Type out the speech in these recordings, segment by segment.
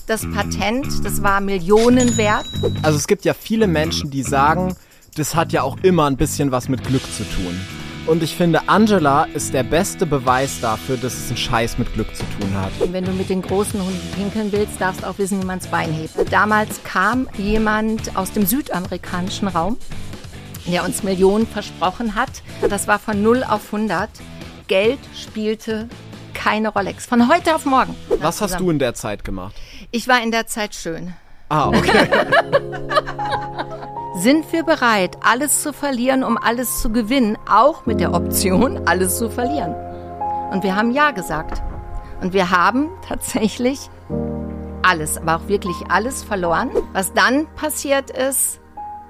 das Patent, das war Millionen wert. Also es gibt ja viele Menschen, die sagen, das hat ja auch immer ein bisschen was mit Glück zu tun. Und ich finde, Angela ist der beste Beweis dafür, dass es einen Scheiß mit Glück zu tun hat. Und wenn du mit den großen Hunden pinkeln willst, darfst du auch wissen, wie man das Bein hebt. Damals kam jemand aus dem südamerikanischen Raum, der uns Millionen versprochen hat. Das war von 0 auf 100. Geld spielte keine Rolle. Von heute auf morgen. Was hast du in der Zeit gemacht? Ich war in der Zeit schön. Ah, okay. Sind wir bereit, alles zu verlieren, um alles zu gewinnen, auch mit der Option, alles zu verlieren? Und wir haben Ja gesagt. Und wir haben tatsächlich alles, aber auch wirklich alles verloren. Was dann passiert ist,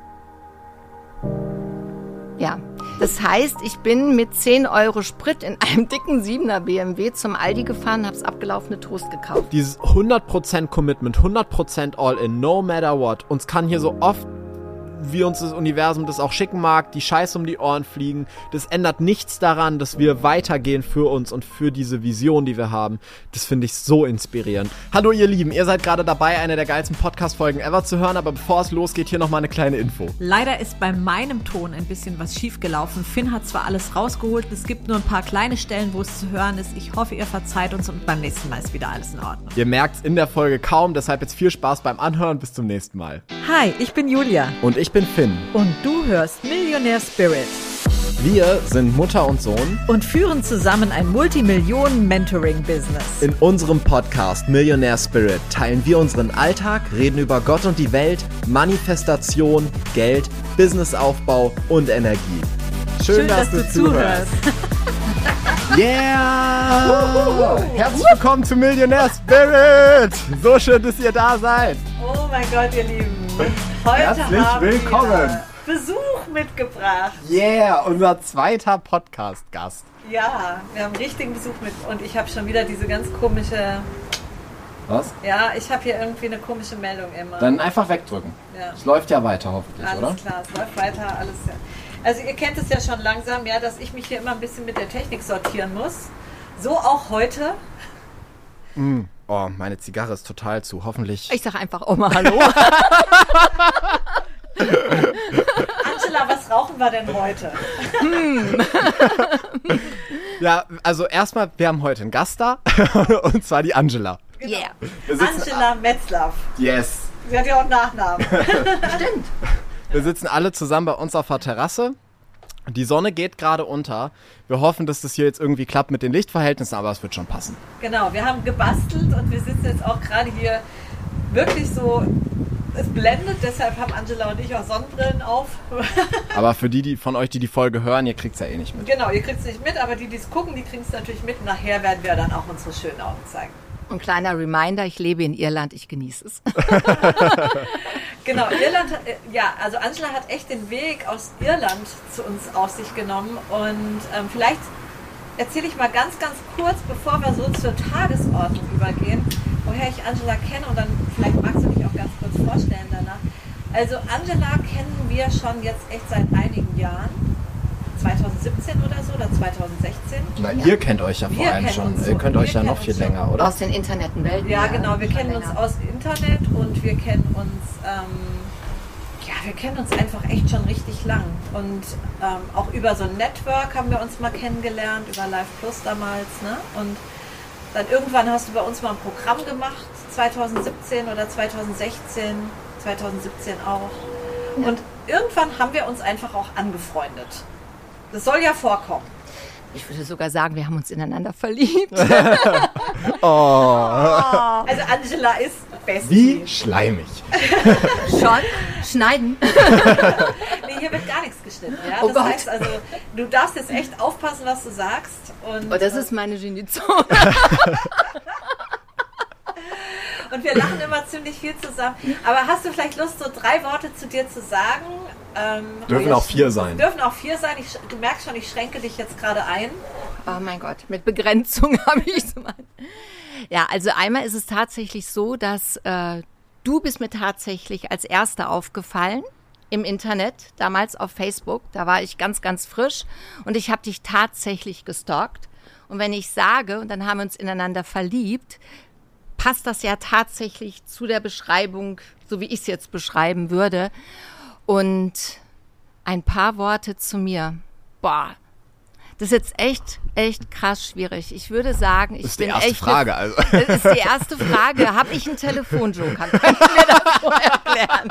ja, das heißt, ich bin mit 10 € Sprit in einem dicken 7er BMW zum Aldi gefahren, habe das abgelaufene Toast gekauft. Dieses 100% Commitment, 100% All-in, no matter what. Uns kann hier so oft, wie uns das Universum das auch schicken mag, die Scheiße um die Ohren fliegen. Das ändert nichts daran, dass wir weitergehen für uns und für diese Vision, die wir haben. Das finde ich so inspirierend. Hallo ihr Lieben, ihr seid gerade dabei, eine der geilsten Podcast-Folgen ever zu hören, aber bevor es losgeht, hier nochmal eine kleine Info. Leider ist bei meinem Ton ein bisschen was schiefgelaufen. Finn hat zwar alles rausgeholt, es gibt nur ein paar kleine Stellen, wo es zu hören ist. Ich hoffe, ihr verzeiht uns und beim nächsten Mal ist wieder alles in Ordnung. Ihr merkt es in der Folge kaum, deshalb jetzt viel Spaß beim Anhören. Bis zum nächsten Mal. Hi, ich bin Julia. Und ich bin Finn. Und du hörst Millionaire Spirit. Wir sind Mutter und Sohn Und führen zusammen ein Multimillionen-Mentoring-Business. In unserem Podcast Millionaire Spirit teilen wir unseren Alltag, reden über Gott und die Welt, Manifestation, Geld, Businessaufbau und Energie. Schön, dass du zuhörst. Yeah! Herzlich willkommen zu Millionaire Spirit. So schön, dass ihr da seid. Oh mein Gott, ihr Lieben. Heute Herzlich haben willkommen. wir Besuch mitgebracht. Yeah, unser zweiter Podcast-Gast. Ja, wir haben richtigen Besuch mit und ich habe schon wieder diese ganz komische... Was? Ja, ich habe hier irgendwie eine komische Meldung immer. Dann einfach wegdrücken. Ja. Es läuft ja weiter, hoffentlich, Alles oder? klar, es läuft weiter, alles ja. Also ihr kennt es ja schon langsam, ja, dass ich mich hier immer ein bisschen mit der Technik sortieren muss. So auch heute. Oh, meine Zigarre ist total zu. Hoffentlich. Ich sage einfach Oma Hallo. Angela, was rauchen wir denn heute? Ja, also erstmal, wir haben heute einen Gast da. Und zwar die Angela. Genau. Yeah. Angela Metzlaff. Yes. Sie hat ja auch einen Nachnamen. Stimmt. Wir sitzen alle zusammen bei uns auf der Terrasse. Die Sonne geht gerade unter. Wir hoffen, dass das hier jetzt irgendwie klappt mit den Lichtverhältnissen, aber es wird schon passen. Genau, wir haben gebastelt und wir sitzen jetzt auch gerade hier wirklich so, es blendet, deshalb haben Angela und ich auch Sonnenbrillen auf. Aber für die von euch, die die Folge hören, ihr kriegt es ja eh nicht mit. Genau, ihr kriegt es nicht mit, aber die es gucken, die kriegen es natürlich mit. Nachher werden wir dann auch unsere schönen Augen zeigen. Ein kleiner Reminder, ich lebe in Irland, ich genieße es. Genau, Irland, ja, also Angela hat echt den Weg aus Irland zu uns auf sich genommen und vielleicht erzähle ich mal ganz, ganz kurz, bevor wir so zur Tagesordnung übergehen, woher ich Angela kenne und dann vielleicht magst du dich auch ganz kurz vorstellen danach. Also Angela kennen wir schon jetzt echt seit einigen Jahren. 2017 oder so, oder 2016. Na, ihr kennt euch ja vor allem schon. Ihr könnt euch ja noch viel länger, oder? Aus den Internetenwelten. Ja, genau, wir kennen uns länger. aus Internet und wir kennen uns, wir kennen uns einfach echt schon richtig lang. Und auch über so ein Network haben wir uns mal kennengelernt, über Live Plus damals, ne? Und dann irgendwann hast du bei uns mal ein Programm gemacht, 2017 oder 2016, 2017 auch. Ja. Und irgendwann haben wir uns einfach auch angefreundet. Das soll ja vorkommen. Ich würde sogar sagen, wir haben uns ineinander verliebt. Also Angela ist bestie. Wie schleimig. Schon? Schneiden? Nee, hier wird gar nichts geschnitten. Ja? Oh Das Gott. heißt also, du darfst jetzt echt aufpassen, was du sagst. Und, Oh, das ist meine Geniezone. und wir lachen immer ziemlich viel zusammen. Aber hast du vielleicht Lust, so 3 Worte zu dir zu sagen? Dürfen auch 4 sein. Dürfen auch 4 sein. Du merkst schon, ich schränke dich jetzt gerade ein. Oh mein Gott, mit Begrenzung habe ich so mal. Ja, also einmal ist es tatsächlich so, dass du bist mir tatsächlich als Erste aufgefallen im Internet, damals auf Facebook. Da war ich ganz, ganz frisch und ich habe dich tatsächlich gestalkt. Und wenn ich sage, und dann haben wir uns ineinander verliebt, passt das ja tatsächlich zu der Beschreibung, so wie ich es jetzt beschreiben würde. Und ein paar Worte zu mir. Boah, das ist jetzt echt krass schwierig. Ich würde sagen, ich bin echt... Das ist die erste Frage, also. Das ist die erste Frage. Habe ich einen Telefonjoker? Können Sie mir das vorher erklären?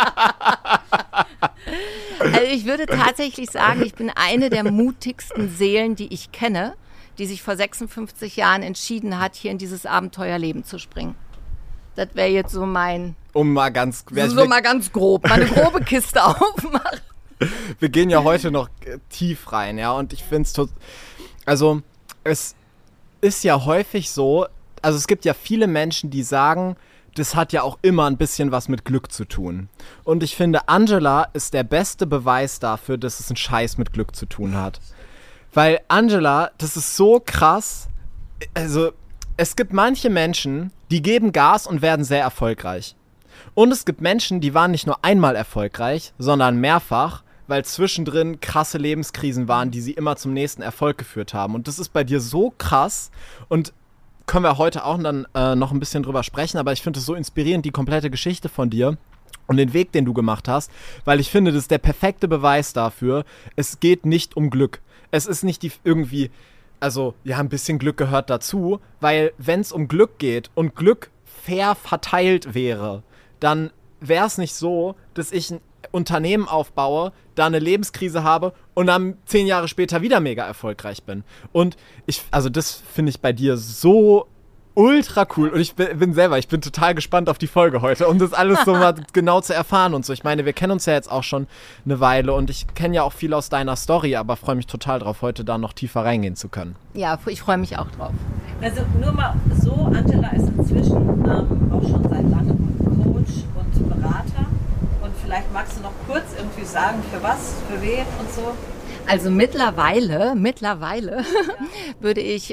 Also ich würde tatsächlich sagen, ich bin eine der mutigsten Seelen, die ich kenne, die sich vor 56 Jahren entschieden hat, hier in dieses Abenteuerleben zu springen. Das wäre jetzt so mein... Mal ganz grob, meine grobe Kiste aufmachen. Wir gehen ja heute noch tief rein, ja, und ich finde also es ist ja häufig so, also es gibt ja viele Menschen, die sagen, das hat ja auch immer ein bisschen was mit Glück zu tun. Und ich finde, Angela ist der beste Beweis dafür, dass es einen Scheiß mit Glück zu tun hat. Weil Angela, das ist so krass, also es gibt manche Menschen, die geben Gas und werden sehr erfolgreich. Und es gibt Menschen, die waren nicht nur einmal erfolgreich, sondern mehrfach, weil zwischendrin krasse Lebenskrisen waren, die sie immer zum nächsten Erfolg geführt haben. Und das ist bei dir so krass und können wir heute auch dann noch ein bisschen drüber sprechen, aber ich finde es so inspirierend, die komplette Geschichte von dir und den Weg, den du gemacht hast, weil ich finde, das ist der perfekte Beweis dafür, es geht nicht um Glück. Es ist nicht irgendwie, also ja, ein bisschen Glück gehört dazu, weil wenn es um Glück geht und Glück fair verteilt wäre, dann wäre es nicht so, dass ich ein Unternehmen aufbaue, da eine Lebenskrise habe und dann 10 Jahre später wieder mega erfolgreich bin. Und also das finde ich bei dir so ultra cool und ich bin total gespannt auf die Folge heute, um das alles so mal genau zu erfahren und so. Ich meine, wir kennen uns ja jetzt auch schon eine Weile und ich kenne ja auch viel aus deiner Story, aber freue mich total drauf, heute da noch tiefer reingehen zu können. Ja, ich freue mich auch drauf. Also nur mal so, Angela ist inzwischen auch schon seit langem Coach und Berater. Und vielleicht magst du noch kurz irgendwie sagen, für was, für wen und so. Also mittlerweile würde ich,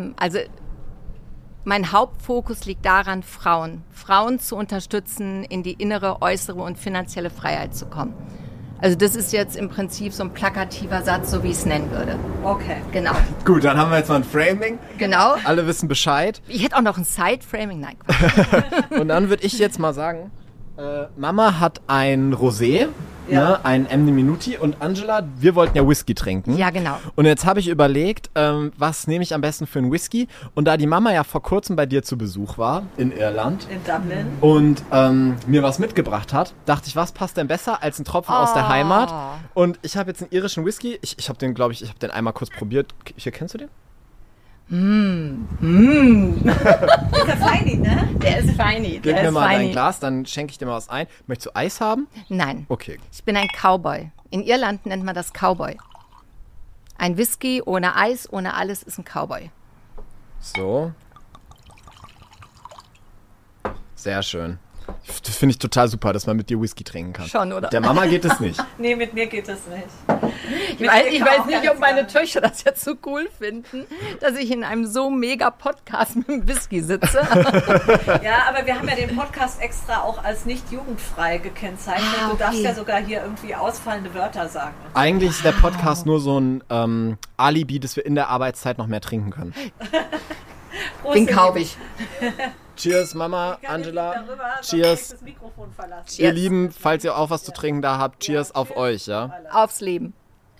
mein Hauptfokus liegt daran, Frauen zu unterstützen, in die innere, äußere und finanzielle Freiheit zu kommen. Also das ist jetzt im Prinzip so ein plakativer Satz, so wie ich es nennen würde. Okay. Genau. Gut, dann haben wir jetzt mal ein Framing. Genau. Alle wissen Bescheid. Ich hätte auch noch ein Side-Framing. Nein, Quatsch. Und dann würde ich jetzt mal sagen, Mama hat ein Rosé, ja. Ne, ein MD Minuti und Angela, wir wollten ja Whisky trinken. Ja, genau. Und jetzt habe ich überlegt, was nehme ich am besten für einen Whisky? Und da die Mama ja vor kurzem bei dir zu Besuch war, in Irland. In Dublin. Und mir was mitgebracht hat, dachte ich, was passt denn besser als ein Tropfen aus der Heimat? Und ich habe jetzt einen irischen Whisky. Ich habe den, glaube ich, einmal kurz probiert. Hier, kennst du den? Ist der feini, ne? Der ist feini. Gib mir mal dein Glas, dann schenke ich dir mal was ein. Möchtest du Eis haben? Nein. Okay. Ich bin ein Cowboy. In Irland nennt man das Cowboy. Ein Whisky ohne Eis, ohne alles ist ein Cowboy. So. Sehr schön. Das finde ich total super, dass man mit dir Whisky trinken kann. Schon, oder? Der Mama geht es nicht. Nee, mit mir geht es nicht. Ich weiß nicht, ob meine Töchter das jetzt so cool finden, dass ich in einem so mega Podcast mit dem Whisky sitze. Ja, aber wir haben ja den Podcast extra auch als nicht jugendfrei gekennzeichnet. Ah, okay. Du darfst ja sogar hier irgendwie ausfallende Wörter sagen. Eigentlich ist der Podcast nur so ein Alibi, dass wir in der Arbeitszeit noch mehr trinken können. Prost, Den kaufe ich. Cheers, Mama, Angela. Darüber, Cheers. das Mikrofon verlassen. Ihr Lieben, falls ihr auch was zu trinken da habt, Cheers auf euch, ja. Aufs Leben.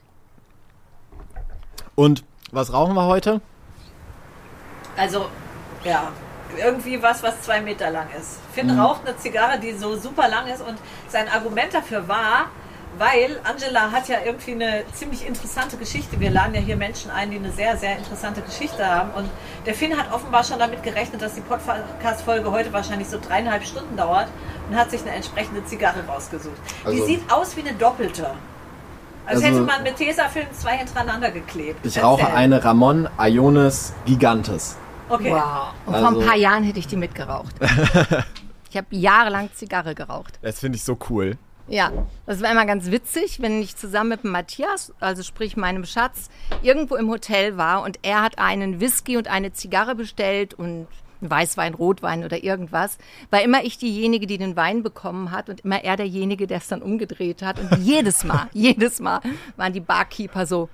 Und was rauchen wir heute? Also, ja, irgendwie was 2 Meter lang ist. Finn raucht eine Zigarre, die so super lang ist und sein Argument dafür war, weil Angela hat ja irgendwie eine ziemlich interessante Geschichte. Wir laden ja hier Menschen ein, die eine sehr, sehr interessante Geschichte haben. Und der Finn hat offenbar schon damit gerechnet, dass die Podcast-Folge heute wahrscheinlich so 3,5 Stunden dauert und hat sich eine entsprechende Zigarre rausgesucht. Also, die sieht aus wie eine doppelte. Als also, hätte man mit Tesafilm 2 hintereinander geklebt. Ich rauche eine Ramon Ionis Gigantes. Okay. Wow. Und Also, vor ein paar Jahren hätte ich die mitgeraucht. Ich habe jahrelang Zigarre geraucht. Das finde ich so cool. Ja, das war immer ganz witzig, wenn ich zusammen mit dem Matthias, also sprich meinem Schatz, irgendwo im Hotel war und er hat einen Whisky und eine Zigarre bestellt und einen Weißwein, Rotwein oder irgendwas, war immer ich diejenige, die den Wein bekommen hat und immer er derjenige, der es dann umgedreht hat. Und jedes Mal waren die Barkeeper so,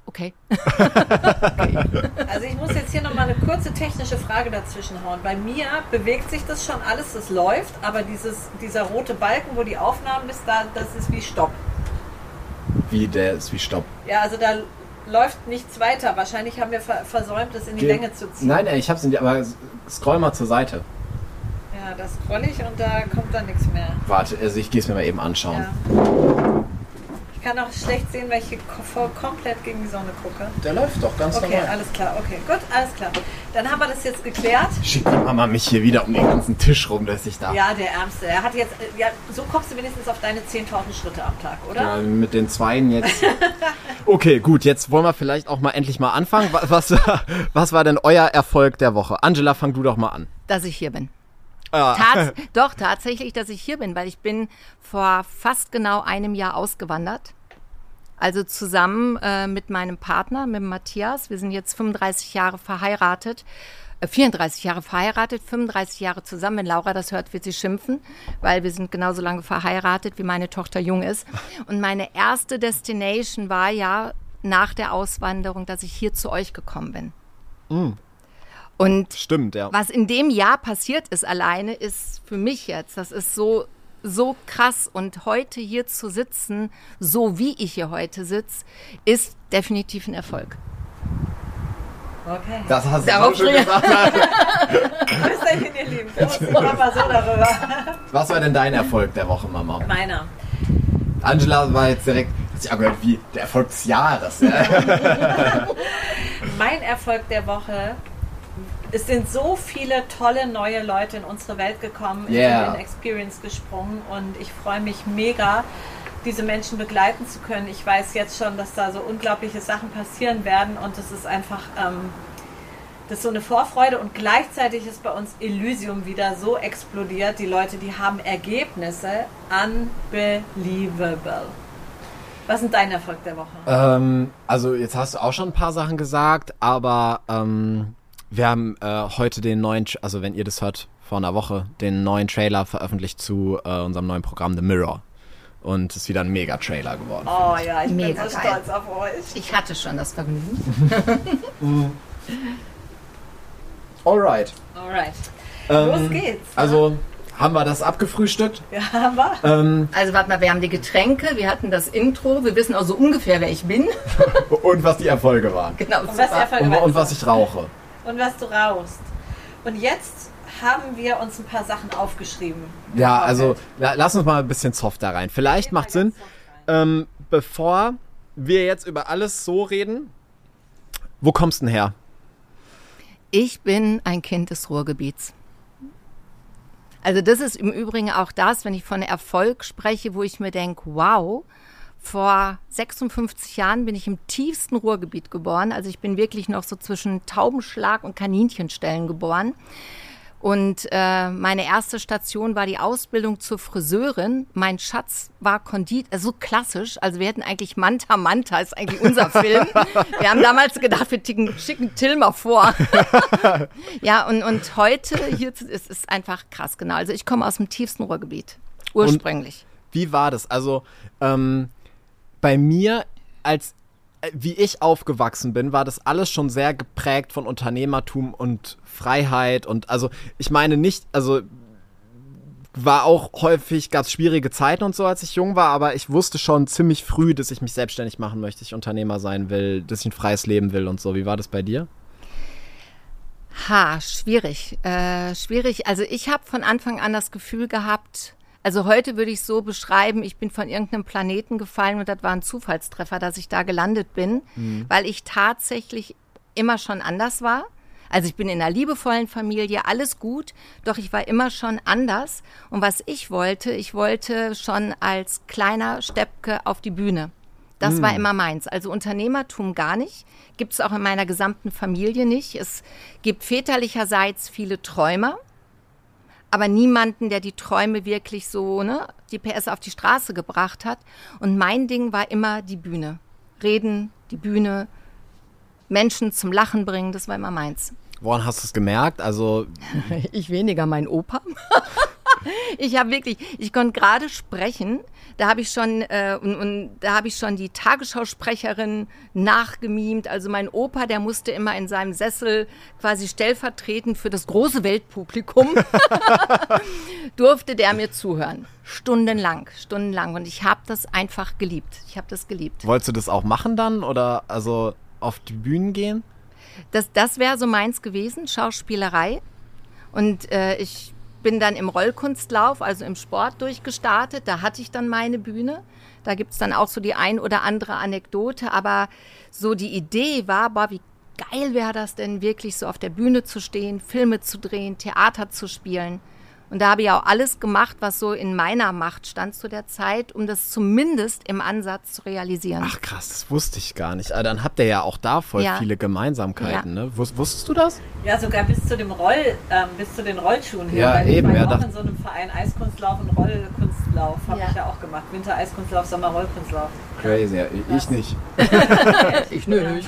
Okay. Also ich muss jetzt hier nochmal eine kurze technische Frage dazwischen hauen. Bei mir bewegt sich das schon alles, das läuft, aber dieser rote Balken, wo die Aufnahmen ist, das ist wie Stopp. Wie, der ist wie Stopp? Ja, also da läuft nichts weiter. Wahrscheinlich haben wir versäumt, das in die Länge zu ziehen. Nein, ich hab's in die, aber scroll mal zur Seite. Ja, das scroll ich und da kommt dann nichts mehr. Warte, also ich geh's mir mal eben anschauen. Ja. Ich kann auch schlecht sehen, weil ich hier komplett gegen die Sonne gucke. Der läuft doch ganz Okay, normal. alles klar. Okay, gut, alles klar. Dann haben wir das jetzt geklärt. Schickt die Mama mich hier wieder um den ganzen Tisch rum, dass ich da... Ja, der Ärmste. Er hat jetzt, ja, so kommst du wenigstens auf deine 10.000 Schritte am Tag, oder? Ja, mit den Zweien jetzt. Okay, gut, jetzt wollen wir vielleicht auch mal endlich mal anfangen. Was war denn euer Erfolg der Woche? Angela, fang du doch mal an. Dass ich hier bin. Ah. Doch, tatsächlich, dass ich hier bin, weil ich bin vor fast genau einem Jahr ausgewandert. Also zusammen mit meinem Partner, mit Matthias. Wir sind jetzt 35 Jahre verheiratet. 34 Jahre verheiratet, 35 Jahre zusammen. Wenn Laura das hört, wird sie schimpfen, weil wir sind genauso lange verheiratet, wie meine Tochter jung ist. Und meine erste Destination war ja nach der Auswanderung, dass ich hier zu euch gekommen bin. Und Stimmt, ja. was in dem Jahr passiert ist alleine, ist für mich jetzt, das ist so krass. Und heute hier zu sitzen, so wie ich hier heute sitze, ist definitiv ein Erfolg. Okay. Das hast du Darauf schon gesagt. Bis dahin, ihr Lieben. Prost. Machen wir so darüber. Was war denn dein Erfolg der Woche, Mama? Meiner. Angela war jetzt direkt, hat sich angehört wie der Erfolg des Jahres. Mein Erfolg der Woche: Es sind so viele tolle neue Leute in unsere Welt gekommen, in den Experience gesprungen und ich freue mich mega, diese Menschen begleiten zu können. Ich weiß jetzt schon, dass da so unglaubliche Sachen passieren werden und es ist einfach, das ist so eine Vorfreude und gleichzeitig ist bei uns Elysium wieder so explodiert. Die Leute, die haben Ergebnisse, unbelievable. Was ist dein Erfolg der Woche? Also jetzt hast du auch schon ein paar Sachen gesagt, aber wir haben heute den neuen, also wenn ihr das hört, vor einer Woche, den neuen Trailer veröffentlicht zu unserem neuen Programm The Mirror. Und es ist wieder ein Mega-Trailer geworden. Oh ja, ich Mega bin so geil. stolz auf euch. Ich hatte schon das Vergnügen. Alright. Alright. Los geht's. Also haben wir das abgefrühstückt? Ja, haben wir. Also warte mal, wir haben die Getränke, wir hatten das Intro, wir wissen auch so ungefähr, wer ich bin. Und was die Erfolge waren. Genau, Und was der Erfolg Und was ich rauche. Und was du rauchst. Und jetzt haben wir uns ein paar Sachen aufgeschrieben. Ja, also lass uns mal ein bisschen softer rein. Vielleicht macht Sinn, bevor wir jetzt über alles so reden, wo kommst du denn her? Ich bin ein Kind des Ruhrgebiets. Also das ist im Übrigen auch das, wenn ich von Erfolg spreche, wo ich mir denke, wow, vor 56 Jahren bin ich im tiefsten Ruhrgebiet geboren. Also ich bin wirklich noch so zwischen Taubenschlag und Kaninchenstellen geboren. Und meine erste Station war die Ausbildung zur Friseurin. Mein Schatz war Konditor, so klassisch. Also wir hätten eigentlich Manta Manta, ist eigentlich unser Film. Wir haben damals gedacht, wir schicken Till mal vor. Ja, und heute hier ist es einfach krass, genau. Also ich komme aus dem tiefsten Ruhrgebiet, ursprünglich. Und wie war das? Also bei mir, wie ich aufgewachsen bin, war das alles schon sehr geprägt von Unternehmertum und Freiheit und also ich meine nicht, also war auch häufig, gab es schwierige Zeiten und so, als ich jung war, aber ich wusste schon ziemlich früh, dass ich mich selbstständig machen möchte, ich Unternehmer sein will, dass ich ein freies Leben will und so. Wie war das bei dir? Schwierig. Schwierig. Also ich habe von Anfang an das Gefühl gehabt, also heute würde ich es so beschreiben, ich bin von irgendeinem Planeten gefallen und das war ein Zufallstreffer, dass ich da gelandet bin, weil ich tatsächlich immer schon anders war. Also ich bin in einer liebevollen Familie, alles gut, doch ich war immer schon anders. Und was ich wollte schon als kleiner Steppke auf die Bühne. Das war immer meins. Also Unternehmertum gar nicht, gibt es auch in meiner gesamten Familie nicht. Es gibt väterlicherseits viele Träumer, aber niemanden, der die Träume wirklich so, die PS auf die Straße gebracht hat. Und mein Ding war immer die Bühne. Reden, die Bühne, Menschen zum Lachen bringen, das war immer meins. Woran hast du es gemerkt? Also Ich weniger, mein Opa. Ich konnte gerade sprechen. Da habe ich schon da habe ich schon die Tagesschausprecherin nachgemimt. Also mein Opa, der musste immer in seinem Sessel quasi stellvertretend für das große Weltpublikum durfte der mir zuhören. Stundenlang. Und ich habe das einfach geliebt. Wolltest du das auch machen dann oder also auf die Bühnen gehen? Das wäre so meins gewesen, Schauspielerei. Und ich bin dann im Rollkunstlauf, also im Sport durchgestartet. Da hatte ich dann meine Bühne. Da gibt es dann auch so die ein oder andere Anekdote. Aber so die Idee war, wie geil wäre das denn wirklich so auf der Bühne zu stehen, Filme zu drehen, Theater zu spielen. Und da habe ich auch alles gemacht, was so in meiner Macht stand zu der Zeit, um das zumindest im Ansatz zu realisieren. Ach krass, das wusste ich gar nicht. Aber dann habt ihr ja auch da voll viele Gemeinsamkeiten, ne? Wusstest du das? Ja, sogar bis zu den Rollschuhen her. Ja, weil eben. Ich war auch in so einem Verein Eiskunstlauf und Rollkunstlauf habe ich ja auch gemacht. Winter-Eiskunstlauf, Sommer-Rollkunstlauf. Crazy, ja. Ich nicht. Ich nicht.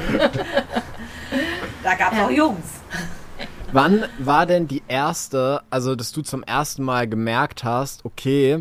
Da gab es auch Jungs. Wann war denn die erste, also dass du zum ersten Mal gemerkt hast, okay,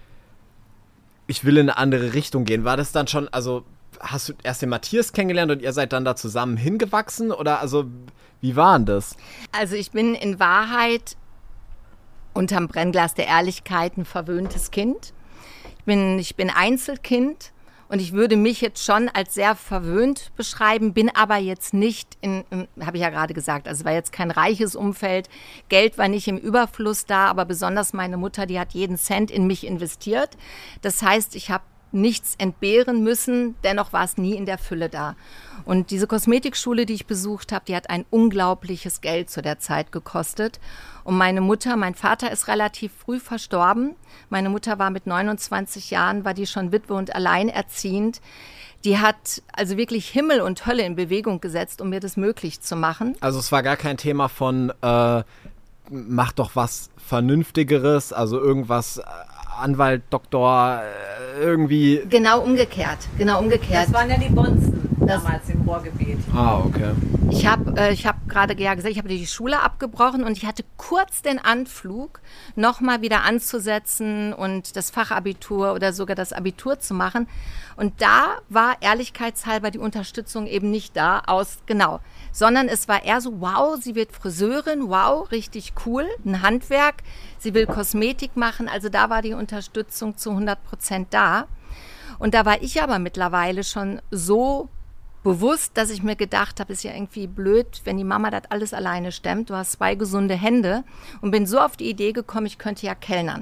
ich will in eine andere Richtung gehen? War das dann schon, also hast du erst den Matthias kennengelernt und ihr seid dann da zusammen hingewachsen? Oder also, wie war denn das? Also ich bin in Wahrheit unterm Brennglas der Ehrlichkeit ein verwöhntes Kind. Ich bin Einzelkind. Und ich würde mich jetzt schon als sehr verwöhnt beschreiben, bin aber jetzt nicht habe ich ja gerade gesagt, also es war jetzt kein reiches Umfeld, Geld war nicht im Überfluss da, aber besonders meine Mutter, die hat jeden Cent in mich investiert. Das heißt, ich habe nichts entbehren müssen, dennoch war es nie in der Fülle da. Und diese Kosmetikschule, die ich besucht habe, die hat ein unglaubliches Geld zu der Zeit gekostet. Und mein Vater ist relativ früh verstorben. Meine Mutter war mit 29 Jahren, war die schon Witwe und alleinerziehend. Die hat also wirklich Himmel und Hölle in Bewegung gesetzt, um mir das möglich zu machen. Also es war gar kein Thema von, mach doch was Vernünftigeres, also irgendwas Anwalt, Doktor, irgendwie. Genau umgekehrt. Das waren ja die Bonzen damals im Ruhrgebiet. Ah, okay. Ich hab gerade gesagt, ich habe die Schule abgebrochen und ich hatte kurz den Anflug, nochmal wieder anzusetzen und das Fachabitur oder sogar das Abitur zu machen. Und da war ehrlichkeitshalber die Unterstützung eben nicht da sondern es war eher so, wow, sie wird Friseurin, wow, richtig cool, ein Handwerk, sie will Kosmetik machen, also da war die Unterstützung zu 100% da. Und da war ich aber mittlerweile schon so bewusst, dass ich mir gedacht habe, ist ja irgendwie blöd, wenn die Mama das alles alleine stemmt, du hast 2 gesunde Hände und bin so auf die Idee gekommen, ich könnte ja kellnern.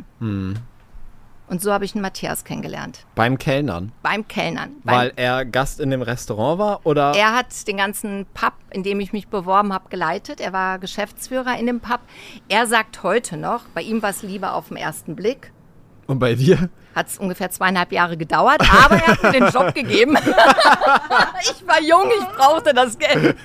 Und so habe ich den Matthias kennengelernt. Beim Kellnern? Beim Kellnern. Weil er Gast in dem Restaurant war, oder? Er hat den ganzen Pub, in dem ich mich beworben habe, geleitet. Er war Geschäftsführer in dem Pub. Er sagt heute noch, bei ihm war es Liebe auf den ersten Blick. Und bei dir? Hat es ungefähr 2,5 Jahre gedauert, aber er hat mir den Job gegeben. Ich war jung, ich brauchte das Geld.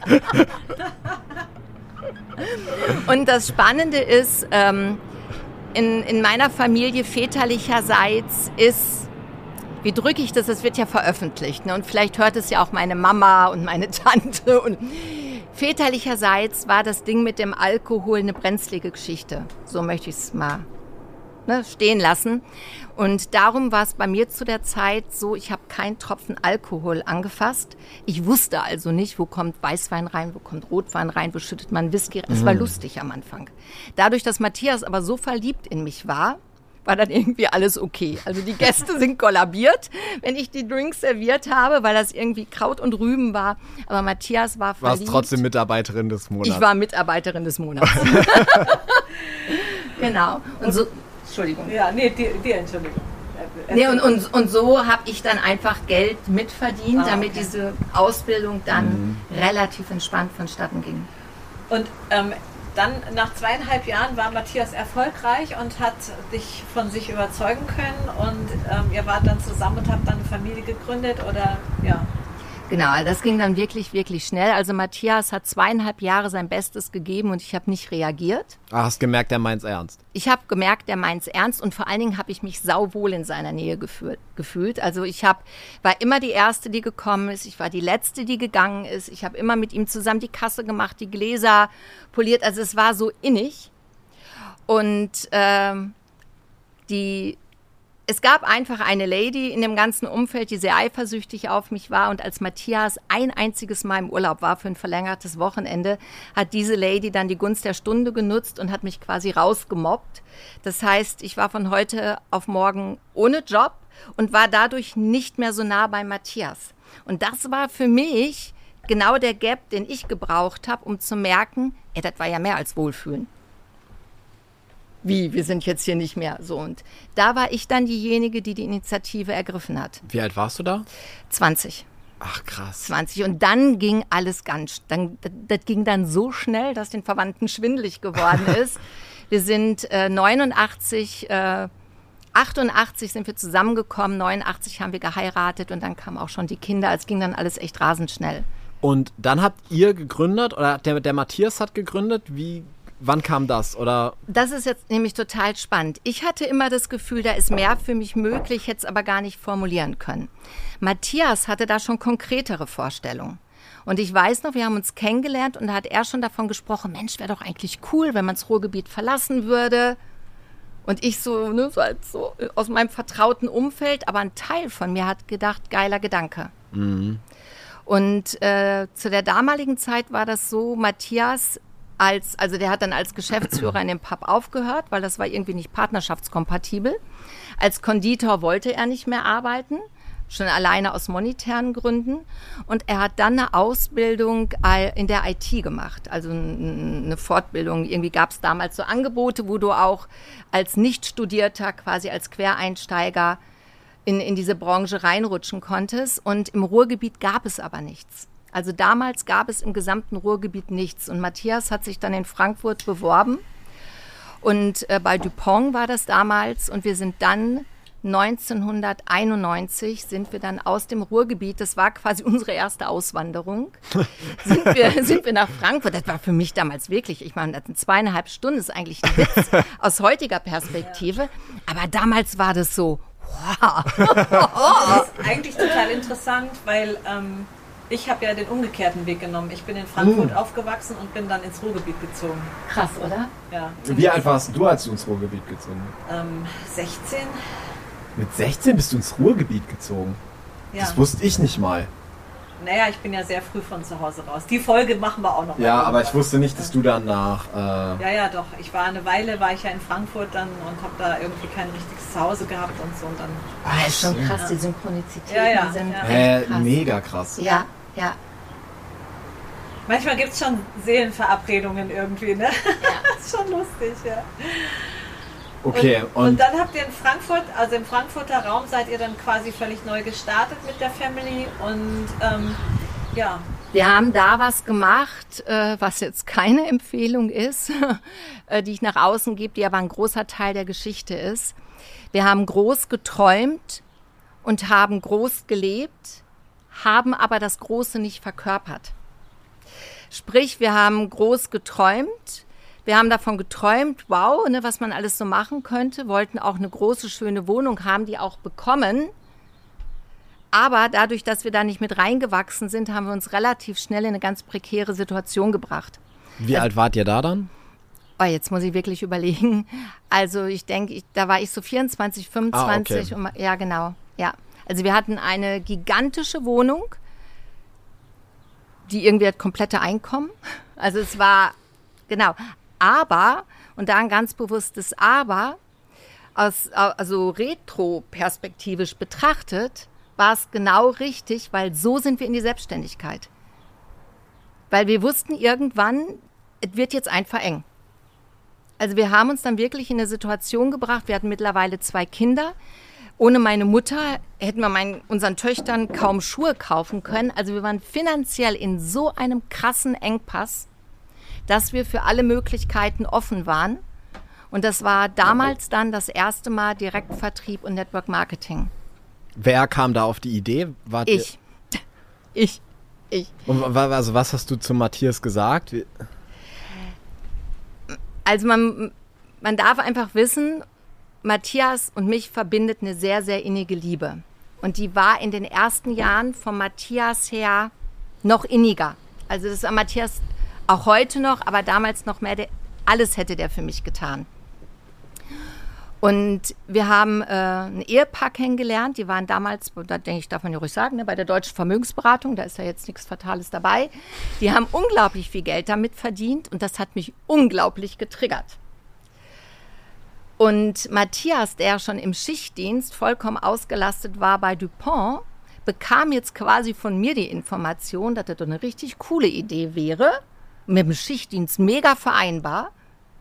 Und das Spannende ist, in meiner Familie väterlicherseits ist, wie drücke ich das, es wird ja veröffentlicht, ne? Und vielleicht hört es ja auch meine Mama und meine Tante. Und väterlicherseits war das Ding mit dem Alkohol eine brenzlige Geschichte. So möchte ich es mal stehen lassen. Und darum war es bei mir zu der Zeit so, ich habe keinen Tropfen Alkohol angefasst. Ich wusste also nicht, wo kommt Weißwein rein, wo kommt Rotwein rein, wo schüttet man Whisky rein. Es war lustig am Anfang. Dadurch, dass Matthias aber so verliebt in mich war dann irgendwie alles okay. Also die Gäste sind kollabiert, wenn ich die Drinks serviert habe, weil das irgendwie Kraut und Rüben war. Aber Matthias war verliebt. Warst trotzdem Mitarbeiterin des Monats. Ich war Mitarbeiterin des Monats. Genau. Und so... Entschuldigung. Ja, nee, die Entschuldigung. Nee, und so habe ich dann einfach Geld mitverdient, damit diese Ausbildung dann relativ entspannt vonstatten ging. Und dann nach 2,5 Jahren war Matthias erfolgreich und hat dich von sich überzeugen können und ihr wart dann zusammen und habt dann eine Familie gegründet oder ja? Genau, das ging dann wirklich, wirklich schnell. Also Matthias hat 2,5 Jahre sein Bestes gegeben und ich habe nicht reagiert. Ah, hast gemerkt, er meint's ernst? Ich habe gemerkt, er meint's ernst und vor allen Dingen habe ich mich sauwohl in seiner Nähe gefühlt. Also war immer die Erste, die gekommen ist. Ich war die Letzte, die gegangen ist. Ich habe immer mit ihm zusammen die Kasse gemacht, die Gläser poliert. Also es war so innig. Und Es gab einfach eine Lady in dem ganzen Umfeld, die sehr eifersüchtig auf mich war. Und als Matthias ein einziges Mal im Urlaub war für ein verlängertes Wochenende, hat diese Lady dann die Gunst der Stunde genutzt und hat mich quasi rausgemobbt. Das heißt, ich war von heute auf morgen ohne Job und war dadurch nicht mehr so nah bei Matthias. Und das war für mich genau der Gap, den ich gebraucht habe, um zu merken, das war ja mehr als Wohlfühlen. Wir sind jetzt hier nicht mehr so. Und da war ich dann diejenige, die die Initiative ergriffen hat. Wie alt warst du da? 20. Ach, krass. 20. Und dann ging alles das ging dann so schnell, dass den Verwandten schwindelig geworden ist. Wir sind 88 sind wir zusammengekommen, 89 haben wir geheiratet und dann kamen auch schon die Kinder. Es ging dann alles echt rasend schnell. Und dann habt ihr gegründet oder der Matthias hat gegründet? Wann kam das? Oder? Das ist jetzt nämlich total spannend. Ich hatte immer das Gefühl, da ist mehr für mich möglich, hätte es aber gar nicht formulieren können. Matthias hatte da schon konkretere Vorstellungen. Und ich weiß noch, wir haben uns kennengelernt und da hat er schon davon gesprochen, Mensch, wäre doch eigentlich cool, wenn man das Ruhrgebiet verlassen würde. Und ich so aus meinem vertrauten Umfeld, aber ein Teil von mir hat gedacht, geiler Gedanke. Mhm. Und zu der damaligen Zeit war das so, Matthias der hat dann als Geschäftsführer in dem Pub aufgehört, weil das war irgendwie nicht partnerschaftskompatibel. Als Konditor wollte er nicht mehr arbeiten, schon alleine aus monetären Gründen. Und er hat dann eine Ausbildung in der IT gemacht, also eine Fortbildung. Irgendwie gab es damals so Angebote, wo du auch als Nichtstudierter, quasi als Quereinsteiger in diese Branche reinrutschen konntest. Und im Ruhrgebiet gab es aber nichts. Also damals gab es im gesamten Ruhrgebiet nichts. Und Matthias hat sich dann in Frankfurt beworben. Und bei DuPont war das damals. Und wir sind dann 1991 sind wir dann aus dem Ruhrgebiet, das war quasi unsere erste Auswanderung, sind wir nach Frankfurt. Das war für mich damals wirklich, ich meine, das sind 2,5 Stunden, das ist eigentlich ein Witz aus heutiger Perspektive. Aber damals war das so, wow. Das ist eigentlich total interessant, weil ich habe ja den umgekehrten Weg genommen. Ich bin in Frankfurt aufgewachsen und bin dann ins Ruhrgebiet gezogen. Krass, oder? Ja. Wie alt warst du, als du ins Ruhrgebiet gezogen bist? 16. Mit 16 bist du ins Ruhrgebiet gezogen? Ja. Das wusste ich nicht mal. Naja, ich bin ja sehr früh von zu Hause raus. Die Folge machen wir auch noch mal. Ja, aber ich wusste nicht, dass du dann nach... Ja, doch. Eine Weile war ich ja in Frankfurt dann und habe da irgendwie kein richtiges Zuhause gehabt und so. Und dann, ist schon krass, die Synchronizität. Ja. Krass. Mega krass. Ja. Manchmal gibt es schon Seelenverabredungen irgendwie, ne? Ja. Das ist schon lustig, ja. Okay, und dann habt ihr in Frankfurt, also im Frankfurter Raum seid ihr dann quasi völlig neu gestartet mit der Family und ja. Wir haben da was gemacht, was jetzt keine Empfehlung ist, die ich nach außen gebe, die aber ein großer Teil der Geschichte ist. Wir haben groß geträumt und haben groß gelebt, haben aber das Große nicht verkörpert. Sprich, wir haben groß geträumt, wir haben davon geträumt, wow, ne, was man alles so machen könnte, wollten auch eine große, schöne Wohnung haben, die auch bekommen. Aber dadurch, dass wir da nicht mit reingewachsen sind, haben wir uns relativ schnell in eine ganz prekäre Situation gebracht. Wie alt wart ihr da dann? Oh, jetzt muss ich wirklich überlegen. Also ich denke, da war ich so 24, 25. Okay. Ja, genau. Ja. Also wir hatten eine gigantische Wohnung, die irgendwie hat komplette Einkommen. Also es war, genau. Aber, und da ein ganz bewusstes Aber, also retro-perspektivisch betrachtet, war es genau richtig, weil so sind wir in die Selbstständigkeit. Weil wir wussten irgendwann, es wird jetzt einfach eng. Also wir haben uns dann wirklich in eine Situation gebracht, wir hatten mittlerweile 2 Kinder. Ohne meine Mutter hätten wir unseren Töchtern kaum Schuhe kaufen können. Also wir waren finanziell in so einem krassen Engpass, dass wir für alle Möglichkeiten offen waren. Und das war damals dann das erste Mal Direktvertrieb und Network Marketing. Wer kam da auf die Idee? Ich. Und also was hast du zu Matthias gesagt? Also man darf einfach wissen, Matthias und mich verbindet eine sehr, sehr innige Liebe. Und die war in den ersten Jahren von Matthias her noch inniger. Also das war Matthias auch heute noch, aber damals noch mehr, alles hätte der für mich getan. Und wir haben ein Ehepaar kennengelernt, die waren damals, da denke ich, darf man ja ruhig sagen, ne, bei der Deutschen Vermögensberatung, da ist ja jetzt nichts Fatales dabei. Die haben unglaublich viel Geld damit verdient und das hat mich unglaublich getriggert. Und Matthias, der schon im Schichtdienst vollkommen ausgelastet war bei DuPont, bekam jetzt quasi von mir die Information, dass das doch eine richtig coole Idee wäre, mit dem Schichtdienst mega vereinbar,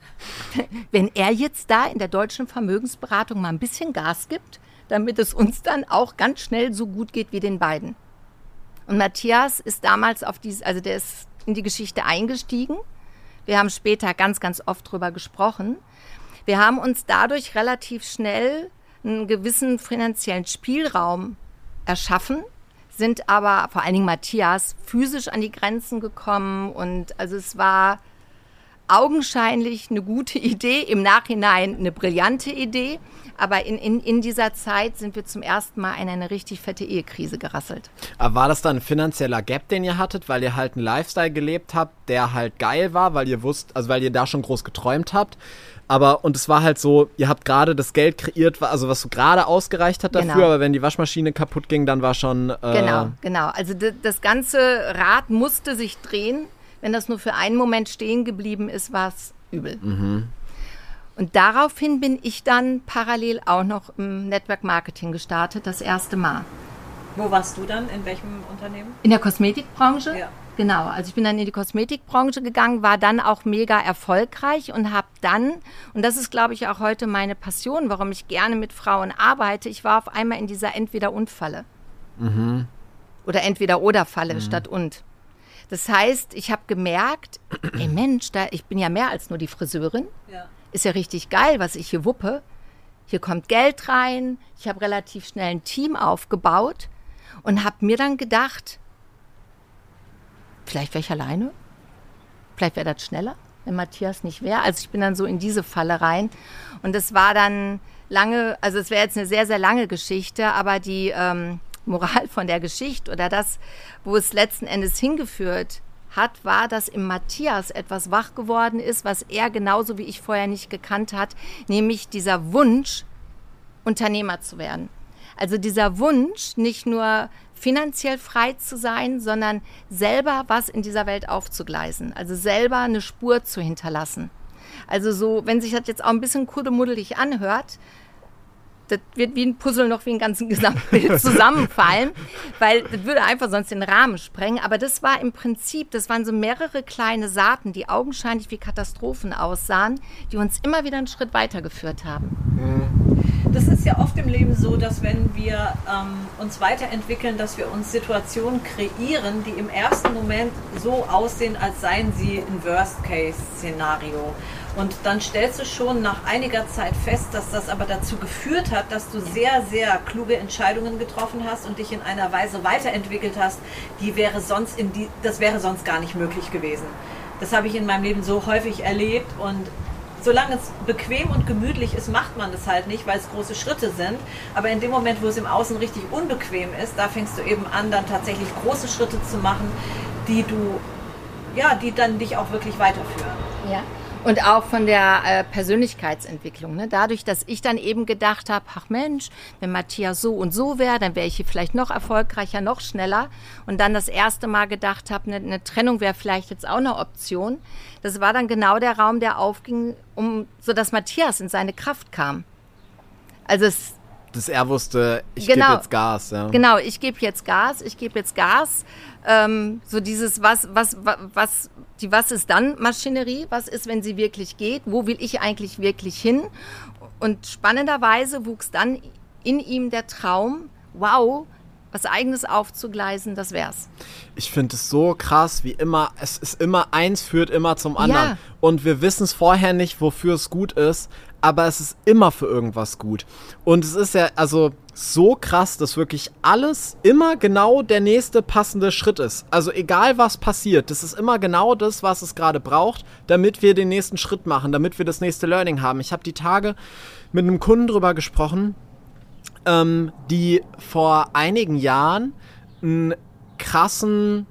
wenn er jetzt da in der Deutschen Vermögensberatung mal ein bisschen Gas gibt, damit es uns dann auch ganz schnell so gut geht wie den beiden. Und Matthias ist damals der ist in die Geschichte eingestiegen. Wir haben später ganz, ganz oft drüber gesprochen. Wir haben uns dadurch relativ schnell einen gewissen finanziellen Spielraum erschaffen, sind aber vor allen Dingen Matthias physisch an die Grenzen gekommen und also es war augenscheinlich eine gute Idee, im Nachhinein eine brillante Idee, aber in dieser Zeit sind wir zum ersten Mal in eine richtig fette Ehekrise gerasselt. Aber war das dann ein finanzieller Gap, den ihr hattet, weil ihr halt einen Lifestyle gelebt habt, der halt geil war, weil ihr weil ihr da schon groß geträumt habt? Und es war halt so, ihr habt gerade das Geld kreiert, also was so gerade ausgereicht hat dafür, aber wenn die Waschmaschine kaputt ging, dann war schon... Genau. Also das ganze Rad musste sich drehen. Wenn das nur für einen Moment stehen geblieben ist, war es übel. Mhm. Und daraufhin bin ich dann parallel auch noch im Network Marketing gestartet, das erste Mal. Wo warst du dann? In welchem Unternehmen? In der Kosmetikbranche. Ja. Genau, also ich bin dann in die Kosmetikbranche gegangen, war dann auch mega erfolgreich und habe dann, und das ist glaube ich auch heute meine Passion, warum ich gerne mit Frauen arbeite, ich war auf einmal in dieser Entweder-und-Falle. Mhm. Oder Entweder-oder-Falle statt und. Das heißt, ich habe gemerkt, ey Mensch, ich bin ja mehr als nur die Friseurin. Ja. Ist ja richtig geil, was ich hier wuppe. Hier kommt Geld rein. Ich habe relativ schnell ein Team aufgebaut und habe mir dann gedacht, vielleicht wäre ich alleine. Vielleicht wäre das schneller, wenn Matthias nicht wäre. Also ich bin dann so in diese Falle rein. Und es war dann lange, also es wäre jetzt eine sehr, sehr lange Geschichte, aber die... Moral von der Geschichte oder das, wo es letzten Endes hingeführt hat, war, dass im Matthias etwas wach geworden ist, was er genauso wie ich vorher nicht gekannt hat, nämlich dieser Wunsch, Unternehmer zu werden. Also dieser Wunsch, nicht nur finanziell frei zu sein, sondern selber was in dieser Welt aufzugleisen, also selber eine Spur zu hinterlassen. Also so, wenn sich das jetzt auch ein bisschen kuddelmuddelig anhört, das wird wie ein Puzzle noch wie ein ganzes Gesamtbild zusammenfallen, weil das würde einfach sonst den Rahmen sprengen. Aber das war im Prinzip, das waren so mehrere kleine Saaten, die augenscheinlich wie Katastrophen aussahen, die uns immer wieder einen Schritt weitergeführt haben. Das ist ja oft im Leben so, dass wenn wir uns weiterentwickeln, dass wir uns Situationen kreieren, die im ersten Moment so aussehen, als seien sie ein Worst-Case-Szenario. Und dann stellst du schon nach einiger Zeit fest, dass das aber dazu geführt hat, dass du sehr, sehr kluge Entscheidungen getroffen hast und dich in einer Weise weiterentwickelt hast, das wäre sonst gar nicht möglich gewesen. Das habe ich in meinem Leben so häufig erlebt und solange es bequem und gemütlich ist, macht man das halt nicht, weil es große Schritte sind. Aber in dem Moment, wo es im Außen richtig unbequem ist, da fängst du eben an, dann tatsächlich große Schritte zu machen, die dann dich auch wirklich weiterführen. Ja. Und auch von der Persönlichkeitsentwicklung. Ne? Dadurch, dass ich dann eben gedacht habe, ach Mensch, wenn Matthias so und so wäre, dann wäre ich hier vielleicht noch erfolgreicher, noch schneller. Und dann das erste Mal gedacht habe, eine Trennung wäre vielleicht jetzt auch eine Option. Das war dann genau der Raum, der aufging, sodass Matthias in seine Kraft kam. Also dass er wusste, ich gebe jetzt Gas. Ja. Genau, ich gebe jetzt Gas. So dieses was ist dann Maschinerie? Was ist, wenn sie wirklich geht? Wo will ich eigentlich wirklich hin? Und spannenderweise wuchs dann in ihm der Traum, wow, was Eigenes aufzugleisen, das wär's. Ich finde es so krass, wie immer, es ist immer, eins führt immer zum anderen. Ja. Und wir wissen es vorher nicht, wofür es gut ist, aber es ist immer für irgendwas gut. Und es ist ja also so krass, dass wirklich alles immer genau der nächste passende Schritt ist. Also egal was passiert, das ist immer genau das, was es gerade braucht, damit wir den nächsten Schritt machen, damit wir das nächste Learning haben. Ich habe die Tage mit einem Kunden drüber gesprochen, die vor einigen Jahren in einer krassen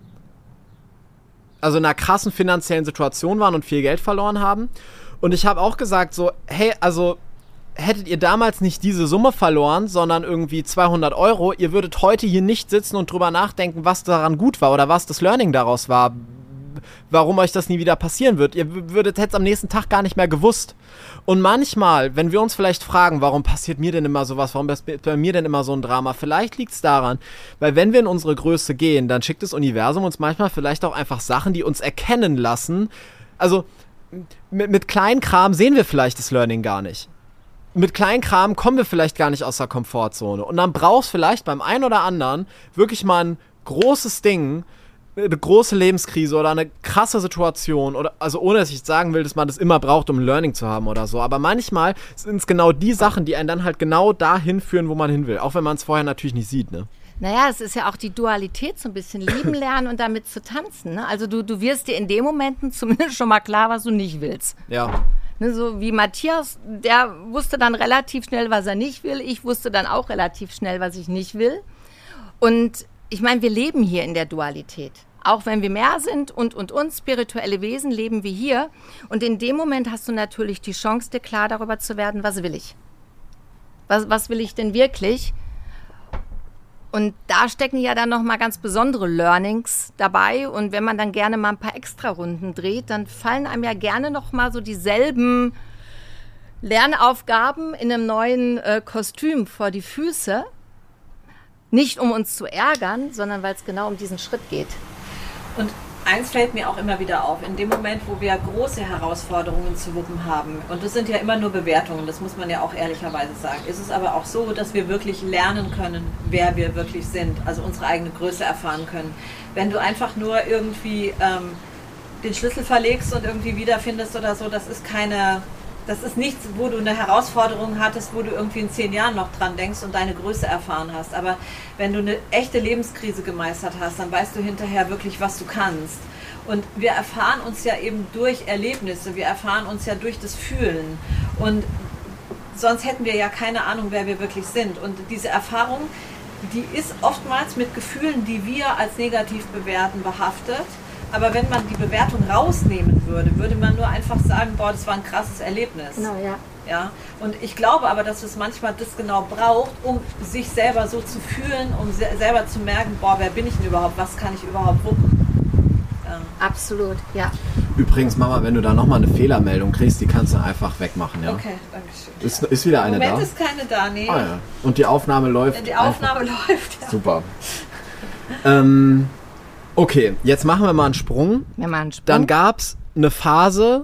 finanziellen Situation waren und viel Geld verloren haben. Und ich habe auch gesagt so, hey, also hättet ihr damals nicht diese Summe verloren, sondern irgendwie 200 Euro, ihr würdet heute hier nicht sitzen und drüber nachdenken, was daran gut war oder was das Learning daraus war, warum euch das nie wieder passieren wird. Ihr hättet es am nächsten Tag gar nicht mehr gewusst. Und manchmal, wenn wir uns vielleicht fragen, warum passiert mir denn immer sowas, warum ist bei mir denn immer so ein Drama, vielleicht liegt es daran, weil wenn wir in unsere Größe gehen, dann schickt das Universum uns manchmal vielleicht auch einfach Sachen, die uns erkennen lassen. Also mit Kleinkram sehen wir vielleicht das Learning gar nicht. Mit Kleinkram kommen wir vielleicht gar nicht aus der Komfortzone. Und dann brauchst du vielleicht beim einen oder anderen wirklich mal ein großes Ding, eine große Lebenskrise oder eine krasse Situation, oder, also ohne dass ich sagen will, dass man das immer braucht, um ein Learning zu haben oder so, aber manchmal sind es genau die Sachen, die einen dann halt genau dahin führen, wo man hin will, auch wenn man es vorher natürlich nicht sieht, ne? Naja, es ist ja auch die Dualität, so ein bisschen lieben lernen und damit zu tanzen, ne? Also du wirst dir in den Momenten zumindest schon mal klar, was du nicht willst. Ja. Ne, so wie Matthias, der wusste dann relativ schnell, was er nicht will. Ich wusste dann auch relativ schnell, was ich nicht will. Und ich meine, wir leben hier in der Dualität. Auch wenn wir mehr sind und spirituelle Wesen, leben wir hier. Und in dem Moment hast du natürlich die Chance, dir klar darüber zu werden, was will ich? Was will ich denn wirklich? Und da stecken ja dann nochmal ganz besondere Learnings dabei. Und wenn man dann gerne mal ein paar Extra-Runden dreht, dann fallen einem ja gerne nochmal so dieselben Lernaufgaben in einem neuen Kostüm vor die Füße. Nicht um uns zu ärgern, sondern weil es genau um diesen Schritt geht. Und eins fällt mir auch immer wieder auf, in dem Moment, wo wir große Herausforderungen zu wuppen haben, und das sind ja immer nur Bewertungen, das muss man ja auch ehrlicherweise sagen, ist es aber auch so, dass wir wirklich lernen können, wer wir wirklich sind, also unsere eigene Größe erfahren können. Wenn du einfach nur irgendwie den Schlüssel verlegst und irgendwie wiederfindest oder so, das ist nichts, wo du eine Herausforderung hattest, wo du irgendwie in 10 Jahren noch dran denkst und deine Größe erfahren hast. Aber wenn du eine echte Lebenskrise gemeistert hast, dann weißt du hinterher wirklich, was du kannst. Und wir erfahren uns ja eben durch Erlebnisse, wir erfahren uns ja durch das Fühlen. Und sonst hätten wir ja keine Ahnung, wer wir wirklich sind. Und diese Erfahrung, die ist oftmals mit Gefühlen, die wir als negativ bewerten, behaftet. Aber wenn man die Bewertung rausnehmen würde, würde man nur einfach sagen, boah, das war ein krasses Erlebnis. Genau, ja. Ja? Und ich glaube aber, dass es manchmal das genau braucht, um sich selber so zu fühlen, um selber zu merken, boah, wer bin ich denn überhaupt, was kann ich überhaupt wuppen. Ja. Absolut, ja. Übrigens, Mama, wenn du da nochmal eine Fehlermeldung kriegst, die kannst du einfach wegmachen, ja? Okay, danke schön. Ist wieder eine da? Im Moment ist keine da, nee. Ah, ja. Und die Aufnahme läuft? Ja, die Aufnahme läuft, ja. Super. Okay, jetzt machen wir mal einen Sprung. Dann gab es eine Phase,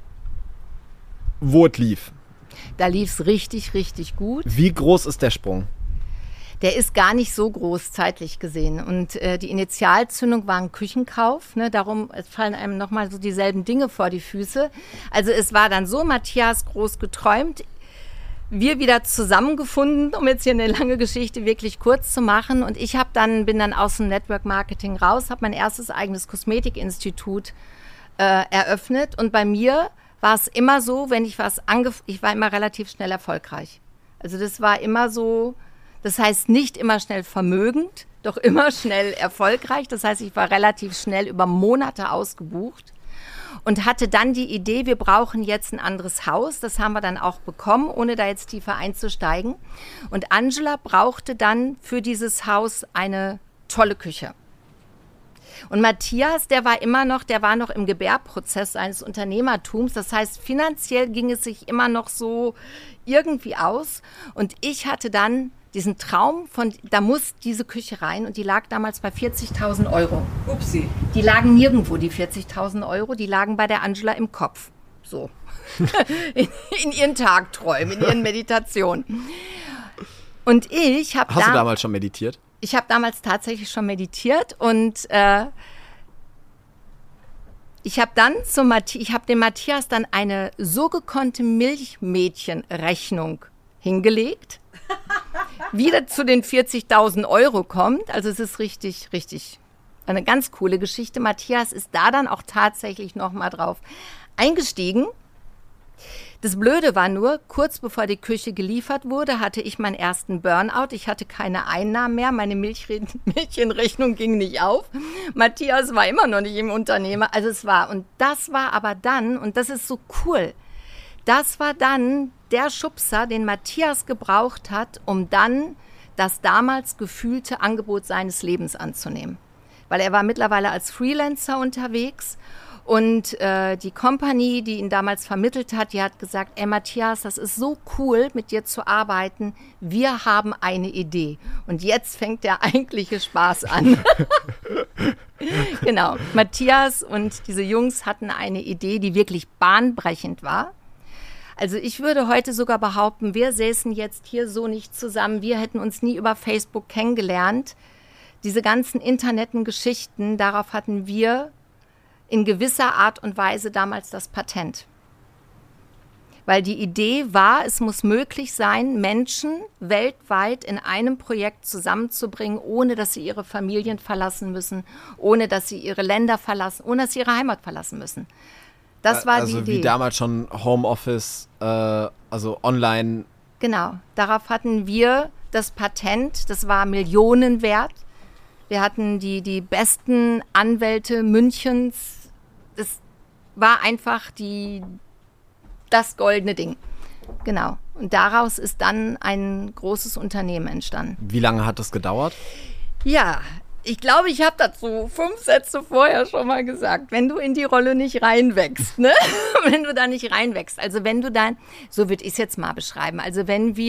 wo es lief. Da lief es richtig, richtig gut. Wie groß ist der Sprung? Der ist gar nicht so groß zeitlich gesehen. Und die Initialzündung war ein Küchenkauf. Ne? Darum fallen einem nochmal so dieselben Dinge vor die Füße. Also es war dann so, Matthias groß geträumt. Wir wieder zusammengefunden, um jetzt hier eine lange Geschichte wirklich kurz zu machen. Und ich bin dann aus dem Network Marketing raus, habe mein erstes eigenes Kosmetikinstitut eröffnet. Und bei mir war es immer so, wenn ich ich war immer relativ schnell erfolgreich. Also das war immer so, das heißt nicht immer schnell vermögend, doch immer schnell erfolgreich. Das heißt, ich war relativ schnell über Monate ausgebucht. Und hatte dann die Idee, wir brauchen jetzt ein anderes Haus. Das haben wir dann auch bekommen, ohne da jetzt tiefer einzusteigen. Und Angela brauchte dann für dieses Haus eine tolle Küche. Und Matthias, der war noch im Gebärprozess seines Unternehmertums. Das heißt, finanziell ging es sich immer noch so irgendwie aus. Und ich hatte dann diesen Traum da muss diese Küche rein, und die lag damals bei 40.000 €. Upsi. Die lagen nirgendwo, die 40.000 €, die lagen bei der Angela im Kopf. So. in ihren Tagträumen, in ihren Meditationen. Und Hast du damals schon meditiert? Ich habe damals tatsächlich schon meditiert und ich habe dem Matthias dann eine so gekonnte Milchmädchenrechnung hingelegt, wieder zu den 40.000 € kommt. Also es ist richtig, richtig eine ganz coole Geschichte. Matthias ist da dann auch tatsächlich nochmal drauf eingestiegen. Das Blöde war nur, kurz bevor die Küche geliefert wurde, hatte ich meinen ersten Burnout. Ich hatte keine Einnahmen mehr, meine Mädchenrechnung ging nicht auf. Matthias war immer noch nicht im Unternehmer. Und das war aber dann, und das ist so cool, das war dann der Schubser, den Matthias gebraucht hat, um dann das damals gefühlte Angebot seines Lebens anzunehmen. Weil er war mittlerweile als Freelancer unterwegs und die Company, die ihn damals vermittelt hat, die hat gesagt, ey Matthias, das ist so cool, mit dir zu arbeiten. Wir haben eine Idee. Und jetzt fängt der eigentliche Spaß an. Genau, Matthias und diese Jungs hatten eine Idee, die wirklich bahnbrechend war. Also ich würde heute sogar behaupten, wir säßen jetzt hier so nicht zusammen. Wir hätten uns nie über Facebook kennengelernt. Diese ganzen Interneten-Geschichten, darauf hatten wir in gewisser Art und Weise damals das Patent. Weil die Idee war, es muss möglich sein, Menschen weltweit in einem Projekt zusammenzubringen, ohne dass sie ihre Familien verlassen müssen, ohne dass sie ihre Länder verlassen, ohne dass sie ihre Heimat verlassen müssen. Das war die Idee. Also wie damals schon Homeoffice, also online. Genau, darauf hatten wir das Patent, das war Millionen wert. Wir hatten die besten Anwälte Münchens. Das war einfach das goldene Ding. Genau. Und daraus ist dann ein großes Unternehmen entstanden. Wie lange hat das gedauert? Ja, ich glaube, ich habe dazu 5 Sätze vorher schon mal gesagt. Wenn du in die Rolle nicht reinwächst, ne? Wenn du da nicht reinwächst. Also wenn du dann, so würde ich es jetzt mal beschreiben. Also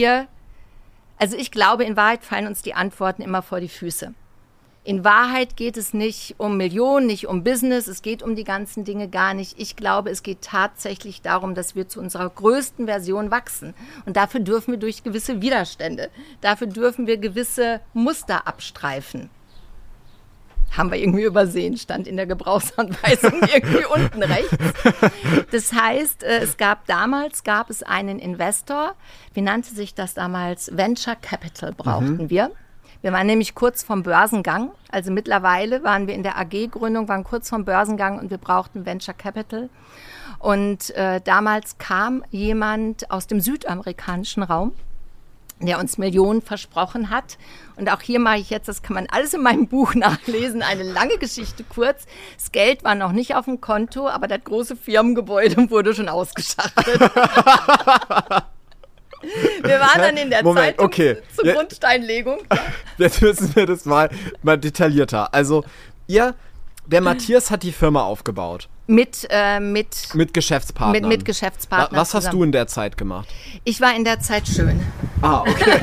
ich glaube, in Wahrheit fallen uns die Antworten immer vor die Füße. In Wahrheit geht es nicht um Millionen, nicht um Business, es geht um die ganzen Dinge gar nicht. Ich glaube, es geht tatsächlich darum, dass wir zu unserer größten Version wachsen. Und dafür dürfen wir durch gewisse Widerstände, dafür dürfen wir gewisse Muster abstreifen. Haben wir irgendwie übersehen, stand in der Gebrauchsanweisung irgendwie unten rechts. Das heißt, damals gab es einen Investor, wie nannte sich das damals? Venture Capital brauchten wir. Wir waren nämlich kurz vorm Börsengang, also mittlerweile waren wir in der AG-Gründung, waren kurz vorm Börsengang und wir brauchten Venture Capital. Und damals kam jemand aus dem südamerikanischen Raum, der uns Millionen versprochen hat. Und auch hier mache ich jetzt, das kann man alles in meinem Buch nachlesen, eine lange Geschichte kurz. Das Geld war noch nicht auf dem Konto, aber das große Firmengebäude wurde schon ausgeschachtet. Wir waren dann in der Zeitung zur Grundsteinlegung. Jetzt müssen wir das mal detaillierter. Also, der Matthias hat die Firma aufgebaut. Mit Geschäftspartnern. Mit Geschäftspartnern. Was hast du in der Zeit gemacht? Ich war in der Zeit schön. Ah, okay.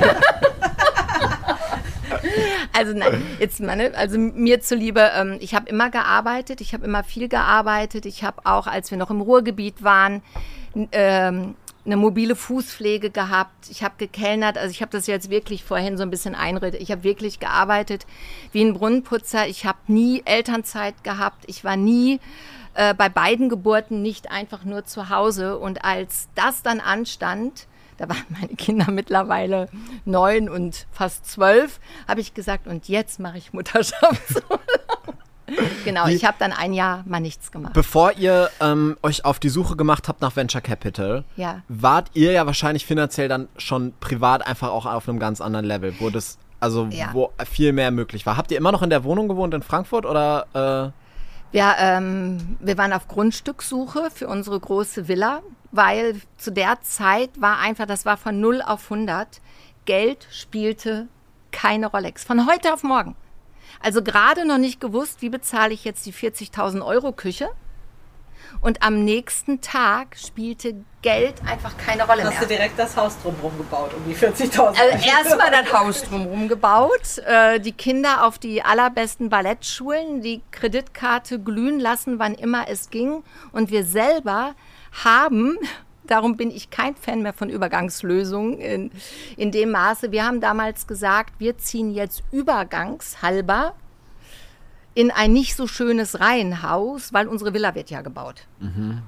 Also nein, also mir zuliebe, ich habe immer gearbeitet, ich habe immer viel gearbeitet. Ich habe auch, als wir noch im Ruhrgebiet waren, eine mobile Fußpflege gehabt, ich habe gekellnert, also ich habe das jetzt wirklich vorhin so ein bisschen einredet. Ich habe wirklich gearbeitet wie ein Brunnenputzer, ich habe nie Elternzeit gehabt, ich war nie bei beiden Geburten nicht einfach nur zu Hause. Und als das dann anstand, da waren meine Kinder mittlerweile 9 und fast 12, habe ich gesagt, und jetzt mache ich Mutterschaftsurlaub. Genau, ich habe dann ein Jahr mal nichts gemacht. Bevor ihr euch auf die Suche gemacht habt nach Venture Capital, wart ihr ja wahrscheinlich finanziell dann schon privat einfach auch auf einem ganz anderen Level, wo viel mehr möglich war. Habt ihr immer noch in der Wohnung gewohnt in Frankfurt oder? Wir waren auf Grundstückssuche für unsere große Villa, weil zu der Zeit das war von 0 auf 100. Geld spielte keine Rolle. Von heute auf morgen. Also gerade noch nicht gewusst, wie bezahle ich jetzt die 40.000 € Küche. Und am nächsten Tag spielte Geld einfach keine Rolle mehr. Hast du direkt das Haus drumherum gebaut, um die 40.000 €? Also erstmal das Haus drumherum gebaut, die Kinder auf die allerbesten Ballettschulen, die Kreditkarte glühen lassen, wann immer es ging. Und wir selber haben... Darum bin ich kein Fan mehr von Übergangslösungen in dem Maße. Wir haben damals gesagt, wir ziehen jetzt übergangshalber in ein nicht so schönes Reihenhaus, weil unsere Villa wird ja gebaut. Mhm.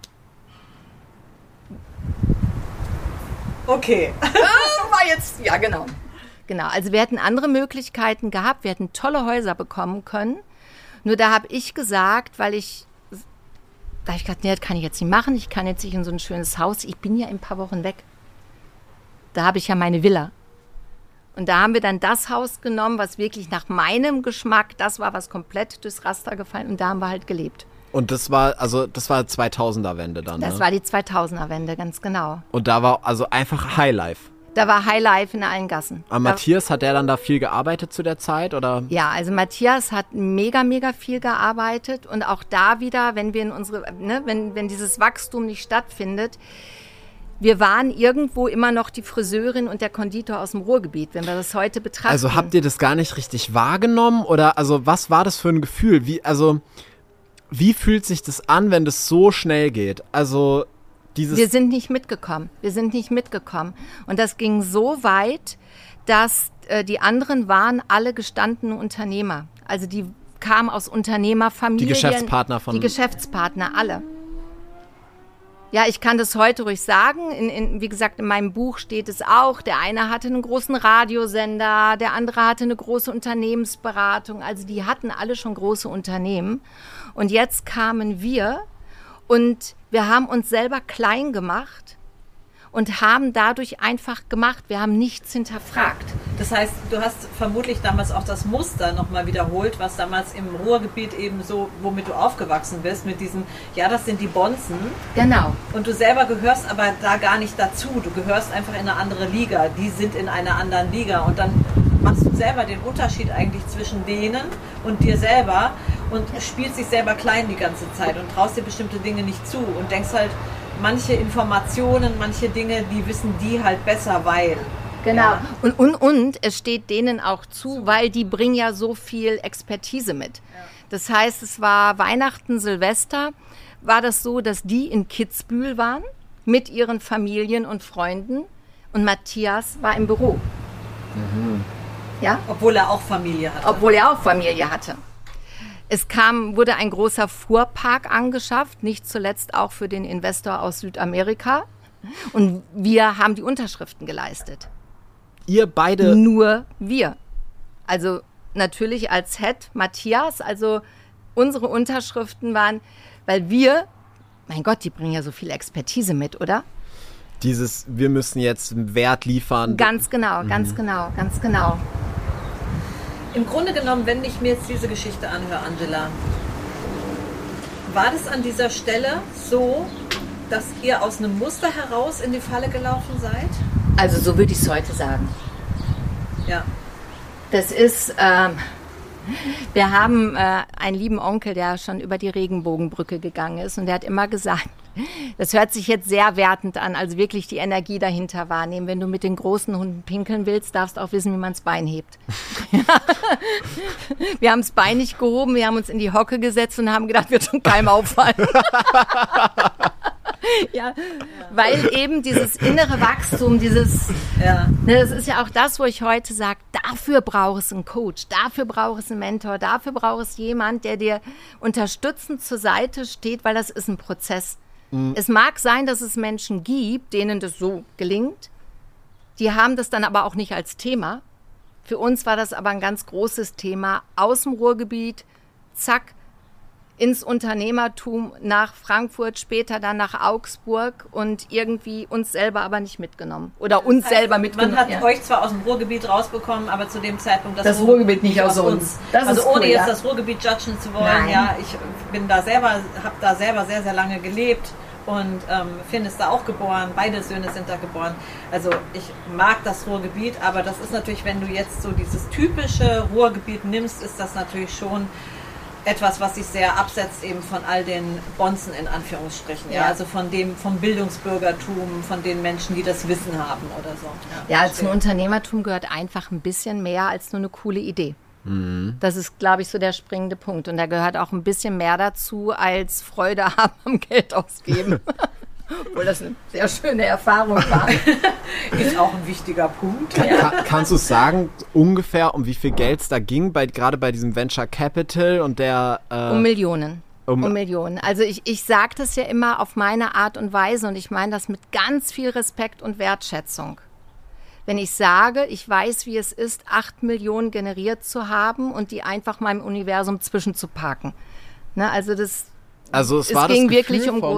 Okay. War jetzt, ja genau. Genau, also wir hätten andere Möglichkeiten gehabt, wir hätten tolle Häuser bekommen können. Nur da habe ich gesagt, da habe ich gedacht, nee, das kann ich jetzt nicht machen. Ich kann jetzt nicht in so ein schönes Haus. Ich bin ja in ein paar Wochen weg. Da habe ich ja meine Villa. Und da haben wir dann das Haus genommen, was wirklich nach meinem Geschmack, das war, was komplett durchs Raster gefallen. Und da haben wir halt gelebt. Und das war 2000er-Wende dann, Das war die 2000er-Wende, ganz genau. Und da war also einfach Highlife. Da war Highlife in allen Gassen. Aber Matthias, hat der dann da viel gearbeitet zu der Zeit, oder? Ja, also Matthias hat mega, mega viel gearbeitet und auch da wieder, wenn wir wenn dieses Wachstum nicht stattfindet, wir waren irgendwo immer noch die Friseurin und der Konditor aus dem Ruhrgebiet, wenn wir das heute betrachten. Also habt ihr das gar nicht richtig wahrgenommen, oder also was war das für ein Gefühl? Wie fühlt sich das an, wenn das so schnell geht? Also wir sind nicht mitgekommen. Und das ging so weit, dass die anderen waren alle gestandene Unternehmer. Also die kamen aus Unternehmerfamilien. Die Geschäftspartner Die Geschäftspartner, alle. Ja, ich kann das heute ruhig sagen. Wie gesagt, in meinem Buch steht es auch. Der eine hatte einen großen Radiosender, der andere hatte eine große Unternehmensberatung. Also die hatten alle schon große Unternehmen. Und jetzt kamen wir und wir haben uns selber klein gemacht und haben dadurch einfach gemacht. Wir haben nichts hinterfragt. Das heißt, du hast vermutlich damals auch das Muster nochmal wiederholt, was damals im Ruhrgebiet eben so, womit du aufgewachsen bist, mit diesem, ja, das sind die Bonzen. Genau. Und du selber gehörst aber da gar nicht dazu. Du gehörst einfach in eine andere Liga. Die sind in einer anderen Liga. Und dann machst du selber den Unterschied eigentlich zwischen denen und dir selber und spielst dich selber klein die ganze Zeit und traust dir bestimmte Dinge nicht zu und denkst halt, manche Informationen, manche Dinge, die wissen die halt besser, weil. Genau. Ja. Und es steht denen auch zu, weil die bringen ja so viel Expertise mit. Ja. Das heißt, es war Weihnachten, Silvester, war das so, dass die in Kitzbühel waren mit ihren Familien und Freunden und Matthias war im Büro. Mhm. Ja? Obwohl er auch Familie hatte. Es wurde ein großer Fuhrpark angeschafft, nicht zuletzt auch für den Investor aus Südamerika. Und wir haben die Unterschriften geleistet. Ihr beide? Nur wir. Also natürlich als Head Matthias, also unsere Unterschriften waren, weil wir, mein Gott, die bringen ja so viel Expertise mit, oder? Wir müssen jetzt einen Wert liefern. Ganz genau. Im Grunde genommen, wenn ich mir jetzt diese Geschichte anhöre, Angela, war das an dieser Stelle so, dass ihr aus einem Muster heraus in die Falle gelaufen seid? Also so würde ich es heute sagen. Ja. Das ist, wir haben einen lieben Onkel, der schon über die Regenbogenbrücke gegangen ist und der hat immer gesagt, das hört sich jetzt sehr wertend an, also wirklich die Energie dahinter wahrnehmen. Wenn du mit den großen Hunden pinkeln willst, darfst du auch wissen, wie man das Bein hebt. Wir haben das Bein nicht gehoben, wir haben uns in die Hocke gesetzt und haben gedacht, wird schon keinem auffallen. Ja, weil eben dieses innere Wachstum, das ist ja auch das, wo ich heute sage, dafür braucht es einen Coach, dafür braucht es einen Mentor, dafür braucht es jemand, der dir unterstützend zur Seite steht, weil das ist ein Prozess. Mhm. Es mag sein, dass es Menschen gibt, denen das so gelingt, die haben das dann aber auch nicht als Thema. Für uns war das aber ein ganz großes Thema, aus dem Ruhrgebiet, zack, ins Unternehmertum, nach Frankfurt, später dann nach Augsburg und irgendwie uns selber aber nicht mitgenommen. Oder uns das heißt, selber mitgenommen. Man hat euch zwar aus dem Ruhrgebiet rausbekommen, aber zu dem Zeitpunkt das Ruhrgebiet nicht aus uns. Das also ohne jetzt das Ruhrgebiet judgen zu wollen. Nein. Ja, ich bin da selber, habe da selber sehr, sehr lange gelebt und Finn ist da auch geboren, beide Söhne sind da geboren. Also ich mag das Ruhrgebiet, aber das ist natürlich, wenn du jetzt so dieses typische Ruhrgebiet nimmst, ist das natürlich schon etwas, was sich sehr absetzt eben von all den Bonzen in Anführungsstrichen, ja, also vom Bildungsbürgertum, von den Menschen, die das Wissen haben oder so. Ja, zum Unternehmertum gehört einfach ein bisschen mehr als nur eine coole Idee. Mhm. Das ist, glaube ich, so der springende Punkt. Und da gehört auch ein bisschen mehr dazu, als Freude haben am Geld ausgeben. Obwohl das eine sehr schöne Erfahrung war. Ist auch ein wichtiger Punkt. Kannst du sagen, ungefähr um wie viel Geld es da ging, gerade bei diesem Venture Capital und der... Um Millionen. Um Millionen. Also ich sage das ja immer auf meine Art und Weise und ich meine das mit ganz viel Respekt und Wertschätzung. Wenn ich sage, ich weiß, wie es ist, 8 Millionen generiert zu haben und die einfach mal im Universum zwischenzuparken. Ne, also es war ging das wirklich Gefühl um groß.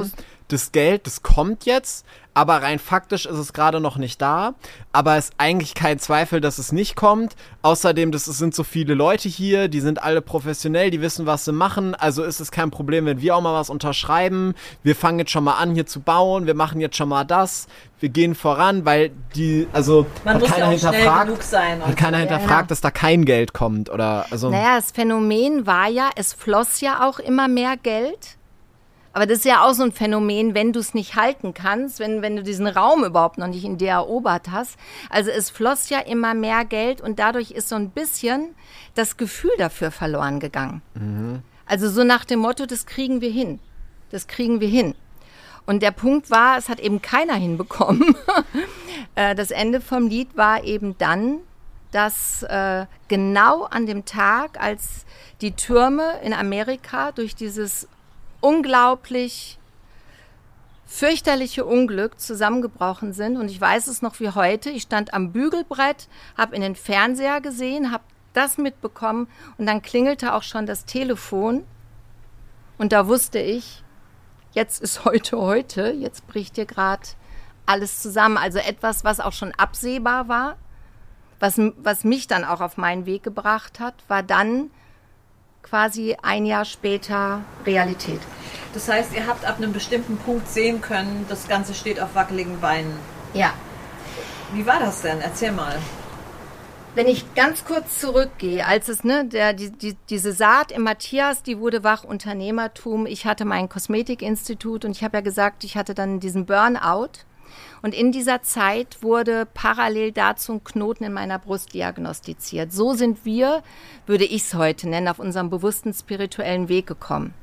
das Geld, das kommt jetzt, aber rein faktisch ist es gerade noch nicht da. Aber es ist eigentlich kein Zweifel, dass es nicht kommt. Außerdem, es sind so viele Leute hier, die sind alle professionell, die wissen, was sie machen. Also ist es kein Problem, wenn wir auch mal was unterschreiben. Wir fangen jetzt schon mal an, hier zu bauen. Wir machen jetzt schon mal das. Wir gehen voran, weil man muss ja auch schnell genug sein. Hat keiner hinterfragt, dass da kein Geld kommt oder also. Naja, das Phänomen war ja, es floss ja auch immer mehr Geld. Aber das ist ja auch so ein Phänomen, wenn du es nicht halten kannst, wenn du diesen Raum überhaupt noch nicht in dir erobert hast. Also es floss ja immer mehr Geld und dadurch ist so ein bisschen das Gefühl dafür verloren gegangen. Mhm. Also so nach dem Motto, das kriegen wir hin. Das kriegen wir hin. Und der Punkt war, es hat eben keiner hinbekommen. Das Ende vom Lied war eben dann, dass genau an dem Tag, als die Türme in Amerika durch dieses unglaublich fürchterliche Unglück zusammengebrochen sind. Und ich weiß es noch wie heute. Ich stand am Bügelbrett, habe in den Fernseher gesehen, habe das mitbekommen und dann klingelte auch schon das Telefon. Und da wusste ich, jetzt ist heute, jetzt bricht hier gerade alles zusammen. Also etwas, was auch schon absehbar war, was mich dann auch auf meinen Weg gebracht hat, war dann quasi ein Jahr später Realität. Das heißt, ihr habt ab einem bestimmten Punkt sehen können, das Ganze steht auf wackeligen Beinen. Ja. Wie war das denn? Erzähl mal. Wenn ich ganz kurz zurückgehe, als es, diese Saat im Matthias, die wurde wach, Unternehmertum. Ich hatte mein Kosmetikinstitut und ich habe ja gesagt, ich hatte dann diesen Burnout. Und in dieser Zeit wurde parallel dazu ein Knoten in meiner Brust diagnostiziert. So sind wir, würde ich es heute nennen, auf unserem bewussten spirituellen Weg gekommen.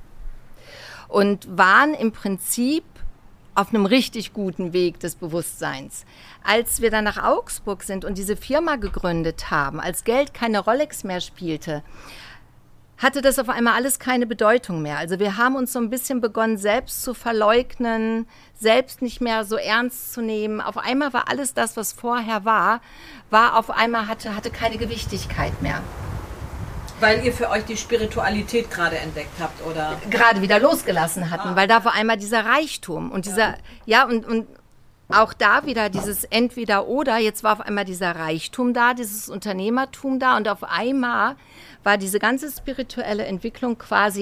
Und waren im Prinzip auf einem richtig guten Weg des Bewusstseins. Als wir dann nach Augsburg sind und diese Firma gegründet haben, als Geld keine Rolex mehr spielte, hatte das auf einmal alles keine Bedeutung mehr. Also wir haben uns so ein bisschen begonnen, selbst zu verleugnen, selbst nicht mehr so ernst zu nehmen. Auf einmal war alles das, was vorher war auf einmal hatte keine Gewichtigkeit mehr. Weil ihr für euch die Spiritualität gerade entdeckt habt, oder? Gerade wieder losgelassen hatten, weil da war einmal dieser Reichtum und und auch da wieder dieses Entweder-Oder. Jetzt war auf einmal dieser Reichtum da, dieses Unternehmertum da und auf einmal war diese ganze spirituelle Entwicklung quasi,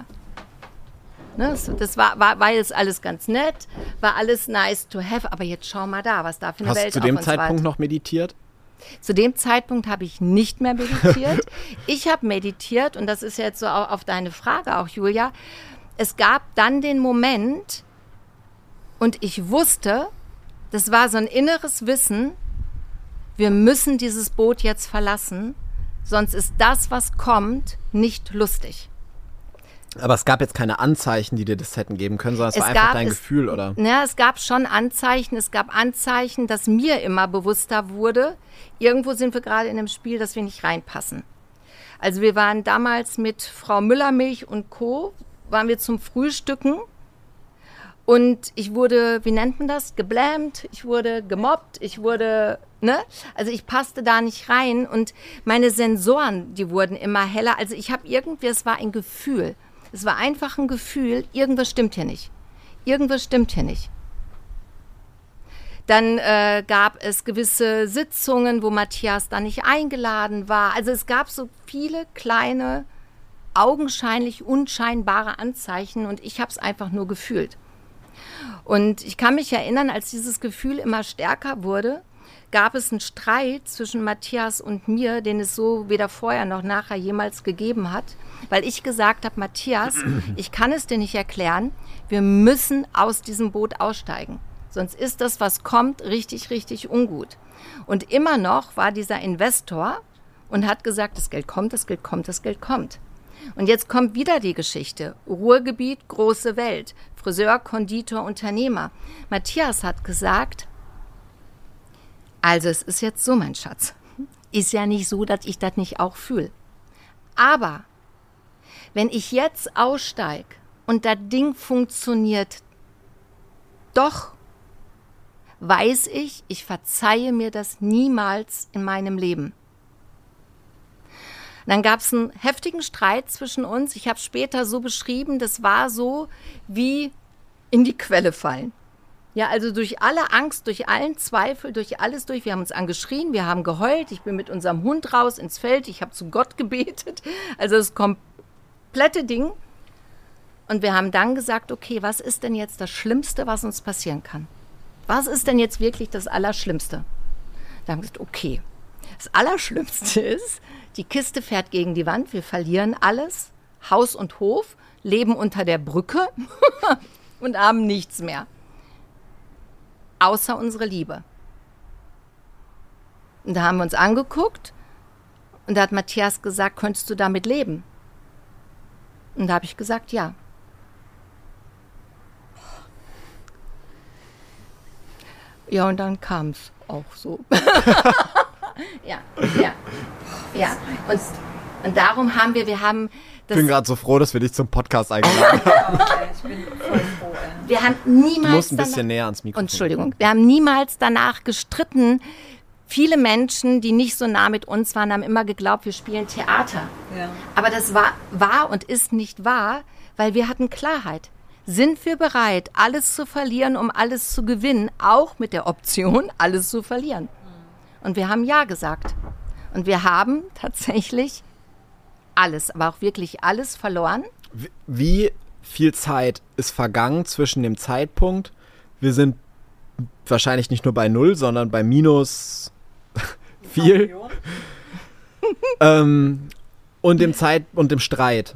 das war jetzt alles ganz nett, war alles nice to have, aber jetzt schau mal da, was da für eine Welt auf uns wartet. Hast du zu dem Zeitpunkt noch meditiert? Zu dem Zeitpunkt habe ich nicht mehr meditiert. Ich habe meditiert und das ist jetzt so auf deine Frage auch, Julia. Es gab dann den Moment und ich wusste, das war so ein inneres Wissen, wir müssen dieses Boot jetzt verlassen, sonst ist das, was kommt, nicht lustig. Aber es gab jetzt keine Anzeichen, die dir das hätten geben können, sondern es war einfach dein Gefühl, oder? Ja, es gab schon Anzeichen. Es gab Anzeichen, dass mir immer bewusster wurde, irgendwo sind wir gerade in einem Spiel, dass wir nicht reinpassen. Also wir waren damals mit Frau Müllermilch und Co., waren wir zum Frühstücken und ich wurde, wie nennt man das, geblämt, ich wurde gemobbt, also ich passte da nicht rein und meine Sensoren, die wurden immer heller. Also ich habe irgendwie, es war ein Gefühl. Es war einfach ein Gefühl, irgendwas stimmt hier nicht. Irgendwas stimmt hier nicht. Dann gab es gewisse Sitzungen, wo Matthias dann nicht eingeladen war. Also es gab so viele kleine, augenscheinlich unscheinbare Anzeichen und ich habe es einfach nur gefühlt. Und ich kann mich erinnern, als dieses Gefühl immer stärker wurde, gab es einen Streit zwischen Matthias und mir, den es so weder vorher noch nachher jemals gegeben hat, weil ich gesagt habe, Matthias, ich kann es dir nicht erklären, wir müssen aus diesem Boot aussteigen, sonst ist das, was kommt, richtig, richtig ungut. Und immer noch war dieser Investor und hat gesagt, das Geld kommt, das Geld kommt, das Geld kommt. Und jetzt kommt wieder die Geschichte, Ruhrgebiet, große Welt, Friseur, Konditor, Unternehmer. Matthias hat gesagt, also es ist jetzt so, mein Schatz, ist ja nicht so, dass ich das nicht auch fühle. Aber wenn ich jetzt aussteige und das Ding funktioniert doch, weiß ich, ich verzeihe mir das niemals in meinem Leben. Dann gab es einen heftigen Streit zwischen uns. Ich habe es später so beschrieben, das war so wie in die Quelle fallen. Ja, also durch alle Angst, durch allen Zweifel, durch alles durch. Wir haben uns angeschrien, wir haben geheult. Ich bin mit unserem Hund raus ins Feld. Ich habe zu Gott gebetet. Also das komplette Ding. Und wir haben dann gesagt, okay, was ist denn jetzt das Schlimmste, was uns passieren kann? Was ist denn jetzt wirklich das Allerschlimmste? Da haben wir gesagt, okay, das Allerschlimmste ist, die Kiste fährt gegen die Wand, wir verlieren alles, Haus und Hof, leben unter der Brücke und haben nichts mehr. Außer unsere Liebe. Und da haben wir uns angeguckt und da hat Matthias gesagt, könntest du damit leben? Und da habe ich gesagt, ja. Ja, und dann kam es auch so. Ja. Und darum haben wir das... Ich bin gerade so froh, dass wir dich zum Podcast eingeladen haben. Ich bin voll froh. Wir haben niemals... Du musst ein bisschen näher ans Mikrofon. Entschuldigung. Wir haben niemals danach gestritten. Viele Menschen, die nicht so nah mit uns waren, haben immer geglaubt, wir spielen Theater. Ja. Aber das war und ist nicht wahr, weil wir hatten Klarheit. Sind wir bereit, alles zu verlieren, um alles zu gewinnen, auch mit der Option, alles zu verlieren? Und wir haben Ja gesagt. Und wir haben tatsächlich alles, aber auch wirklich alles verloren. Wie viel Zeit ist vergangen zwischen dem Zeitpunkt, wir sind wahrscheinlich nicht nur bei 0, sondern bei minus viel, und dem Streit?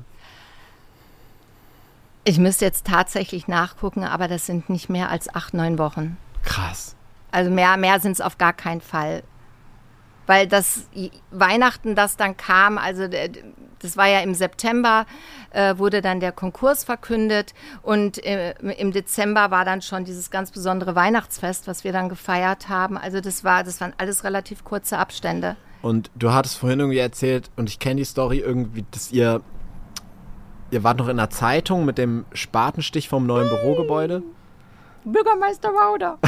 Ich müsste jetzt tatsächlich nachgucken, aber das sind nicht mehr als 8, 9 Wochen. Krass. Also mehr sind es auf gar keinen Fall. Weil das Weihnachten, das dann kam, also das war ja im September, wurde dann der Konkurs verkündet und im Dezember war dann schon dieses ganz besondere Weihnachtsfest, was wir dann gefeiert haben. Also das waren alles relativ kurze Abstände. Und du hattest vorhin irgendwie erzählt, und ich kenne die Story irgendwie, dass ihr wart noch in der Zeitung mit dem Spatenstich vom neuen Bürogebäude? Bürgermeister Rauder.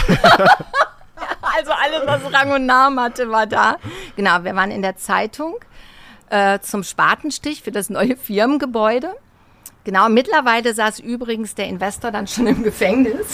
Also alles, was Rang und Namen hatte, war da. Genau, wir waren in der Zeitung zum Spatenstich für das neue Firmengebäude. Genau, mittlerweile saß übrigens der Investor dann schon im Gefängnis.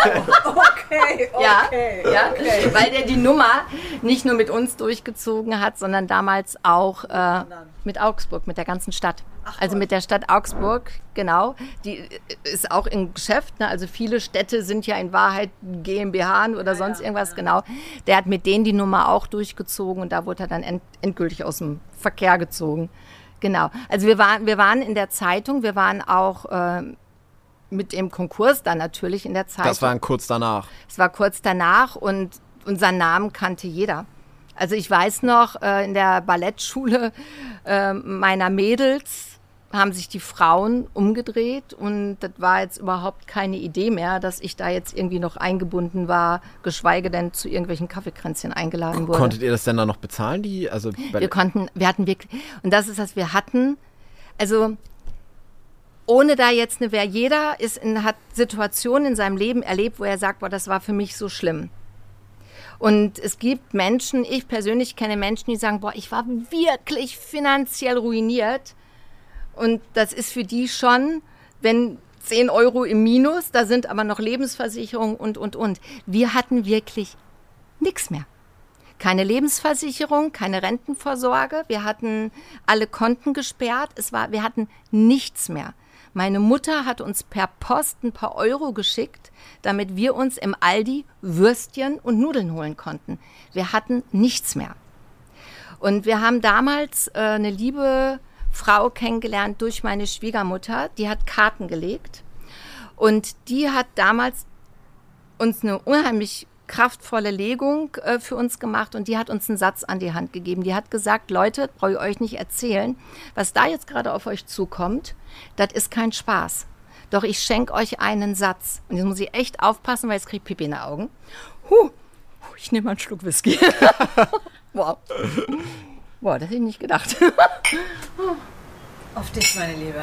Okay. Ja, weil der die Nummer nicht nur mit uns durchgezogen hat, sondern damals auch mit Augsburg, mit der ganzen Stadt. Also mit der Stadt Augsburg, genau. Die ist auch im Geschäft, ne? Also viele Städte sind ja in Wahrheit GmbH oder sonst irgendwas, genau. Der hat mit denen die Nummer auch durchgezogen und da wurde er dann endgültig aus dem Verkehr gezogen. Genau. Also wir waren in der Zeitung, wir waren auch mit dem Konkurs dann natürlich in der Zeitung. Das war kurz danach. Es war kurz danach und unseren Namen kannte jeder. Also ich weiß noch, in der Ballettschule meiner Mädels haben sich die Frauen umgedreht und das war jetzt überhaupt keine Idee mehr, dass ich da jetzt irgendwie noch eingebunden war, geschweige denn zu irgendwelchen Kaffeekränzchen eingeladen wurde. Konntet ihr das denn dann noch bezahlen? Wir hatten wirklich, und das ist, was wir hatten, also ohne da jetzt jeder hat Situationen in seinem Leben erlebt, wo er sagt, boah, das war für mich so schlimm. Und es gibt Menschen, ich persönlich kenne Menschen, die sagen, boah, ich war wirklich finanziell ruiniert. Und das ist für die schon, wenn 10 Euro im Minus, da sind aber noch Lebensversicherung und. Wir hatten wirklich nichts mehr. Keine Lebensversicherung, keine Rentenvorsorge. Wir hatten alle Konten gesperrt. Wir hatten nichts mehr. Meine Mutter hat uns per Post ein paar Euro geschickt, damit wir uns im Aldi Würstchen und Nudeln holen konnten. Wir hatten nichts mehr. Und wir haben damals eine liebe Frau kennengelernt durch meine Schwiegermutter, die hat Karten gelegt und die hat damals uns eine unheimlich kraftvolle Legung für uns gemacht und die hat uns einen Satz an die Hand gegeben. Die hat gesagt, Leute, brauche ich euch nicht erzählen, was da jetzt gerade auf euch zukommt, das ist kein Spaß. Doch ich schenke euch einen Satz. Und jetzt muss ich echt aufpassen, weil jetzt kriege ich Pipi in den Augen. Ich nehme mal einen Schluck Whisky. Wow. Boah, das hätte ich nicht gedacht. Auf dich, meine Liebe.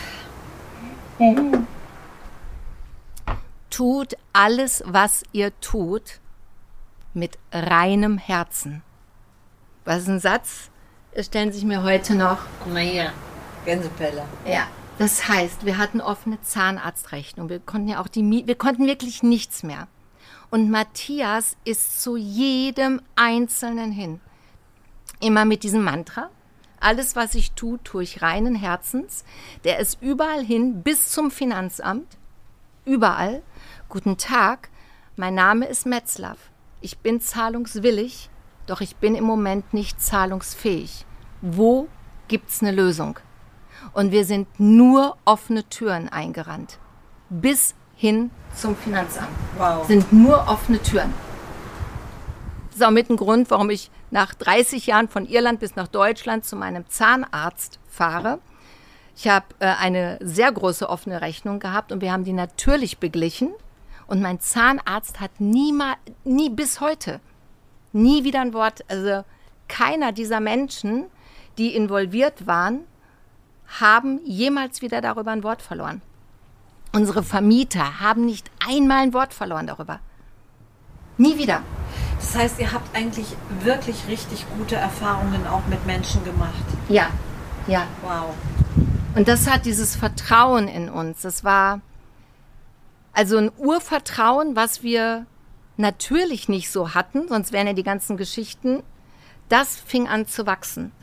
Tut alles, was ihr tut, mit reinem Herzen. Was ist ein Satz? Es stellen sich mir heute noch. Naja, Gänsepelle. Ja, Das heißt, wir hatten offene Zahnarztrechnung. Wir konnten ja auch wir konnten wirklich nichts mehr. Und Matthias ist zu jedem Einzelnen hin. Immer mit diesem Mantra. Alles, was ich tue ich reinen Herzens. Der ist überall hin, bis zum Finanzamt. Überall. Guten Tag, mein Name ist Metzlaff. Ich bin zahlungswillig, doch ich bin im Moment nicht zahlungsfähig. Wo gibt's eine Lösung? Und wir sind nur offene Türen eingerannt. Bis hin zum Finanzamt. Wow. Sind nur offene Türen. Das ist auch mit ein Grund, warum ich nach 30 Jahren von Irland bis nach Deutschland zu meinem Zahnarzt fahre. Ich habe eine sehr große offene Rechnung gehabt und wir haben die natürlich beglichen. Und mein Zahnarzt hat nie bis heute, nie wieder ein Wort, also keiner dieser Menschen, die involviert waren, haben jemals wieder darüber ein Wort verloren. Unsere Vermieter haben nicht einmal ein Wort verloren darüber. Nie wieder. Das heißt, ihr habt eigentlich wirklich richtig gute Erfahrungen auch mit Menschen gemacht. Ja. Wow. Und das hat dieses Vertrauen in uns. Das war also ein Urvertrauen, was wir natürlich nicht so hatten, sonst wären ja die ganzen Geschichten. Das fing an zu wachsen.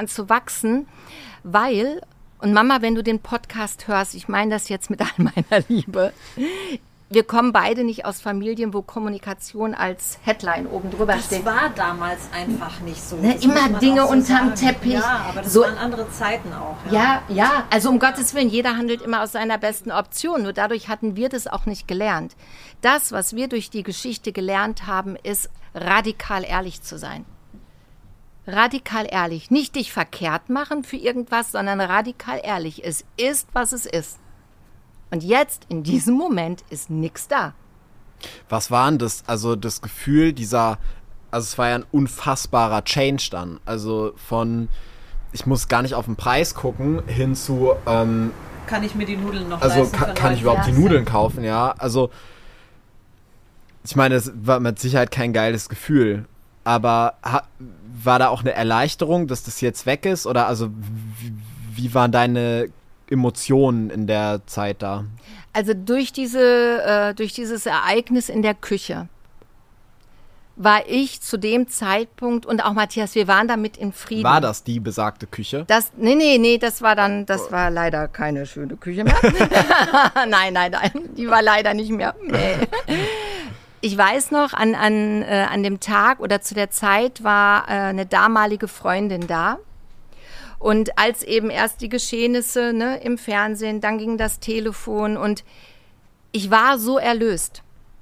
Weil, und Mama, wenn du den Podcast hörst, ich meine das jetzt mit all meiner Liebe, wir kommen beide nicht aus Familien, wo Kommunikation als Headline oben drüber steht. Das war damals einfach nicht so. Ne, immer Dinge unterm Teppich. Ja, aber das so, waren andere Zeiten auch. Ja, also um Gottes Willen, jeder handelt immer aus seiner besten Option. Nur dadurch hatten wir das auch nicht gelernt. Das, was wir durch die Geschichte gelernt haben, ist radikal ehrlich zu sein. Radikal ehrlich. Nicht dich verkehrt machen für irgendwas, sondern radikal ehrlich. Es ist, was es ist. Und jetzt, in diesem Moment, ist nichts da. Was war denn das, also das Gefühl dieser, also es war ja ein unfassbarer Change dann, also von, ich muss gar nicht auf den Preis gucken, hin zu, Kann ich mir die Nudeln noch also leisten? kann ich überhaupt die Nudeln kaufen, ja, also ich meine, es war mit Sicherheit kein geiles Gefühl, aber war da auch eine Erleichterung, dass das jetzt weg ist, oder also wie waren deine Emotionen in der Zeit da? Also durch dieses Ereignis in der Küche war ich zu dem Zeitpunkt, und auch Matthias, wir waren damit in Frieden. War das die besagte Küche? Nee, das war leider keine schöne Küche mehr. Nein, die war leider nicht mehr. Nee. Ich weiß noch, an dem Tag oder zu der Zeit war eine damalige Freundin da. Und als eben erst die Geschehnisse im Fernsehen, dann ging das Telefon und ich war so erlöst.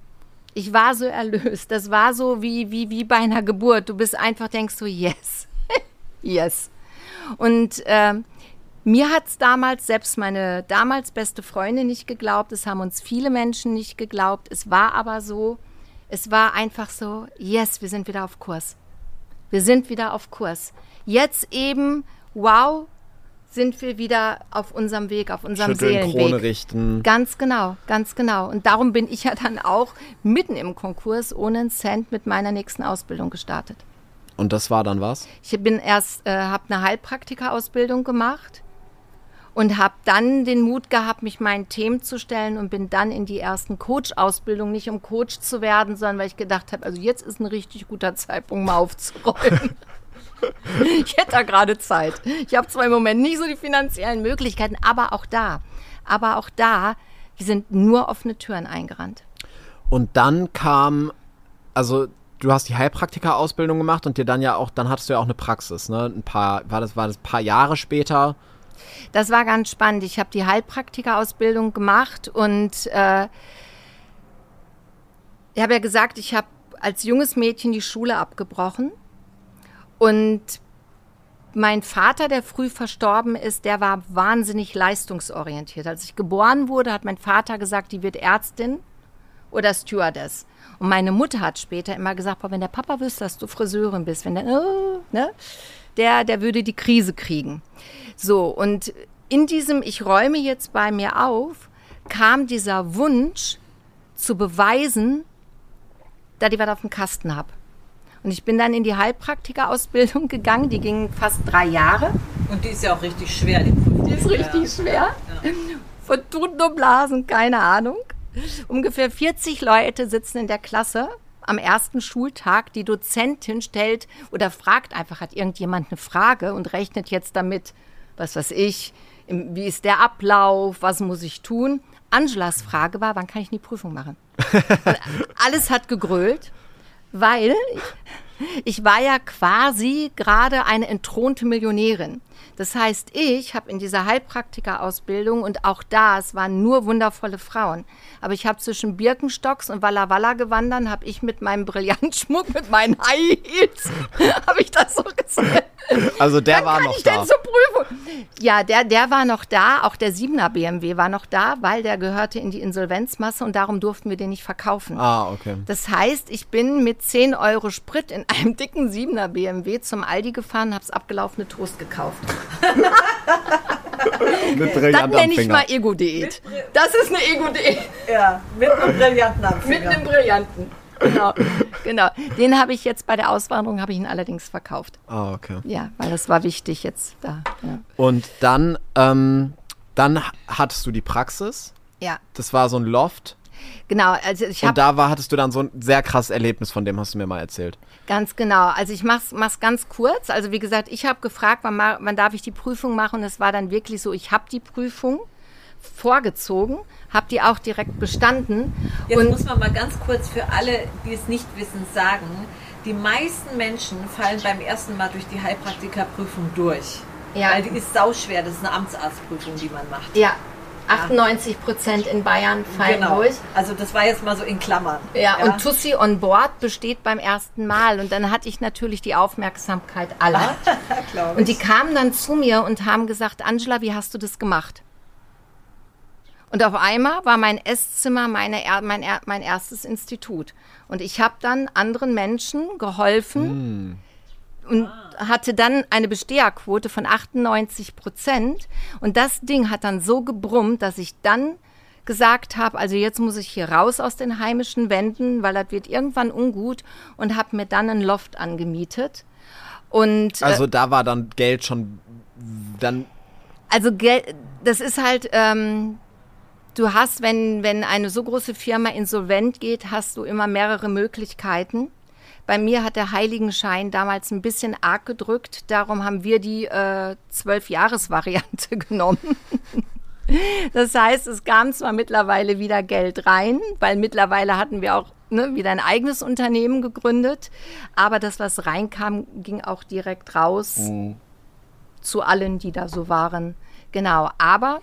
Das war so wie bei einer Geburt. Du bist einfach, denkst so, yes, yes. Und mir hat es damals, selbst meine damals beste Freundin nicht geglaubt. Es haben uns viele Menschen nicht geglaubt. Es war aber so, es war einfach so, yes, wir sind wieder auf Kurs. Jetzt eben, wow, sind wir wieder auf unserem Weg, auf unserem Seelenweg. Krone richten. Ganz genau. Und darum bin ich ja dann auch mitten im Konkurs ohne einen Cent mit meiner nächsten Ausbildung gestartet. Und das war dann was? Ich bin habe eine Heilpraktika-Ausbildung gemacht und habe dann den Mut gehabt, mich meinen Themen zu stellen und bin dann in die ersten Coach-Ausbildung, nicht um Coach zu werden, sondern weil ich gedacht habe, also jetzt ist ein richtig guter Zeitpunkt, mal aufzuräumen. Ich hätte da gerade Zeit. Ich habe zwar im Moment nicht so die finanziellen Möglichkeiten, aber auch da, wir sind nur offene Türen eingerannt. Und dann kam, also du hast die Heilpraktika-Ausbildung gemacht und dann hattest du ja auch eine Praxis, ne? War das ein paar Jahre später? Das war ganz spannend. Ich habe die Heilpraktika-Ausbildung gemacht und ich habe ja gesagt, ich habe als junges Mädchen die Schule abgebrochen. Und mein Vater, der früh verstorben ist, der war wahnsinnig leistungsorientiert. Als ich geboren wurde, hat mein Vater gesagt, die wird Ärztin oder Stewardess. Und meine Mutter hat später immer gesagt, wenn der Papa wüsste, dass du Friseurin bist, der würde die Krise kriegen. So, und in diesem Ich räume jetzt bei mir auf, kam dieser Wunsch zu beweisen, dass ich was auf dem Kasten habe. Und ich bin dann in die Heilpraktika-Ausbildung gegangen, die ging fast 3 Jahre. Und die ist ja auch richtig schwer, die Prüfung. Die ist richtig schwer. Ja. Von Tuten und Blasen, keine Ahnung. Ungefähr 40 Leute sitzen in der Klasse am ersten Schultag. Die Dozentin stellt oder fragt einfach, hat irgendjemand eine Frage und rechnet jetzt damit, was weiß ich, wie ist der Ablauf, was muss ich tun? Angelas Frage war, wann kann ich die Prüfung machen? Alles hat gegrölt, weil ich war ja quasi gerade eine entthronte Millionärin. Das heißt, ich habe in dieser Heilpraktika-Ausbildung und auch da, es waren nur wundervolle Frauen. Aber ich habe zwischen Birkenstocks und Walla Walla gewandert, habe ich mit meinem Brillantschmuck, mit meinen High Heels, habe ich das so gesehen. Also der war noch da. Zur Prüfung? Ja, der war noch da, auch der 7er BMW war noch da, weil der gehörte in die Insolvenzmasse und darum durften wir den nicht verkaufen. Ah, okay. Das heißt, ich bin mit 10 Euro Sprit in einem dicken 7er BMW zum Aldi gefahren und habe das abgelaufene Toast gekauft. Mit Brillant Das nenne am ich Finger. mal Ego-Diät. Das ist eine Ego-Diät. Ja, mit einem Brillanten am Mit Finger. einem Brillanten. Genau. Den habe ich jetzt bei der Auswanderung, habe ich ihn allerdings verkauft. Ah, okay. Ja, weil das war wichtig jetzt da. Ja. Und dann hattest du die Praxis. Ja, Das war so ein Loft. genau. Also ich Und habe da hattest du dann so ein sehr krasses Erlebnis, von dem hast du mir mal erzählt. ganz genau. Also ich mach's ganz kurz. Also wie gesagt, ich habe gefragt, wann darf ich die Prüfung machen? Und es war dann wirklich so, ich habe die Prüfung vorgezogen, habe die auch direkt bestanden. Jetzt Und muss man mal ganz kurz für alle, die es nicht wissen, sagen, die meisten Menschen fallen beim ersten Mal durch die Heilpraktikerprüfung durch. Ja. Weil die ist sauschwer, das ist eine Amtsarztprüfung, die man macht. ja, 98% in Bayern fallen durch. Also das war jetzt mal so in Klammern. Ja, und Tussi on Board besteht beim ersten Mal. Und dann hatte ich natürlich die Aufmerksamkeit aller. Glaub ich. Und die kamen dann zu mir und haben gesagt, Angela, wie hast du das gemacht? Und auf einmal war mein Esszimmer mein erstes Institut. Und ich habe dann anderen Menschen geholfen und hatte dann eine Besteherquote von 98%. Und das Ding hat dann so gebrummt, dass ich dann gesagt habe, also jetzt muss ich hier raus aus den heimischen Wänden, weil das wird irgendwann ungut, und habe mir dann einen Loft angemietet. Und Also da war dann Geld schon dann. also das ist halt, du hast, wenn eine so große Firma insolvent geht, hast du immer mehrere Möglichkeiten. Bei mir hat der Heiligenschein damals ein bisschen arg gedrückt, darum haben wir die 12-Jahres-Variante genommen. Das heißt, es kam zwar mittlerweile wieder Geld rein, weil mittlerweile hatten wir auch wieder ein eigenes Unternehmen gegründet, aber das, was reinkam, ging auch direkt raus zu allen, die da so waren. Genau, aber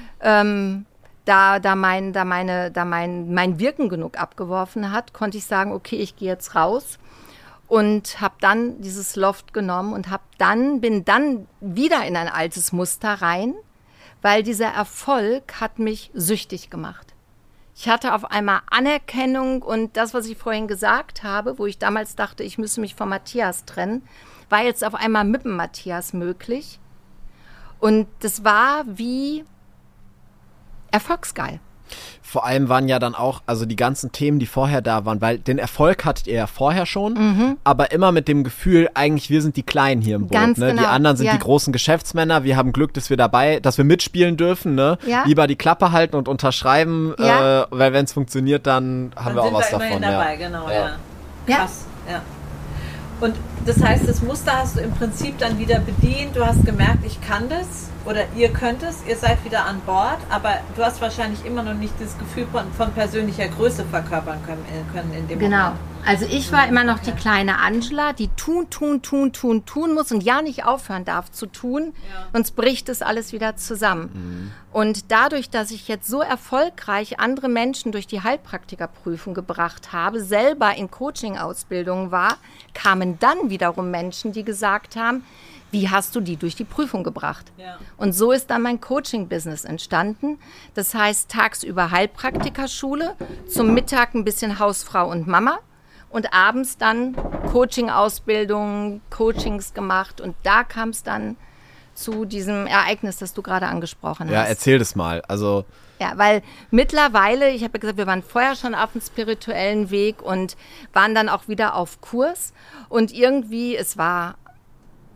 da mein Wirken genug abgeworfen hat, konnte ich sagen, okay, ich gehe jetzt raus und habe dann dieses Loft genommen und bin dann wieder in ein altes Muster rein, weil dieser Erfolg hat mich süchtig gemacht. Ich hatte auf einmal Anerkennung und das, was ich vorhin gesagt habe, wo ich damals dachte, ich müsse mich von Matthias trennen, war jetzt auf einmal mit dem Matthias möglich. Und das war wie erfolgsgeil. Vor allem waren ja dann auch, also die ganzen Themen, die vorher da waren, weil den Erfolg hattet ihr ja vorher schon, aber immer mit dem Gefühl, eigentlich wir sind die Kleinen hier im Boot. Ganz Ne? genau, Die anderen sind ja. die großen Geschäftsmänner, wir haben Glück, dass wir mitspielen dürfen. Ne? Ja. Lieber die Klappe halten und unterschreiben, Ja. weil wenn es funktioniert, dann haben wir auch was Dann sind davon. wir immerhin dabei, Ja. genau, Ja. ja. Krass, ja. Und das heißt, das Muster hast du im Prinzip dann wieder bedient. Du hast gemerkt, ich kann das oder ihr könnt es, ihr seid wieder an Bord, aber du hast wahrscheinlich immer noch nicht das Gefühl von persönlicher Größe verkörpern können in dem Genau. Moment. Also ich war immer noch die kleine Angela, die tun muss und ja nicht aufhören darf zu tun, sonst bricht es alles wieder zusammen. Und dadurch, dass ich jetzt so erfolgreich andere Menschen durch die Heilpraktikerprüfung gebracht habe, selber in Coaching-Ausbildung war, kamen dann wiederum Menschen, die gesagt haben, wie hast du die durch die Prüfung gebracht? Ja. Und so ist dann mein Coaching-Business entstanden. Das heißt, tagsüber Heilpraktikerschule, zum Mittag ein bisschen Hausfrau und Mama und abends dann Coaching-Ausbildung, Coachings gemacht. Und da kam es dann zu diesem Ereignis, das du gerade angesprochen hast. Ja, erzähl das mal. Also Ja, weil mittlerweile, ich habe ja gesagt, wir waren vorher schon auf dem spirituellen Weg und waren dann auch wieder auf Kurs. Und irgendwie, es war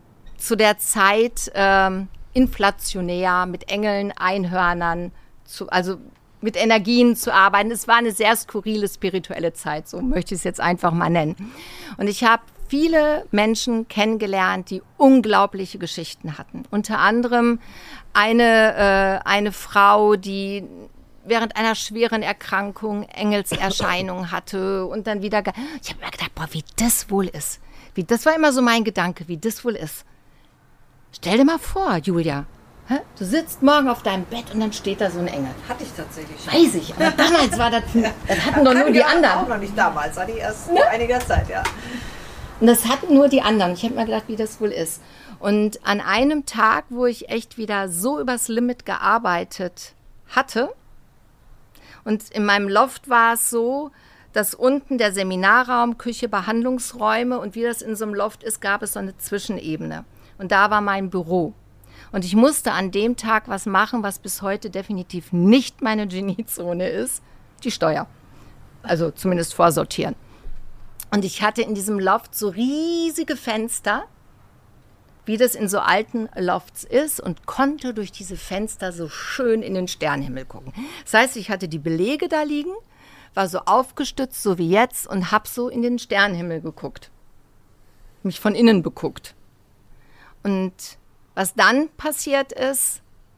zu der Zeit inflationär mit Engeln, Einhörnern, also mit Energien zu arbeiten. Es war eine sehr skurrile spirituelle Zeit, so möchte ich es jetzt einfach mal nennen. Und ich habe viele Menschen kennengelernt, die unglaubliche Geschichten hatten. Unter anderem eine Frau, die während einer schweren Erkrankung Engelserscheinungen hatte und dann wieder... Ich habe mir gedacht, boah, wie das wohl ist. Das war immer so mein Gedanke, wie das wohl ist. Stell dir mal vor, Julia, du sitzt morgen auf deinem Bett und dann steht da so ein Engel. Hatte ich tatsächlich schon. Weiß ich, aber damals war das hatten doch nur die anderen. Auch noch nicht damals, war die erst vor einiger Zeit, ja. Und das hatten nur die anderen. Ich habe mir gedacht, wie das wohl ist. Und an einem Tag, wo ich echt wieder so übers Limit gearbeitet hatte, und in meinem Loft war es so, dass unten der Seminarraum, Küche, Behandlungsräume und wie das in so einem Loft ist, gab es so eine Zwischenebene. Und da war mein Büro. Und ich musste an dem Tag was machen, was bis heute definitiv nicht meine Geniezone ist, die Steuer. Also zumindest vorsortieren. Und ich hatte in diesem Loft so riesige Fenster, wie das in so alten Lofts ist, und konnte durch diese Fenster so schön in den Sternenhimmel gucken. Das heißt, ich hatte die Belege da liegen, war so aufgestützt, so wie jetzt, und habe so in den Sternenhimmel geguckt. Mich von innen beguckt. Und was dann passiert ist,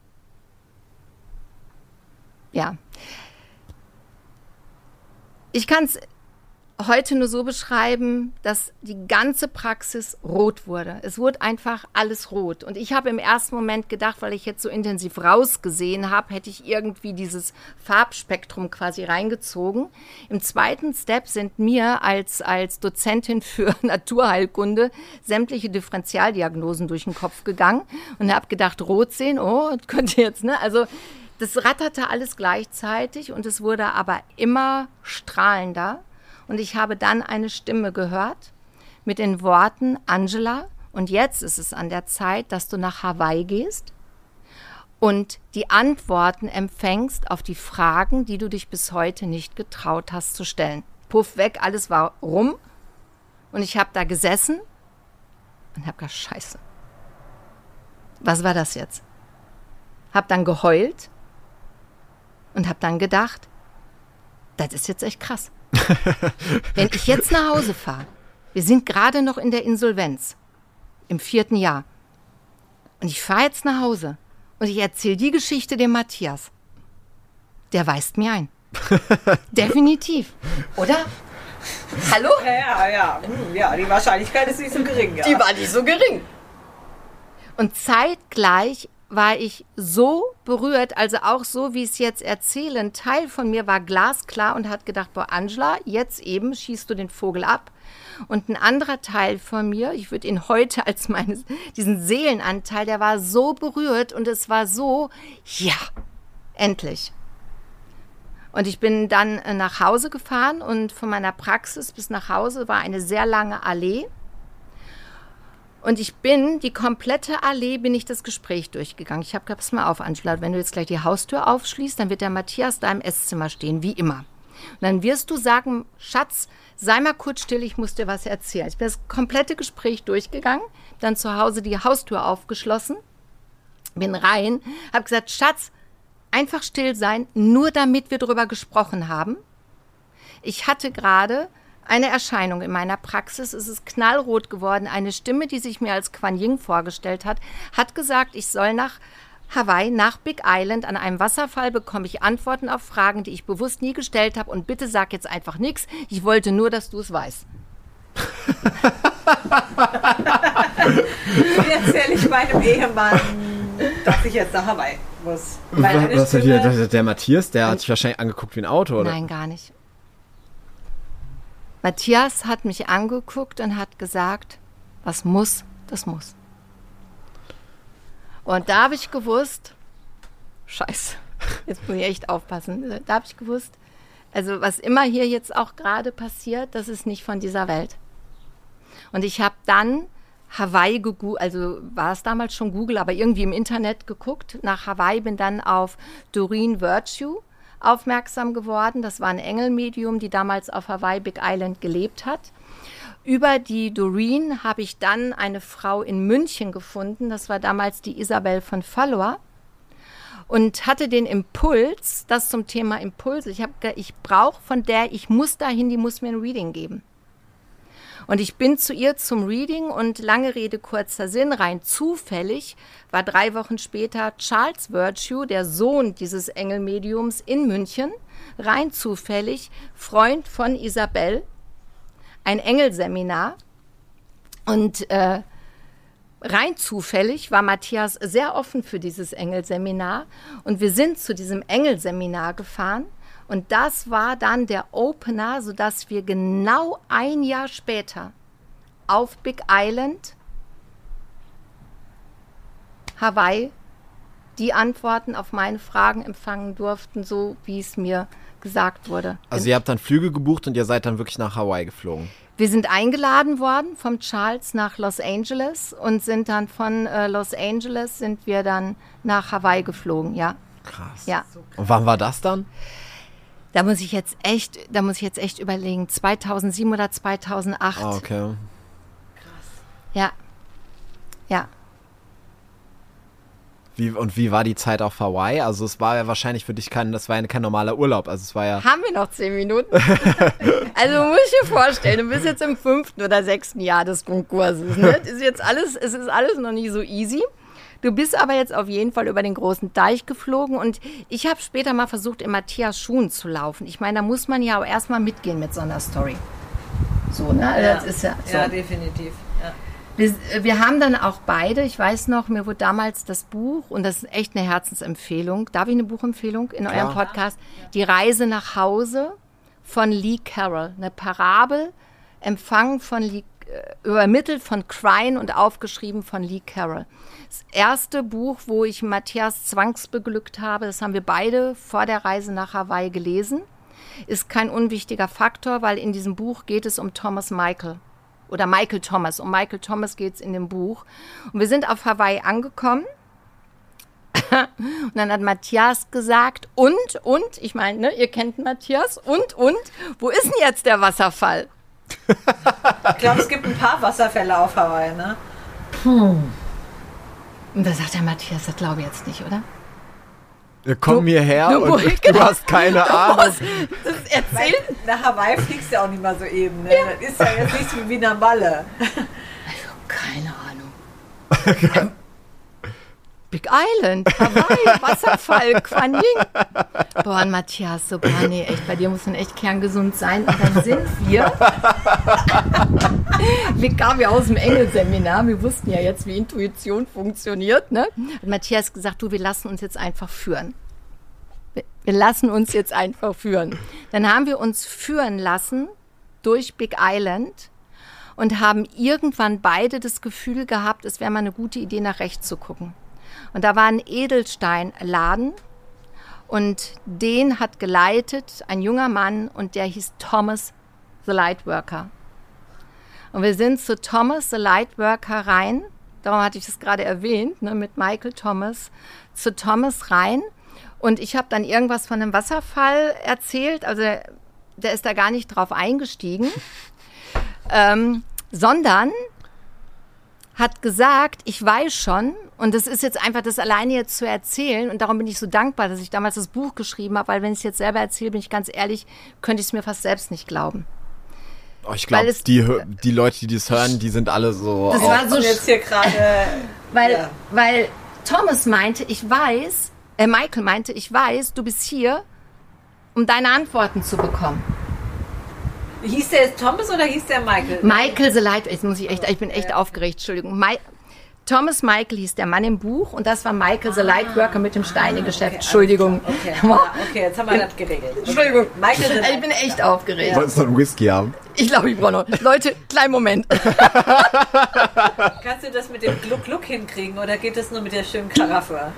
ja, ich kann es heute nur so beschreiben, dass die ganze Praxis rot wurde. Es wurde einfach alles rot. Und ich habe im ersten Moment gedacht, weil ich jetzt so intensiv rausgesehen habe, hätte ich irgendwie dieses Farbspektrum quasi reingezogen. Im zweiten Step sind mir als Dozentin für Naturheilkunde sämtliche Differentialdiagnosen durch den Kopf gegangen und habe gedacht, rot sehen, oh, das könnte jetzt, ne? Also das ratterte alles gleichzeitig und es wurde aber immer strahlender. Und ich habe dann eine Stimme gehört mit den Worten, Angela, und jetzt ist es an der Zeit, dass du nach Hawaii gehst und die Antworten empfängst auf die Fragen, die du dich bis heute nicht getraut hast zu stellen. Puff weg, alles war rum und ich habe da gesessen und habe gedacht, scheiße, was war das jetzt? Habe dann geheult und habe dann gedacht, das ist jetzt echt krass. Wenn ich jetzt nach Hause fahre, wir sind gerade noch in der Insolvenz, im 4. Jahr, und ich fahre jetzt nach Hause und ich erzähle die Geschichte dem Matthias, der weist mir ein. Definitiv. Oder? Hallo? Ja, die Wahrscheinlichkeit ist nicht so gering. Ja. Die war nicht so gering. Und zeitgleich war ich so berührt, also auch so, wie ich es jetzt erzähle. Ein Teil von mir war glasklar und hat gedacht, boah, Angela, jetzt eben schießt du den Vogel ab. Und ein anderer Teil von mir, ich würde ihn heute als diesen Seelenanteil, der war so berührt und es war so, ja, endlich. Und ich bin dann nach Hause gefahren und von meiner Praxis bis nach Hause war eine sehr lange Allee. Und die komplette Allee bin ich das Gespräch durchgegangen. Ich habe gesagt, pass mal auf, Angela, wenn du jetzt gleich die Haustür aufschließt, dann wird der Matthias da im Esszimmer stehen, wie immer. Und dann wirst du sagen, Schatz, sei mal kurz still, ich muss dir was erzählen. Ich bin das komplette Gespräch durchgegangen, dann zu Hause die Haustür aufgeschlossen, bin rein, habe gesagt, Schatz, einfach still sein, nur damit wir darüber gesprochen haben. Ich hatte gerade eine Erscheinung in meiner Praxis, es ist knallrot geworden. Eine Stimme, die sich mir als Kuan Yin vorgestellt hat, hat gesagt, ich soll nach Hawaii, nach Big Island. An einem Wasserfall bekomme ich Antworten auf Fragen, die ich bewusst nie gestellt habe. Und bitte sag jetzt einfach nichts. Ich wollte nur, dass du es weißt. Wie erzähle ich meinem Ehemann, dass ich jetzt nach Hawaii muss? Was hat hier, der Matthias, der hat sich wahrscheinlich angeguckt wie ein Auto, oder? Nein, gar nicht. Matthias hat mich angeguckt und hat gesagt, was muss, das muss. Und da habe ich gewusst, scheiße, jetzt muss ich echt aufpassen, da habe ich gewusst, also was immer hier jetzt auch gerade passiert, das ist nicht von dieser Welt. Und ich habe dann Hawaii gegoogelt, also war es damals schon Google, aber irgendwie im Internet geguckt, nach Hawaii, bin dann auf Doreen Virtue aufmerksam geworden. Das war ein Engelmedium, die damals auf Hawaii Big Island gelebt hat. über die Doreen habe ich dann eine Frau in München gefunden. Das war damals die Isabel von Valois. Und hatte den Impuls, das zum Thema Impulse. Ich brauche von der, ich muss dahin, die muss mir ein Reading geben. Und ich bin zu ihr zum Reading und lange Rede, kurzer Sinn, rein zufällig war 3 Wochen später Charles Virtue, der Sohn dieses Engelmediums in München, rein zufällig Freund von Isabel, ein Engelseminar. Und rein zufällig war Matthias sehr offen für dieses Engelseminar und wir sind zu diesem Engelseminar gefahren und das war dann der Opener, sodass wir genau 1 Jahr später auf Big Island, Hawaii, die Antworten auf meine Fragen empfangen durften, so wie es mir gesagt wurde. Also ihr habt dann Flüge gebucht und ihr seid dann wirklich nach Hawaii geflogen? Wir sind eingeladen worden vom Charles nach Los Angeles und sind dann von Los Angeles sind wir dann nach Hawaii geflogen, ja. Krass. Ja. Und wann war das dann? Da muss ich jetzt echt überlegen, 2007 oder 2008. Ah, okay. Ja. Ja. Wie war die Zeit auf Hawaii? Also es war ja wahrscheinlich für dich kein normaler Urlaub. Also es war ja. Haben wir noch 10 Minuten? Also muss ich dir vorstellen, du bist jetzt im 5. oder 6. Jahr des Konkurses. Ne? Es ist alles noch nicht so easy. Du bist aber jetzt auf jeden Fall über den großen Deich geflogen und ich habe später mal versucht, in Matthias Schuhen zu laufen. Ich meine, da muss man ja auch erstmal mitgehen mit so einer Story. So, ne? Ja, das ist ja, so. Ja, definitiv. Ja. Wir haben dann auch beide, ich weiß noch, mir wurde damals das Buch, und das ist echt eine Herzensempfehlung, darf ich eine Buchempfehlung in eurem Podcast? Die Reise nach Hause von Lee Carroll, eine Parabel, empfangen von übermittelt von Crine und aufgeschrieben von Lee Carroll. Das erste Buch, wo ich Matthias zwangsbeglückt habe, das haben wir beide vor der Reise nach Hawaii gelesen, ist kein unwichtiger Faktor, weil in diesem Buch geht es um Thomas Michael. Oder Michael Thomas. Um Michael Thomas geht es in dem Buch. Und wir sind auf Hawaii angekommen. Und dann hat Matthias gesagt, und, ich meine, ne, ihr kennt Matthias, und, wo ist denn jetzt der Wasserfall? Ich glaube, es gibt ein paar Wasserfälle auf Hawaii, ne? Und da sagt der Matthias, das glaube ich jetzt nicht, oder? Komm hierher und du hast keine Ahnung. Das erzählen. Nach Hawaii fliegst du ja auch nicht mal so eben, ne? Ja. Das ist ja jetzt nicht so wie nach Malle. Also, keine Ahnung. Big Island, Hawaii, Wasserfall, Kuan Yin. Boah, und Matthias, so, boah, nee, echt, bei dir muss man echt kerngesund sein. Und dann sind wir kamen ja aus dem Engelseminar, wir wussten ja jetzt, wie Intuition funktioniert, ne? Und Matthias hat gesagt, du, wir lassen uns jetzt einfach führen. Wir lassen uns jetzt einfach führen. Dann haben wir uns führen lassen durch Big Island und haben irgendwann beide das Gefühl gehabt, es wäre mal eine gute Idee, nach rechts zu gucken. Und da war ein Edelsteinladen und den hat geleitet ein junger Mann und der hieß Thomas the Lightworker. Und wir sind zu Thomas the Lightworker rein, darum hatte ich das gerade erwähnt, ne, mit Michael Thomas, zu Thomas rein. Und ich habe dann irgendwas von einem Wasserfall erzählt, also der ist da gar nicht drauf eingestiegen, sondern hat gesagt, ich weiß schon, und das ist jetzt einfach das alleine jetzt zu erzählen, und darum bin ich so dankbar, dass ich damals das Buch geschrieben habe, weil wenn ich es jetzt selber erzähle, bin ich ganz ehrlich, könnte ich es mir fast selbst nicht glauben. Oh, ich glaube, die Leute, die das hören, die sind alle so... Das war so jetzt hier gerade... Weil Thomas meinte, Michael meinte, ich weiß, du bist hier, um deine Antworten zu bekommen. Hieß der jetzt Thomas oder hieß der Michael? Michael the Lightworker, ich bin echt aufgeregt, Entschuldigung. Thomas Michael hieß der Mann im Buch und das war Michael the Lightworker mit dem Steinegeschäft. Okay, Entschuldigung. Okay, jetzt haben wir das geregelt. Entschuldigung, ich bin echt aufgeregt. Wolltest du noch einen Whisky haben? Ich glaube, ich brauche noch. Leute, kleinen Moment. Kannst du das mit dem Gluck-Gluck hinkriegen oder geht das nur mit der schönen Karaffe?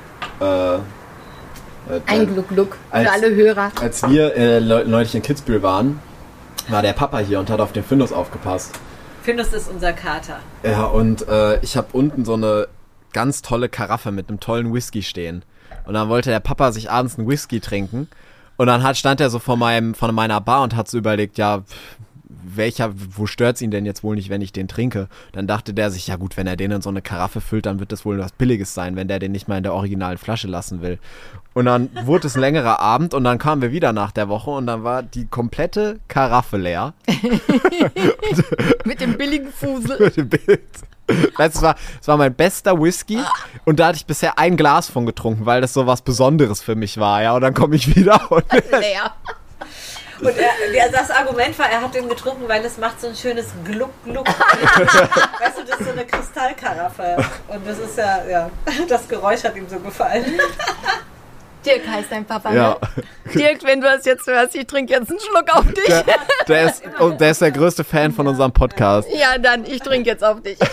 Ein Gluck-Gluck für alle Hörer. Als wir neulich in Kitzbühel waren, war der Papa hier und hat auf den Findus aufgepasst. Findus ist unser Kater. Ja, und ich habe unten so eine ganz tolle Karaffe mit einem tollen Whisky stehen. Und dann wollte der Papa sich abends einen Whisky trinken. Und dann stand er so vor meiner Bar und hat so überlegt, ja, wo stört's ihn denn jetzt wohl nicht, wenn ich den trinke? Dann dachte der sich, ja gut, wenn er den in so eine Karaffe füllt, dann wird das wohl was Billiges sein, wenn der den nicht mal in der originalen Flasche lassen will. Und dann wurde es ein längerer Abend und dann kamen wir wieder nach der Woche und dann war die komplette Karaffe leer. Mit dem billigen Fusel. Mit dem Bild. Es war mein bester Whisky und da hatte ich bisher ein Glas von getrunken, weil das so was Besonderes für mich war, ja. Und dann komme ich wieder und Leer. Und das Argument war, er hat den getrunken, weil es macht so ein schönes Gluck-Gluck. Weißt du, das ist so eine Kristallkaraffe. Und das ist ja, das Geräusch hat ihm so gefallen. Dirk heißt dein Papa, ja. ne? Dirk, wenn du das jetzt hörst, ich trinke jetzt einen Schluck auf dich. Der ist der größte Fan von unserem Podcast. Ja, dann, ich trinke jetzt auf dich.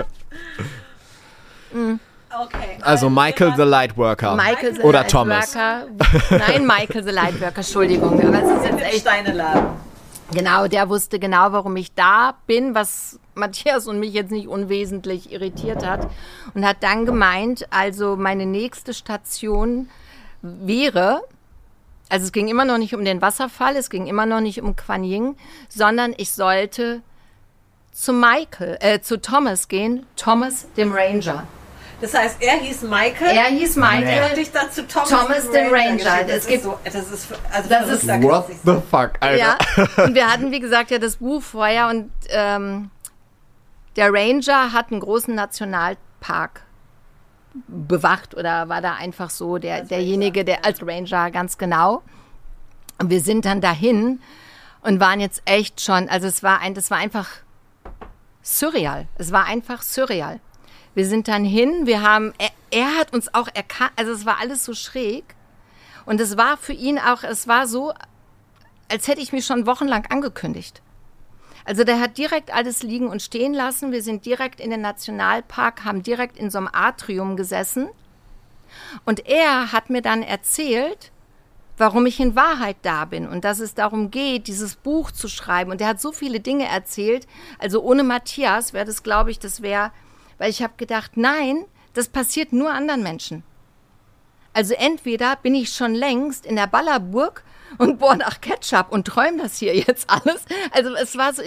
Okay. Also Michael the Lightworker. Michael the Oder Lightworker. Nein, Michael the Lightworker, Entschuldigung. Aber es ist jetzt echt Steineladen. Genau, der wusste genau, warum ich da bin, was Matthias und mich jetzt nicht unwesentlich irritiert hat. Und hat dann gemeint, also meine nächste Station wäre, also es ging immer noch nicht um den Wasserfall, es ging immer noch nicht um Kuan Yin, sondern ich sollte zu Thomas gehen, Thomas dem Ranger. Das heißt, er hieß Michael. Er hieß Michael. Und dich dann zu Thomas dem Ranger. Das ist What the fuck, Alter. Ja, und wir hatten, wie gesagt, ja das Buch vorher und der Ranger hat einen großen Nationalpark bewacht oder war da einfach so derjenige, der als Ranger, ganz genau. Und wir sind dann dahin und waren jetzt echt schon, also das war einfach surreal. Es war einfach surreal. Wir sind dann hin, er hat uns auch erkannt, also es war alles so schräg und es war für ihn auch, es war so, als hätte ich mich schon wochenlang angekündigt. Also der hat direkt alles liegen und stehen lassen, wir sind direkt in den Nationalpark, haben direkt in so einem Atrium gesessen und er hat mir dann erzählt, warum ich in Wahrheit da bin und dass es darum geht, dieses Buch zu schreiben und er hat so viele Dinge erzählt, also ohne Matthias wäre das, glaube ich, weil ich habe gedacht, nein, das passiert nur anderen Menschen. Also entweder bin ich schon längst in der Ballerburg und bohr nach Ketchup und träume das hier jetzt alles. Also es war so,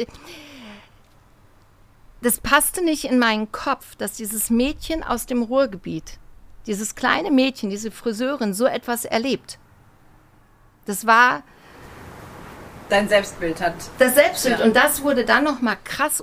das passte nicht in meinen Kopf, dass dieses Mädchen aus dem Ruhrgebiet, dieses kleine Mädchen, diese Friseurin, so etwas erlebt. Das war... Dein Selbstbild hat... Das Selbstbild. Ja. Und das wurde dann nochmal krass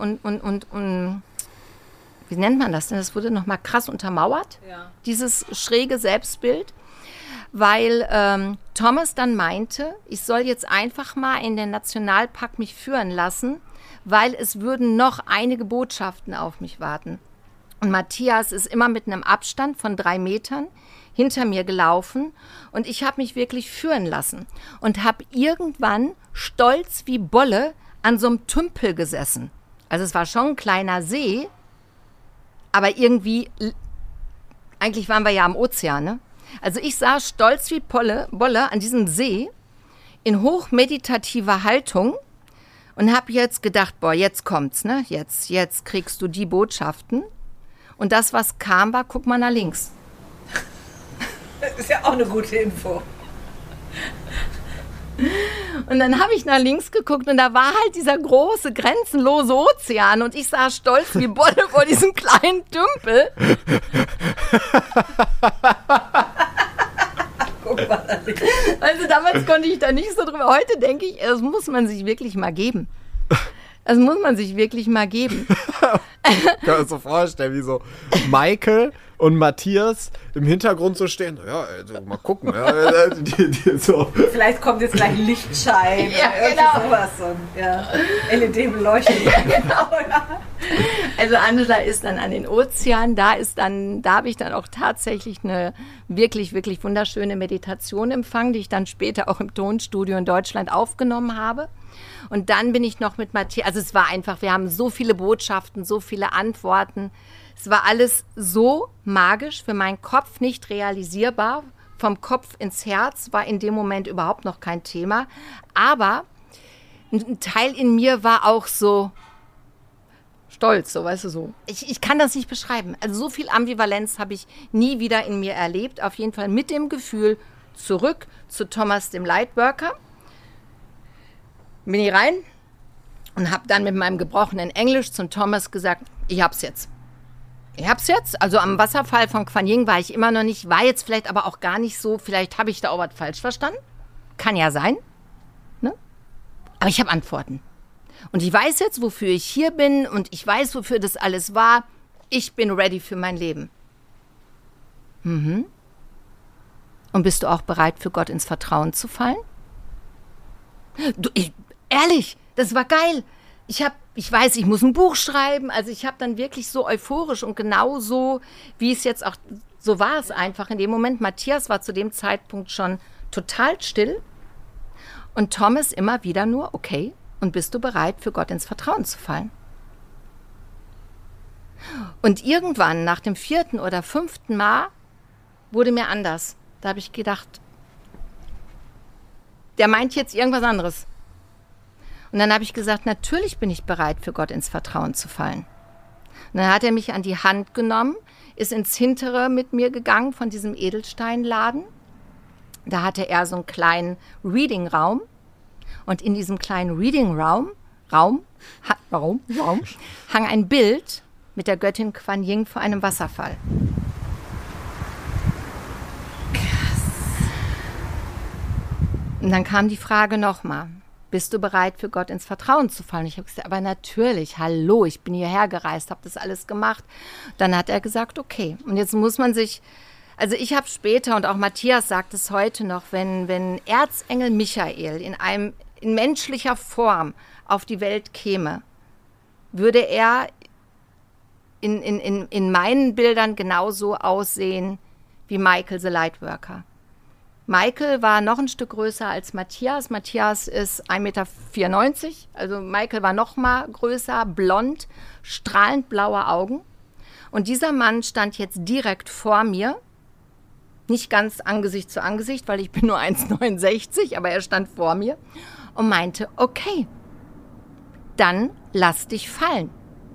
wie nennt man das denn? Das wurde nochmal krass untermauert, dieses schräge Selbstbild, weil Thomas dann meinte, ich soll jetzt einfach mal in den Nationalpark mich führen lassen, weil es würden noch einige Botschaften auf mich warten. Und Matthias ist immer mit einem Abstand von 3 Metern hinter mir gelaufen und ich habe mich wirklich führen lassen und habe irgendwann stolz wie Bolle an so einem Tümpel gesessen. Also es war schon ein kleiner See, aber irgendwie, eigentlich waren wir ja am Ozean, ne? Also ich saß stolz wie Bolle an diesem See in hochmeditativer Haltung und habe jetzt gedacht, boah, jetzt kommt's, ne? Jetzt kriegst du die Botschaften. Und das, was kam, war, guck mal nach links. Das ist ja auch eine gute Info. Und dann habe ich nach links geguckt und da war halt dieser große, grenzenlose Ozean und ich saß stolz wie Bolle vor diesem kleinen Tümpel. Guck mal nach links. Also damals konnte ich da nicht so drüber. Heute denke ich, das muss man sich wirklich mal geben. Das muss man sich wirklich mal geben. Ich kann mir so vorstellen, wie so Michael und Matthias im Hintergrund so stehen. Ja, also mal gucken. Ja, so. Vielleicht kommt jetzt gleich ein Lichtschein ja, oder genau. sowas. Und, ja, LED-Beleuchtung. Ja, genau. Also Angela ist dann an den Ozean. Da habe ich dann auch tatsächlich eine wirklich, wirklich wunderschöne Meditation empfangen, die ich dann später auch im Tonstudio in Deutschland aufgenommen habe. Und dann bin ich noch mit Matthias, also es war einfach, wir haben so viele Botschaften, so viele Antworten. Es war alles so magisch, für meinen Kopf nicht realisierbar. Vom Kopf ins Herz war in dem Moment überhaupt noch kein Thema. Aber ein Teil in mir war auch so stolz, so, weißt du, so. Ich kann das nicht beschreiben. Also so viel Ambivalenz habe ich nie wieder in mir erlebt. Auf jeden Fall mit dem Gefühl, zurück zu Thomas dem Lightworker. Bin ich rein und habe dann mit meinem gebrochenen Englisch zum Thomas gesagt, ich hab's jetzt. Ich hab's jetzt. Also am Wasserfall von Kuan Yin war ich immer noch nicht, war jetzt vielleicht aber auch gar nicht so, vielleicht habe ich da auch was falsch verstanden. Kann ja sein. Ne? Aber ich habe Antworten. Und ich weiß jetzt, wofür ich hier bin und ich weiß, wofür das alles war. Ich bin ready für mein Leben. Mhm. Und bist du auch bereit, für Gott ins Vertrauen zu fallen? Ehrlich, das war geil. Ich weiß, ich muss ein Buch schreiben. Also ich habe dann wirklich so euphorisch und genau so, wie es jetzt auch, so war es einfach in dem Moment. Matthias war zu dem Zeitpunkt schon total still und Thomas immer wieder nur, okay, und bist du bereit, für Gott ins Vertrauen zu fallen? Und irgendwann, nach dem 4. oder 5. Mal, wurde mir anders. Da habe ich gedacht, der meint jetzt irgendwas anderes. Und dann habe ich gesagt, natürlich bin ich bereit, für Gott ins Vertrauen zu fallen. Und dann hat er mich an die Hand genommen, ist ins Hintere mit mir gegangen von diesem Edelsteinladen. Da hatte er so einen kleinen Reading-Raum. Und in diesem kleinen Reading-Raum hang ein Bild mit der Göttin Kuan Yin vor einem Wasserfall. Und dann kam die Frage nochmal, bist du bereit, für Gott ins Vertrauen zu fallen? Ich habe gesagt, aber natürlich, hallo, ich bin hierher gereist, habe das alles gemacht. Dann hat er gesagt, okay. Und jetzt muss man sich, also ich habe später, und auch Matthias sagt es heute noch, wenn Erzengel Michael in menschlicher Form auf die Welt käme, würde er in meinen Bildern genauso aussehen wie Michael the Lightworker. Michael war noch ein Stück größer als Matthias. Matthias ist 1,94 Meter, also Michael war noch mal größer, blond, strahlend blaue Augen. Und dieser Mann stand jetzt direkt vor mir, nicht ganz Angesicht zu Angesicht, weil ich bin nur 1,69, aber er stand vor mir und meinte, okay, dann lass dich fallen.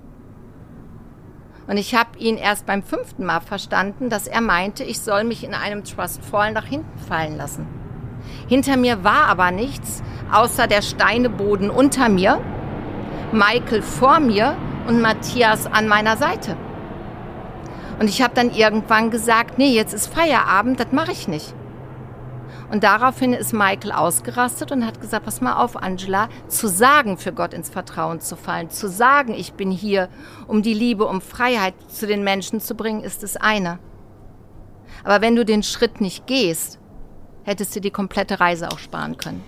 Und ich habe ihn erst beim 5. Mal verstanden, dass er meinte, ich soll mich in einem Trustfall nach hinten fallen lassen. Hinter mir war aber nichts, außer der Steineboden unter mir, Michael vor mir und Matthias an meiner Seite. Und ich habe dann irgendwann gesagt, nee, jetzt ist Feierabend, das mache ich nicht. Und daraufhin ist Michael ausgerastet und hat gesagt, pass mal auf, Angela, zu sagen, für Gott ins Vertrauen zu fallen, zu sagen, ich bin hier, um die Liebe, um Freiheit zu den Menschen zu bringen, ist das eine. Aber wenn du den Schritt nicht gehst, hättest du die komplette Reise auch sparen können.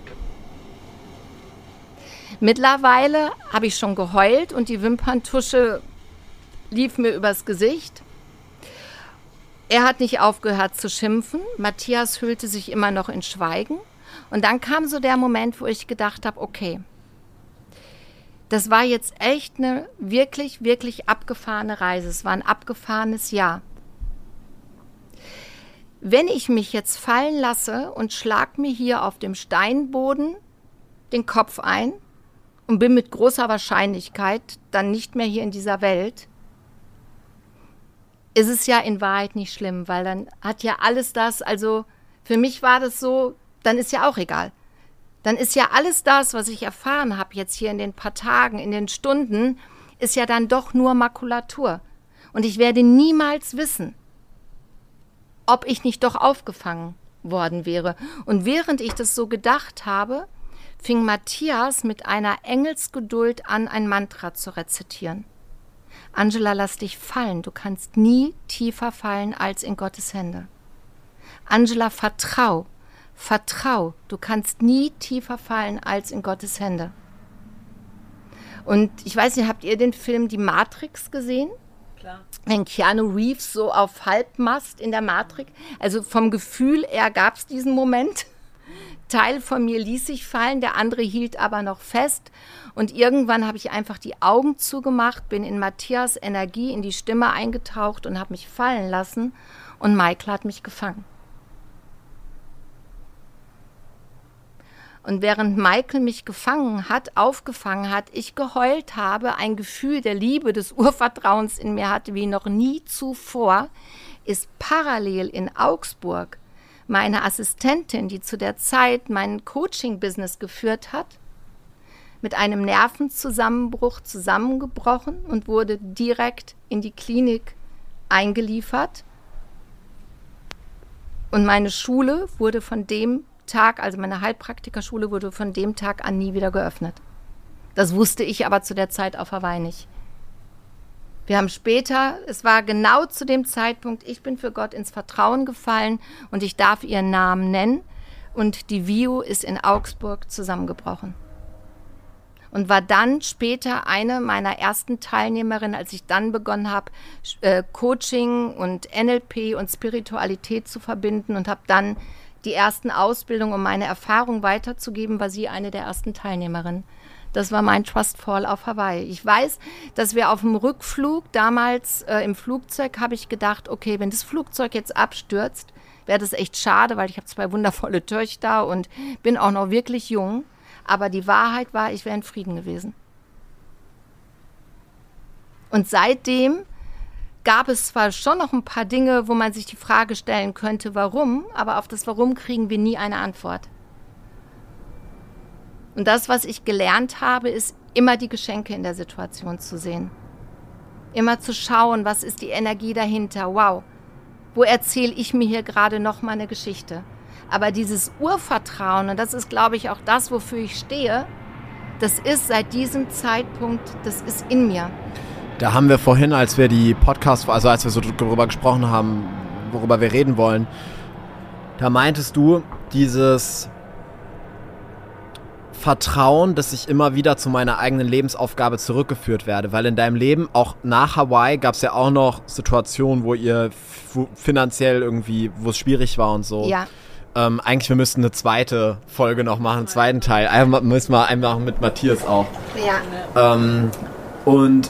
Mittlerweile habe ich schon geheult und die Wimperntusche lief mir übers Gesicht. Er hat nicht aufgehört zu schimpfen. Matthias hüllte sich immer noch in Schweigen. Und dann kam so der Moment, wo ich gedacht habe, okay, das war jetzt echt eine wirklich, wirklich abgefahrene Reise. Es war ein abgefahrenes Jahr. Wenn ich mich jetzt fallen lasse und schlag mir hier auf dem Steinboden den Kopf ein und bin mit großer Wahrscheinlichkeit dann nicht mehr hier in dieser Welt, ist es ja in Wahrheit nicht schlimm, weil dann hat ja alles das, also für mich war das so, dann ist ja auch egal. Dann ist ja alles das, was ich erfahren habe jetzt hier in den paar Tagen, in den Stunden, ist ja dann doch nur Makulatur. Und ich werde niemals wissen, ob ich nicht doch aufgefangen worden wäre. Und während ich das so gedacht habe, fing Matthias mit einer Engelsgeduld an, ein Mantra zu rezitieren. Angela, lass dich fallen. Du kannst nie tiefer fallen als in Gottes Hände. Angela, vertrau. Vertrau. Du kannst nie tiefer fallen als in Gottes Hände. Und ich weiß nicht, habt ihr den Film Die Matrix gesehen? Klar. Wenn Keanu Reeves so auf Halbmast in der Matrix, also vom Gefühl her gab es diesen Moment. Teil von mir ließ sich fallen, der andere hielt aber noch fest. Und irgendwann habe ich einfach die Augen zugemacht, bin in Matthias Energie, in die Stimme eingetaucht und habe mich fallen lassen. Und Michael hat mich gefangen. Und während Michael mich gefangen hat, aufgefangen hat, ich geheult habe, ein Gefühl der Liebe, des Urvertrauens in mir hatte wie noch nie zuvor, ist parallel in Augsburg meine Assistentin, die zu der Zeit mein Coaching-Business geführt hat, mit einem Nervenzusammenbruch zusammengebrochen und wurde direkt in die Klinik eingeliefert. Und meine Schule wurde von dem Tag, also meine Heilpraktikerschule, wurde von dem Tag an nie wieder geöffnet. Das wusste ich aber zu der Zeit auf Hawaii nicht. Wir haben später, es war genau zu dem Zeitpunkt, ich bin für Gott ins Vertrauen gefallen und ich darf ihren Namen nennen. Und die VIU ist in Augsburg zusammengebrochen. Und war dann später eine meiner ersten Teilnehmerinnen, als ich dann begonnen habe, Coaching und NLP und Spiritualität zu verbinden und habe dann die ersten Ausbildungen, um meine Erfahrung weiterzugeben, war sie eine der ersten Teilnehmerinnen. Das war mein Trust Fall auf Hawaii. Ich weiß, dass wir auf dem Rückflug, damals im Flugzeug, habe ich gedacht, okay, wenn das Flugzeug jetzt abstürzt, wäre das echt schade, weil ich habe 2 wundervolle Töchter und bin auch noch wirklich jung. Aber die Wahrheit war, ich wäre in Frieden gewesen. Und seitdem gab es zwar schon noch ein paar Dinge, wo man sich die Frage stellen könnte, warum, aber auf das Warum kriegen wir nie eine Antwort. Und das, was ich gelernt habe, ist immer die Geschenke in der Situation zu sehen. Immer zu schauen, was ist die Energie dahinter, wow, wo erzähle ich mir hier gerade noch mal eine Geschichte. Aber dieses Urvertrauen, und das ist, glaube ich, auch das, wofür ich stehe, das ist seit diesem Zeitpunkt, das ist in mir. Da haben wir vorhin, als wir die Podcast, also als wir so darüber gesprochen haben, worüber wir reden wollen, da meintest du, dieses Vertrauen, dass ich immer wieder zu meiner eigenen Lebensaufgabe zurückgeführt werde, weil in deinem Leben, auch nach Hawaii, gab es ja auch noch Situationen, wo ihr finanziell irgendwie, wo es schwierig war und so. Ja. Eigentlich, wir müssten eine zweite Folge noch machen, einen zweiten Teil. Müssen wir einmal mit Matthias auch. Ja. Und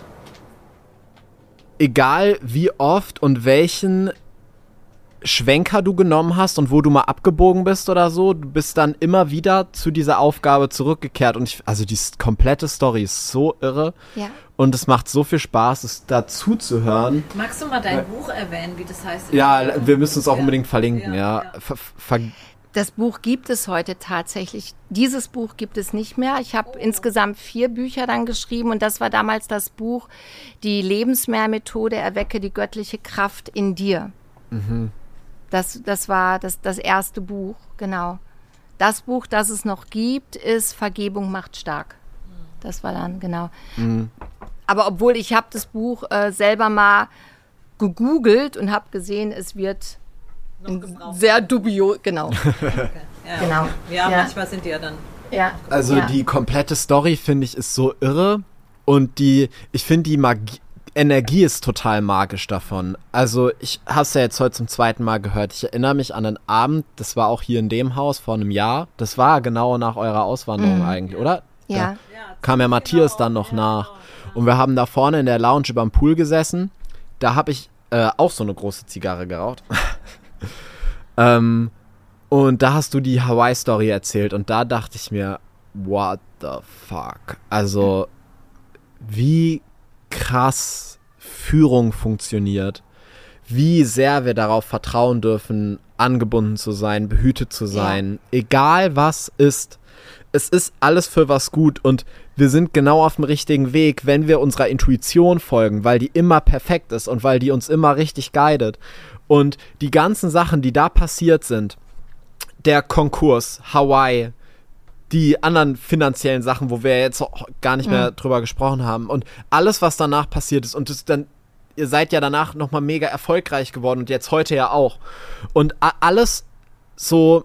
egal wie oft und welchen Schwenker du genommen hast und wo du mal abgebogen bist oder so, du bist dann immer wieder zu dieser Aufgabe zurückgekehrt. Und also die komplette Story ist so irre. Ja. Und es macht so viel Spaß, es dazu zu hören. Magst du mal dein Buch erwähnen, wie das heißt? Ja, wir müssen es auch unbedingt verlinken, ja. Das Buch gibt es heute tatsächlich. Dieses Buch gibt es nicht mehr. Ich habe insgesamt 4 Bücher dann geschrieben und das war damals das Buch Die Lebensmehrmethode, erwecke die göttliche Kraft in dir. Mhm. Das war das erste Buch, genau. Das Buch, das es noch gibt, ist Vergebung macht stark. Das war dann, genau. Mhm. Aber obwohl ich habe das Buch selber mal gegoogelt und habe gesehen, es wird sehr dubios, genau. Okay. Ja, genau. Ja, manchmal sind die ja dann. Ja. Also die komplette Story, finde ich, ist so irre und ich finde die Energie ist total magisch davon. Also ich habe es ja jetzt heute zum 2. Mal gehört. Ich erinnere mich an einen Abend, das war auch hier in dem Haus vor einem Jahr. Das war genau nach eurer Auswanderung eigentlich, oder? Ja. Da kam ja Matthias dann noch nach. Und wir haben da vorne in der Lounge überm Pool gesessen. Da habe ich auch so eine große Zigarre geraucht. Und da hast du die Hawaii-Story erzählt. Und da dachte ich mir, what the fuck? Also, wie krass Führung funktioniert, wie sehr wir darauf vertrauen dürfen, angebunden zu sein, behütet zu sein, egal was ist. Es ist alles für was gut und wir sind genau auf dem richtigen Weg, wenn wir unserer Intuition folgen, weil die immer perfekt ist und weil die uns immer richtig guidet. Und die ganzen Sachen, die da passiert sind, der Konkurs, Hawaii, die anderen finanziellen Sachen, wo wir jetzt gar nicht mehr drüber gesprochen haben und alles, was danach passiert ist und das dann, ihr seid ja danach nochmal mega erfolgreich geworden und jetzt heute ja auch und alles so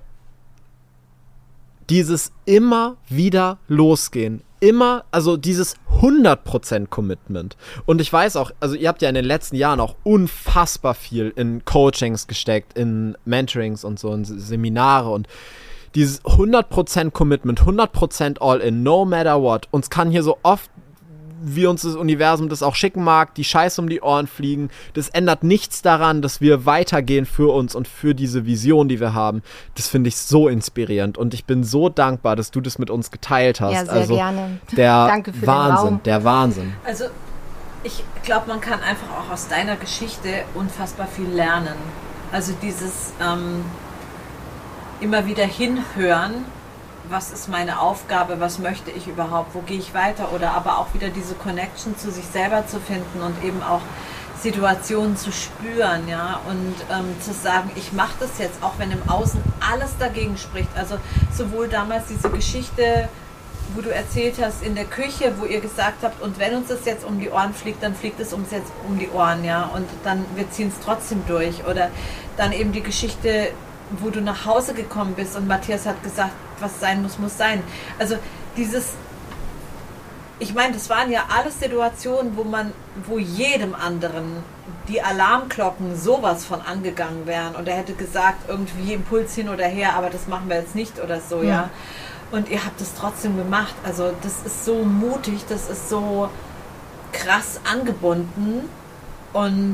dieses immer wieder losgehen, immer, also dieses 100% Commitment und ich weiß auch, also ihr habt ja in den letzten Jahren auch unfassbar viel in Coachings gesteckt, in Mentorings und so, in Seminare und dieses 100% Commitment, 100% All-in, no matter what. Uns kann hier so oft, wie uns das Universum das auch schicken mag, die Scheiße um die Ohren fliegen. Das ändert nichts daran, dass wir weitergehen für uns und für diese Vision, die wir haben. Das finde ich so inspirierend und ich bin so dankbar, dass du das mit uns geteilt hast. Ja, sehr gerne. Danke für den Raum. Der Wahnsinn. Also ich glaube, man kann einfach auch aus deiner Geschichte unfassbar viel lernen. Also dieses immer wieder hinhören, was ist meine Aufgabe, was möchte ich überhaupt, wo gehe ich weiter, oder aber auch wieder diese Connection zu sich selber zu finden und eben auch Situationen zu spüren, ja, und zu sagen, ich mache das jetzt, auch wenn im Außen alles dagegen spricht. Also sowohl damals diese Geschichte, wo du erzählt hast in der Küche, wo ihr gesagt habt, und wenn uns das jetzt um die Ohren fliegt, dann fliegt es uns jetzt um die Ohren, ja, und dann wir ziehen es trotzdem durch. Oder dann eben die Geschichte, wo du nach Hause gekommen bist und Matthias hat gesagt, was sein muss, muss sein. Also dieses, ich meine, das waren ja alles Situationen, wo jedem anderen die Alarmglocken sowas von angegangen wären und er hätte gesagt, irgendwie Impuls hin oder her, aber das machen wir jetzt nicht oder so, ja. Und ihr habt es trotzdem gemacht. Also das ist so mutig, das ist so krass angebunden und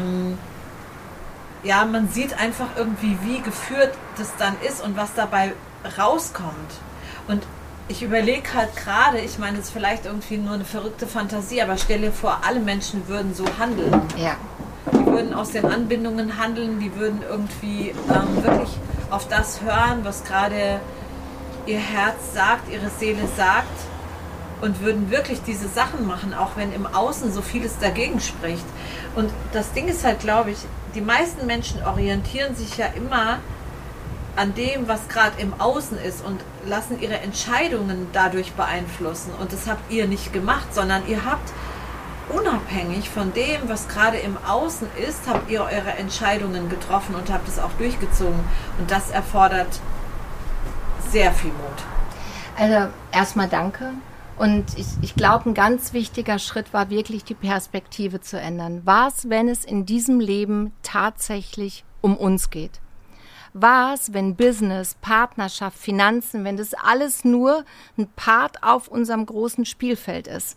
ja, man sieht einfach irgendwie, wie geführt das dann ist und was dabei rauskommt. Und ich überlege halt gerade, ich meine, es ist vielleicht irgendwie nur eine verrückte Fantasie, aber stell dir vor, alle Menschen würden so handeln. Ja. Die würden aus den Anbindungen handeln, die würden irgendwie wirklich auf das hören, was gerade ihr Herz sagt, ihre Seele sagt und würden wirklich diese Sachen machen, auch wenn im Außen so vieles dagegen spricht. Und das Ding ist halt, glaube ich, die meisten Menschen orientieren sich ja immer an dem, was gerade im Außen ist und lassen ihre Entscheidungen dadurch beeinflussen. Und das habt ihr nicht gemacht, sondern ihr habt unabhängig von dem, was gerade im Außen ist, habt ihr eure Entscheidungen getroffen und habt es auch durchgezogen. Und das erfordert sehr viel Mut. Also erstmal danke. Und ich glaube, ein ganz wichtiger Schritt war wirklich die Perspektive zu ändern. Was, wenn es in diesem Leben tatsächlich um uns geht? Was, wenn Business, Partnerschaft, Finanzen, wenn das alles nur ein Part auf unserem großen Spielfeld ist?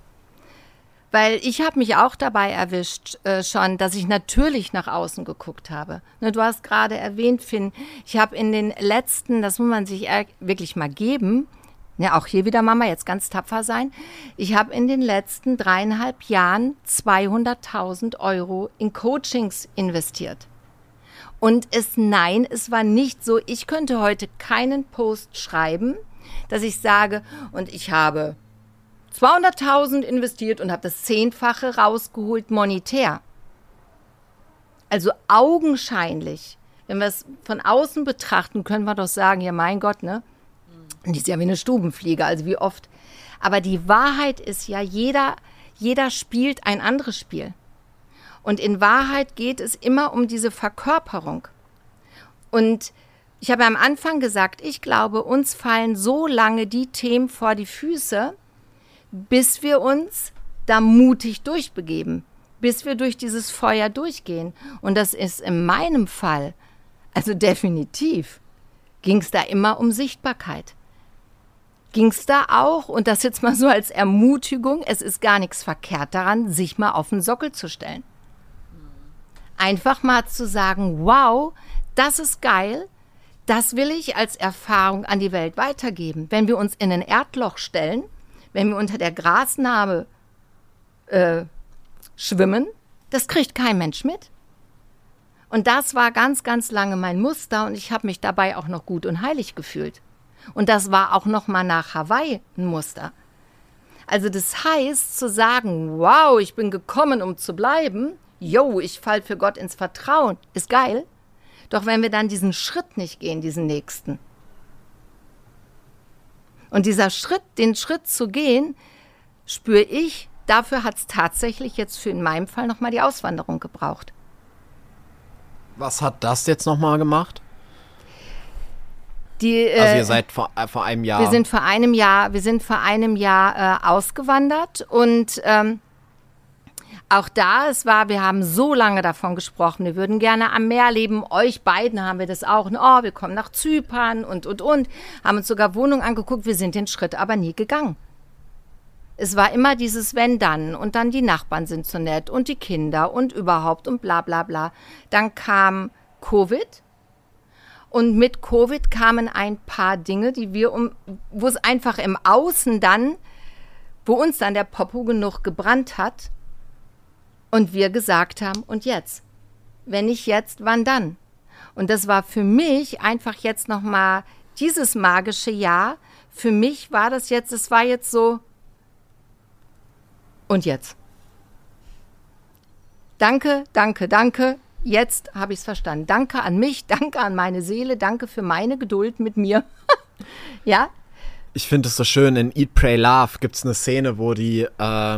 Weil ich habe mich auch dabei erwischt schon, dass ich natürlich nach außen geguckt habe. Ne, du hast gerade erwähnt, Finn, ich habe in den letzten, das muss man sich wirklich mal geben, ja, auch hier wieder Mama, jetzt ganz tapfer sein. Ich habe in den letzten 3,5 Jahren 200.000 Euro in Coachings investiert. Und es war nicht so, ich könnte heute keinen Post schreiben, dass ich sage, und ich habe 200.000 investiert und habe das 10-fache rausgeholt monetär. Also augenscheinlich, wenn wir es von außen betrachten, können wir doch sagen, ja mein Gott, ne? Die ist ja wie eine Stubenfliege, also wie oft. Aber die Wahrheit ist ja, jeder spielt ein anderes Spiel. Und in Wahrheit geht es immer um diese Verkörperung. Und ich habe am Anfang gesagt, ich glaube, uns fallen so lange die Themen vor die Füße, bis wir uns da mutig durchbegeben, bis wir durch dieses Feuer durchgehen. Und das ist in meinem Fall, also definitiv, ging es da immer um Sichtbarkeit. Ging es da auch, und das jetzt mal so als Ermutigung, es ist gar nichts verkehrt daran, sich mal auf den Sockel zu stellen. Einfach mal zu sagen, wow, das ist geil, das will ich als Erfahrung an die Welt weitergeben. Wenn wir uns in ein Erdloch stellen, wenn wir unter der Grasnarbe schwimmen, das kriegt kein Mensch mit. Und das war ganz, ganz lange mein Muster und ich habe mich dabei auch noch gut und heilig gefühlt. Und das war auch noch mal nach Hawaii ein Muster. Also das heißt, zu sagen, wow, ich bin gekommen, um zu bleiben, ich fall für Gott ins Vertrauen, ist geil. Doch wenn wir dann diesen Schritt nicht gehen, diesen nächsten. Und den Schritt zu gehen, spüre ich, dafür hat es tatsächlich jetzt in meinem Fall noch mal die Auswanderung gebraucht. Was hat das jetzt nochmal gemacht? Also ihr seid vor einem Jahr. Wir sind vor einem Jahr ausgewandert und auch da, wir haben so lange davon gesprochen, wir würden gerne am Meer leben. Euch beiden haben wir das auch. Wir kommen nach Zypern und. Haben uns sogar Wohnungen angeguckt. Wir sind den Schritt aber nie gegangen. Es war immer dieses Wenn dann und dann die Nachbarn sind so nett und die Kinder und überhaupt und bla bla bla. Dann kam Covid und mit Covid kamen ein paar Dinge, wo es einfach im Außen dann, wo uns dann der Popo genug gebrannt hat und wir gesagt haben, und jetzt? Wenn nicht jetzt, wann dann? Und das war für mich einfach jetzt nochmal dieses magische Jahr, für mich war das jetzt, es war jetzt so, und jetzt? Danke, danke, danke. Jetzt habe ich es verstanden. Danke an mich, danke an meine Seele, danke für meine Geduld mit mir. Ja? Ich finde es so schön, in Eat, Pray, Love gibt es eine Szene, wo die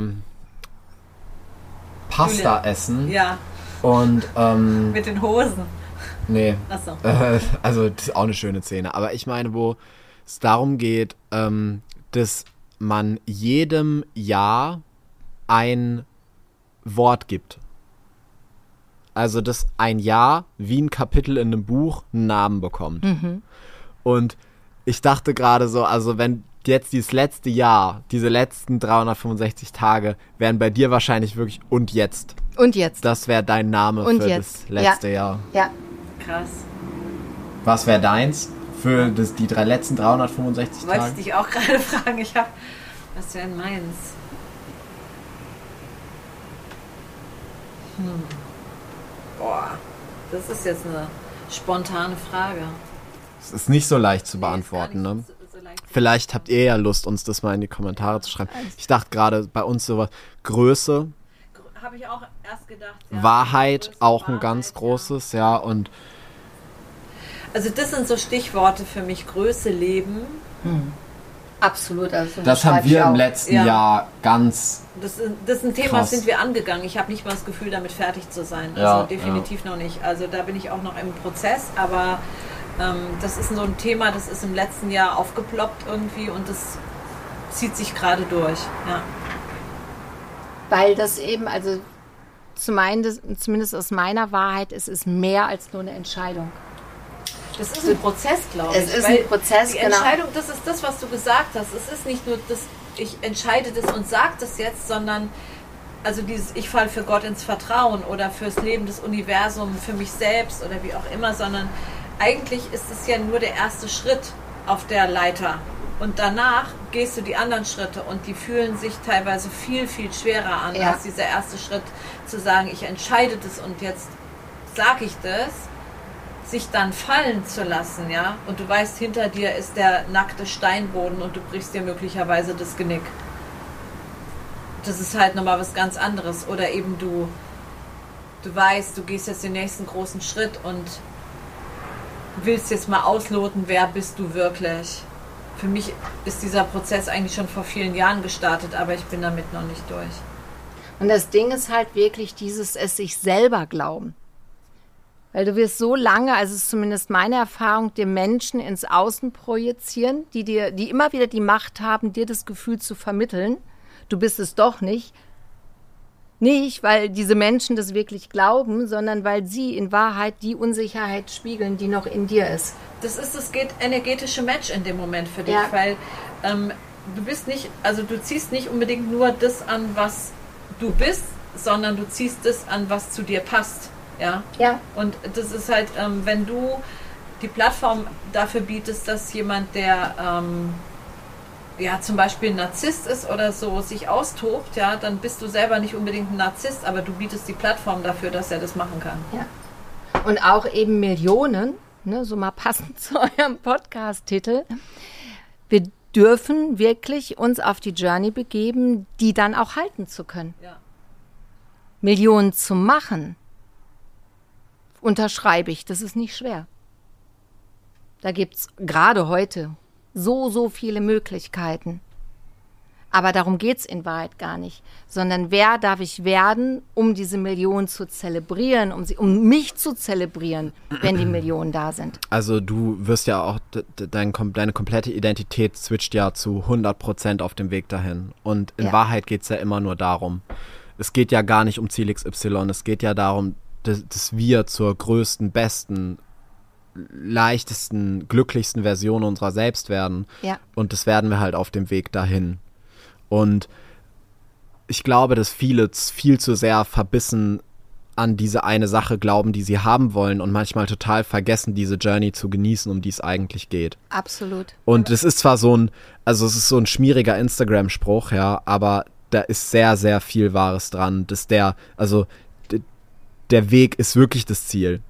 Pasta essen. Ja. Und Mit den Hosen. nee. Ach so. Also das ist auch eine schöne Szene. Aber ich meine, wo es darum geht, dass man jedem Jahr ein Wort gibt. Also, dass ein Jahr wie ein Kapitel in einem Buch einen Namen bekommt. Und ich dachte gerade so, also wenn jetzt dieses letzte Jahr, diese letzten 365 Tage, wären bei dir wahrscheinlich wirklich und jetzt. Und jetzt. Das wäre dein Name Und für jetzt. das letzte Jahr. Ja. Krass. Was wäre deins für die letzten 365 Wollte ich Tage? dich auch gerade fragen. Was wäre denn meins? Boah, das ist jetzt eine spontane Frage. Es ist nicht so leicht zu beantworten, Nee, ne? ist gar nicht so leicht. Vielleicht habt ihr ja Lust, uns das mal in die Kommentare zu schreiben. Ich dachte gerade bei uns sowas, Größe, Habe ich auch erst gedacht. Ja. Wahrheit, Größe, auch ein Wahrheit, ganz ja. großes, ja, und Also das sind so Stichworte für mich. Größe, Leben. Absolut. Also das haben wir im letzten Ja. Jahr ganz, Das ist ein Thema, Krass. das sind wir angegangen. Ich habe nicht mal das Gefühl, damit fertig zu sein. Also Ja, definitiv noch nicht. Also da bin ich auch noch im Prozess. Aber das ist so ein Thema, das ist im letzten Jahr aufgeploppt irgendwie und das zieht sich gerade durch. Ja. Weil das eben, also zumindest aus meiner Wahrheit, es ist mehr als nur eine Entscheidung. Das ist ein Prozess, glaube ich. Es ist weil ein Prozess, die genau. Entscheidung, das ist das, was du gesagt hast. Es ist nicht nur, dass ich entscheide das und sage das jetzt, sondern also dieses ich falle für Gott ins Vertrauen oder fürs Leben des Universums, für mich selbst oder wie auch immer, sondern eigentlich ist es ja nur der erste Schritt auf der Leiter. Und danach gehst du die anderen Schritte und die fühlen sich teilweise viel, viel schwerer an, Ja. als dieser erste Schritt zu sagen, ich entscheide das und jetzt sage ich das, sich dann fallen zu lassen, ja. Und du weißt, hinter dir ist der nackte Steinboden und du brichst dir möglicherweise das Genick. Das ist halt nochmal was ganz anderes. Oder eben du weißt, du gehst jetzt den nächsten großen Schritt und willst jetzt mal ausloten, wer bist du wirklich. Für mich ist dieser Prozess eigentlich schon vor vielen Jahren gestartet, aber ich bin damit noch nicht durch. Und das Ding ist halt wirklich dieses es sich selber glauben. Weil du wirst so lange, also es ist zumindest meine Erfahrung, dir Menschen ins Außen projizieren, die immer wieder die Macht haben, dir das Gefühl zu vermitteln, du bist es doch nicht. Nicht, weil diese Menschen das wirklich glauben, sondern weil sie in Wahrheit die Unsicherheit spiegeln, die noch in dir ist. Das ist das energetische Match in dem Moment für dich, Ja. weil du bist nicht, also du ziehst nicht unbedingt nur das an, was du bist, sondern du ziehst das an, was zu dir passt. Ja. Ja. Und das ist halt, wenn du die Plattform dafür bietest, dass jemand, der ja zum Beispiel ein Narzisst ist oder so, sich austobt, ja, dann bist du selber nicht unbedingt ein Narzisst, aber du bietest die Plattform dafür, dass er das machen kann. Ja. Und auch eben Millionen, ne, so mal passend zu eurem Podcast-Titel. Wir dürfen wirklich uns auf die Journey begeben, die dann auch halten zu können. Ja. Millionen zu machen, unterschreibe ich, das ist nicht schwer. Da gibt es gerade heute so viele Möglichkeiten. Aber darum geht es in Wahrheit gar nicht, sondern wer darf ich werden, um diese Millionen zu zelebrieren, um mich zu zelebrieren, wenn die Millionen da sind. also du wirst ja auch, deine komplette Identität switcht ja zu 100% auf dem Weg dahin. Und in Ja. Wahrheit geht es ja immer nur darum. Es geht ja gar nicht um Ziel XY, es geht ja darum, dass wir zur größten, besten, leichtesten, glücklichsten Version unserer selbst werden. Ja. Und das werden wir halt auf dem Weg dahin. Und ich glaube, dass viele viel zu sehr verbissen an diese eine Sache glauben, die sie haben wollen und manchmal total vergessen, diese Journey zu genießen, um die es eigentlich geht. Absolut. Und es ist zwar es ist so ein schmieriger Instagram-Spruch, ja, aber da ist sehr, sehr viel Wahres dran, dass der Weg ist wirklich das Ziel.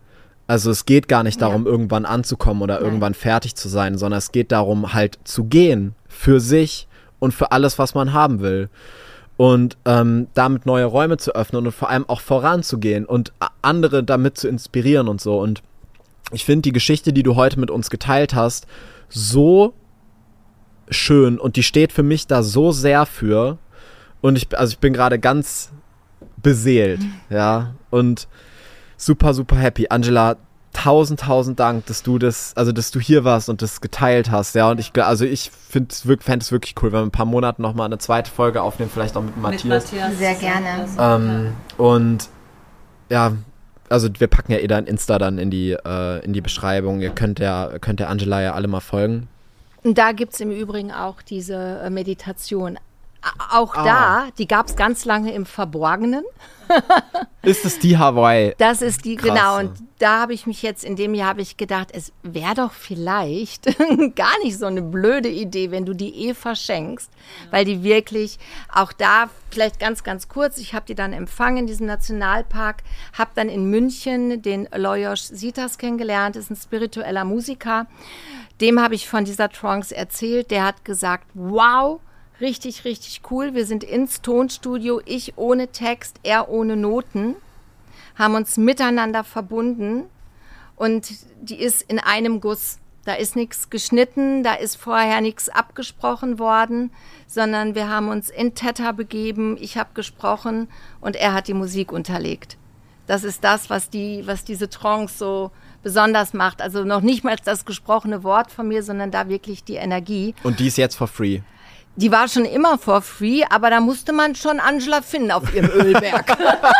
Also es geht gar nicht darum, irgendwann anzukommen oder irgendwann fertig zu sein, sondern es geht darum, halt zu gehen für sich und für alles, was man haben will. Und damit neue Räume zu öffnen und vor allem auch voranzugehen und andere damit zu inspirieren und so. Und ich finde die Geschichte, die du heute mit uns geteilt hast, so schön und die steht für mich da so sehr für. Und ich bin gerade ganz beseelt, ja, und super, super happy. Angela, tausend Dank, dass du hier warst und das geteilt hast, ja, und ich fände es wirklich cool, wenn wir in ein paar Monaten nochmal eine zweite Folge aufnehmen, vielleicht auch mit Matthias. Sehr gerne. Und ja, also wir packen ja dein Insta dann in die Beschreibung. Ihr könnt der Angela ja alle mal folgen. Und da gibt es im Übrigen auch diese Meditation. Auch da, die gab es ganz lange im Verborgenen. Ist es die Hawaii? Das ist die, Krass. genau. Und da habe ich mich jetzt, in dem Jahr habe ich gedacht, es wäre doch vielleicht gar nicht so eine blöde Idee, wenn du die verschenkst. Weil die wirklich, auch da, vielleicht ganz kurz, ich habe die dann empfangen in diesem Nationalpark, habe dann in München den Lajos Sitas kennengelernt, ist ein spiritueller Musiker. Dem habe ich von dieser Trance erzählt. Der hat gesagt, wow, richtig cool. Wir sind ins Tonstudio, ich ohne Text, er ohne Noten, haben uns miteinander verbunden und die ist in einem Guss. Da ist nichts geschnitten, da ist vorher nichts abgesprochen worden, sondern wir haben uns in Theta begeben, ich habe gesprochen und er hat die Musik unterlegt. Das ist das, was diese Trance so besonders macht. Also noch nicht mal das gesprochene Wort von mir, sondern da wirklich die Energie. Und die ist jetzt for free? Die war schon immer for free, aber da musste man schon Angela finden auf ihrem Ölberg.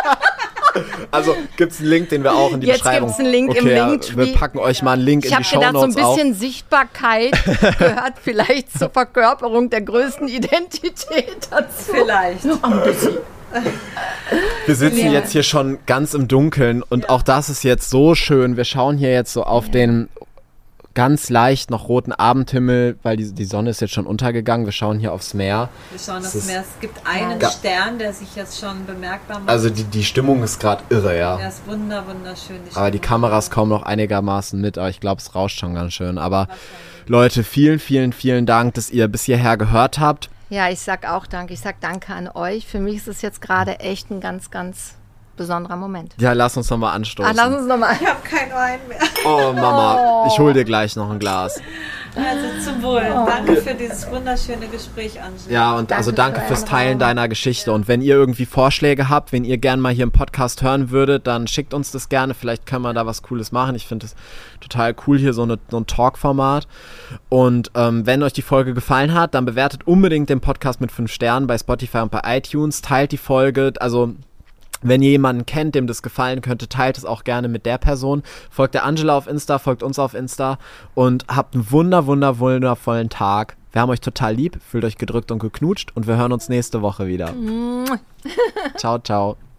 Also gibt es einen Link, den wir auch in die Beschreibung... Jetzt gibt es einen Link im Linktree. Wir packen euch mal einen Link in die Shownotes. Ich habe gedacht, so ein bisschen Sichtbarkeit gehört vielleicht zur Verkörperung der größten Identität dazu. Vielleicht. Ein bisschen. Wir sitzen jetzt hier schon ganz im Dunkeln und auch das ist jetzt so schön. Wir schauen hier jetzt so auf den ganz leicht noch roten Abendhimmel, weil die Sonne ist jetzt schon untergegangen. Wir schauen hier aufs Meer. Wir schauen aufs Meer. Es gibt einen Stern, der sich jetzt schon bemerkbar macht. Also die Stimmung ist gerade irre, ja. Der ist wunderschön. Aber die Kamera ist kaum noch einigermaßen mit, aber ich glaube, es rauscht schon ganz schön. Aber Leute, vielen Dank, dass ihr bis hierher gehört habt. Ja, ich sag auch Danke. Ich sag Danke an euch. Für mich ist es jetzt gerade echt ein ganz besonderer Moment. Ja, lass uns nochmal anstoßen. Lass uns nochmal. Ich habe keinen Wein mehr. Oh, Mama, ich hol dir gleich noch ein Glas. Also zum Wohl. Danke für dieses wunderschöne Gespräch, Angela. Ja, und danke fürs Teilen deiner Geschichte. Und wenn ihr irgendwie Vorschläge habt, wenn ihr gerne mal hier im Podcast hören würdet, dann schickt uns das gerne. Vielleicht können wir da was Cooles machen. Ich finde es total cool, hier so ein Talk-Format. Und wenn euch die Folge gefallen hat, dann bewertet unbedingt den Podcast mit 5 Sternen bei Spotify und bei iTunes. Teilt die Folge, also... Wenn ihr jemanden kennt, dem das gefallen könnte, teilt es auch gerne mit der Person. Folgt der Angela auf Insta, folgt uns auf Insta und habt einen wundervollen Tag. Wir haben euch total lieb, fühlt euch gedrückt und geknutscht und wir hören uns nächste Woche wieder. Ciao.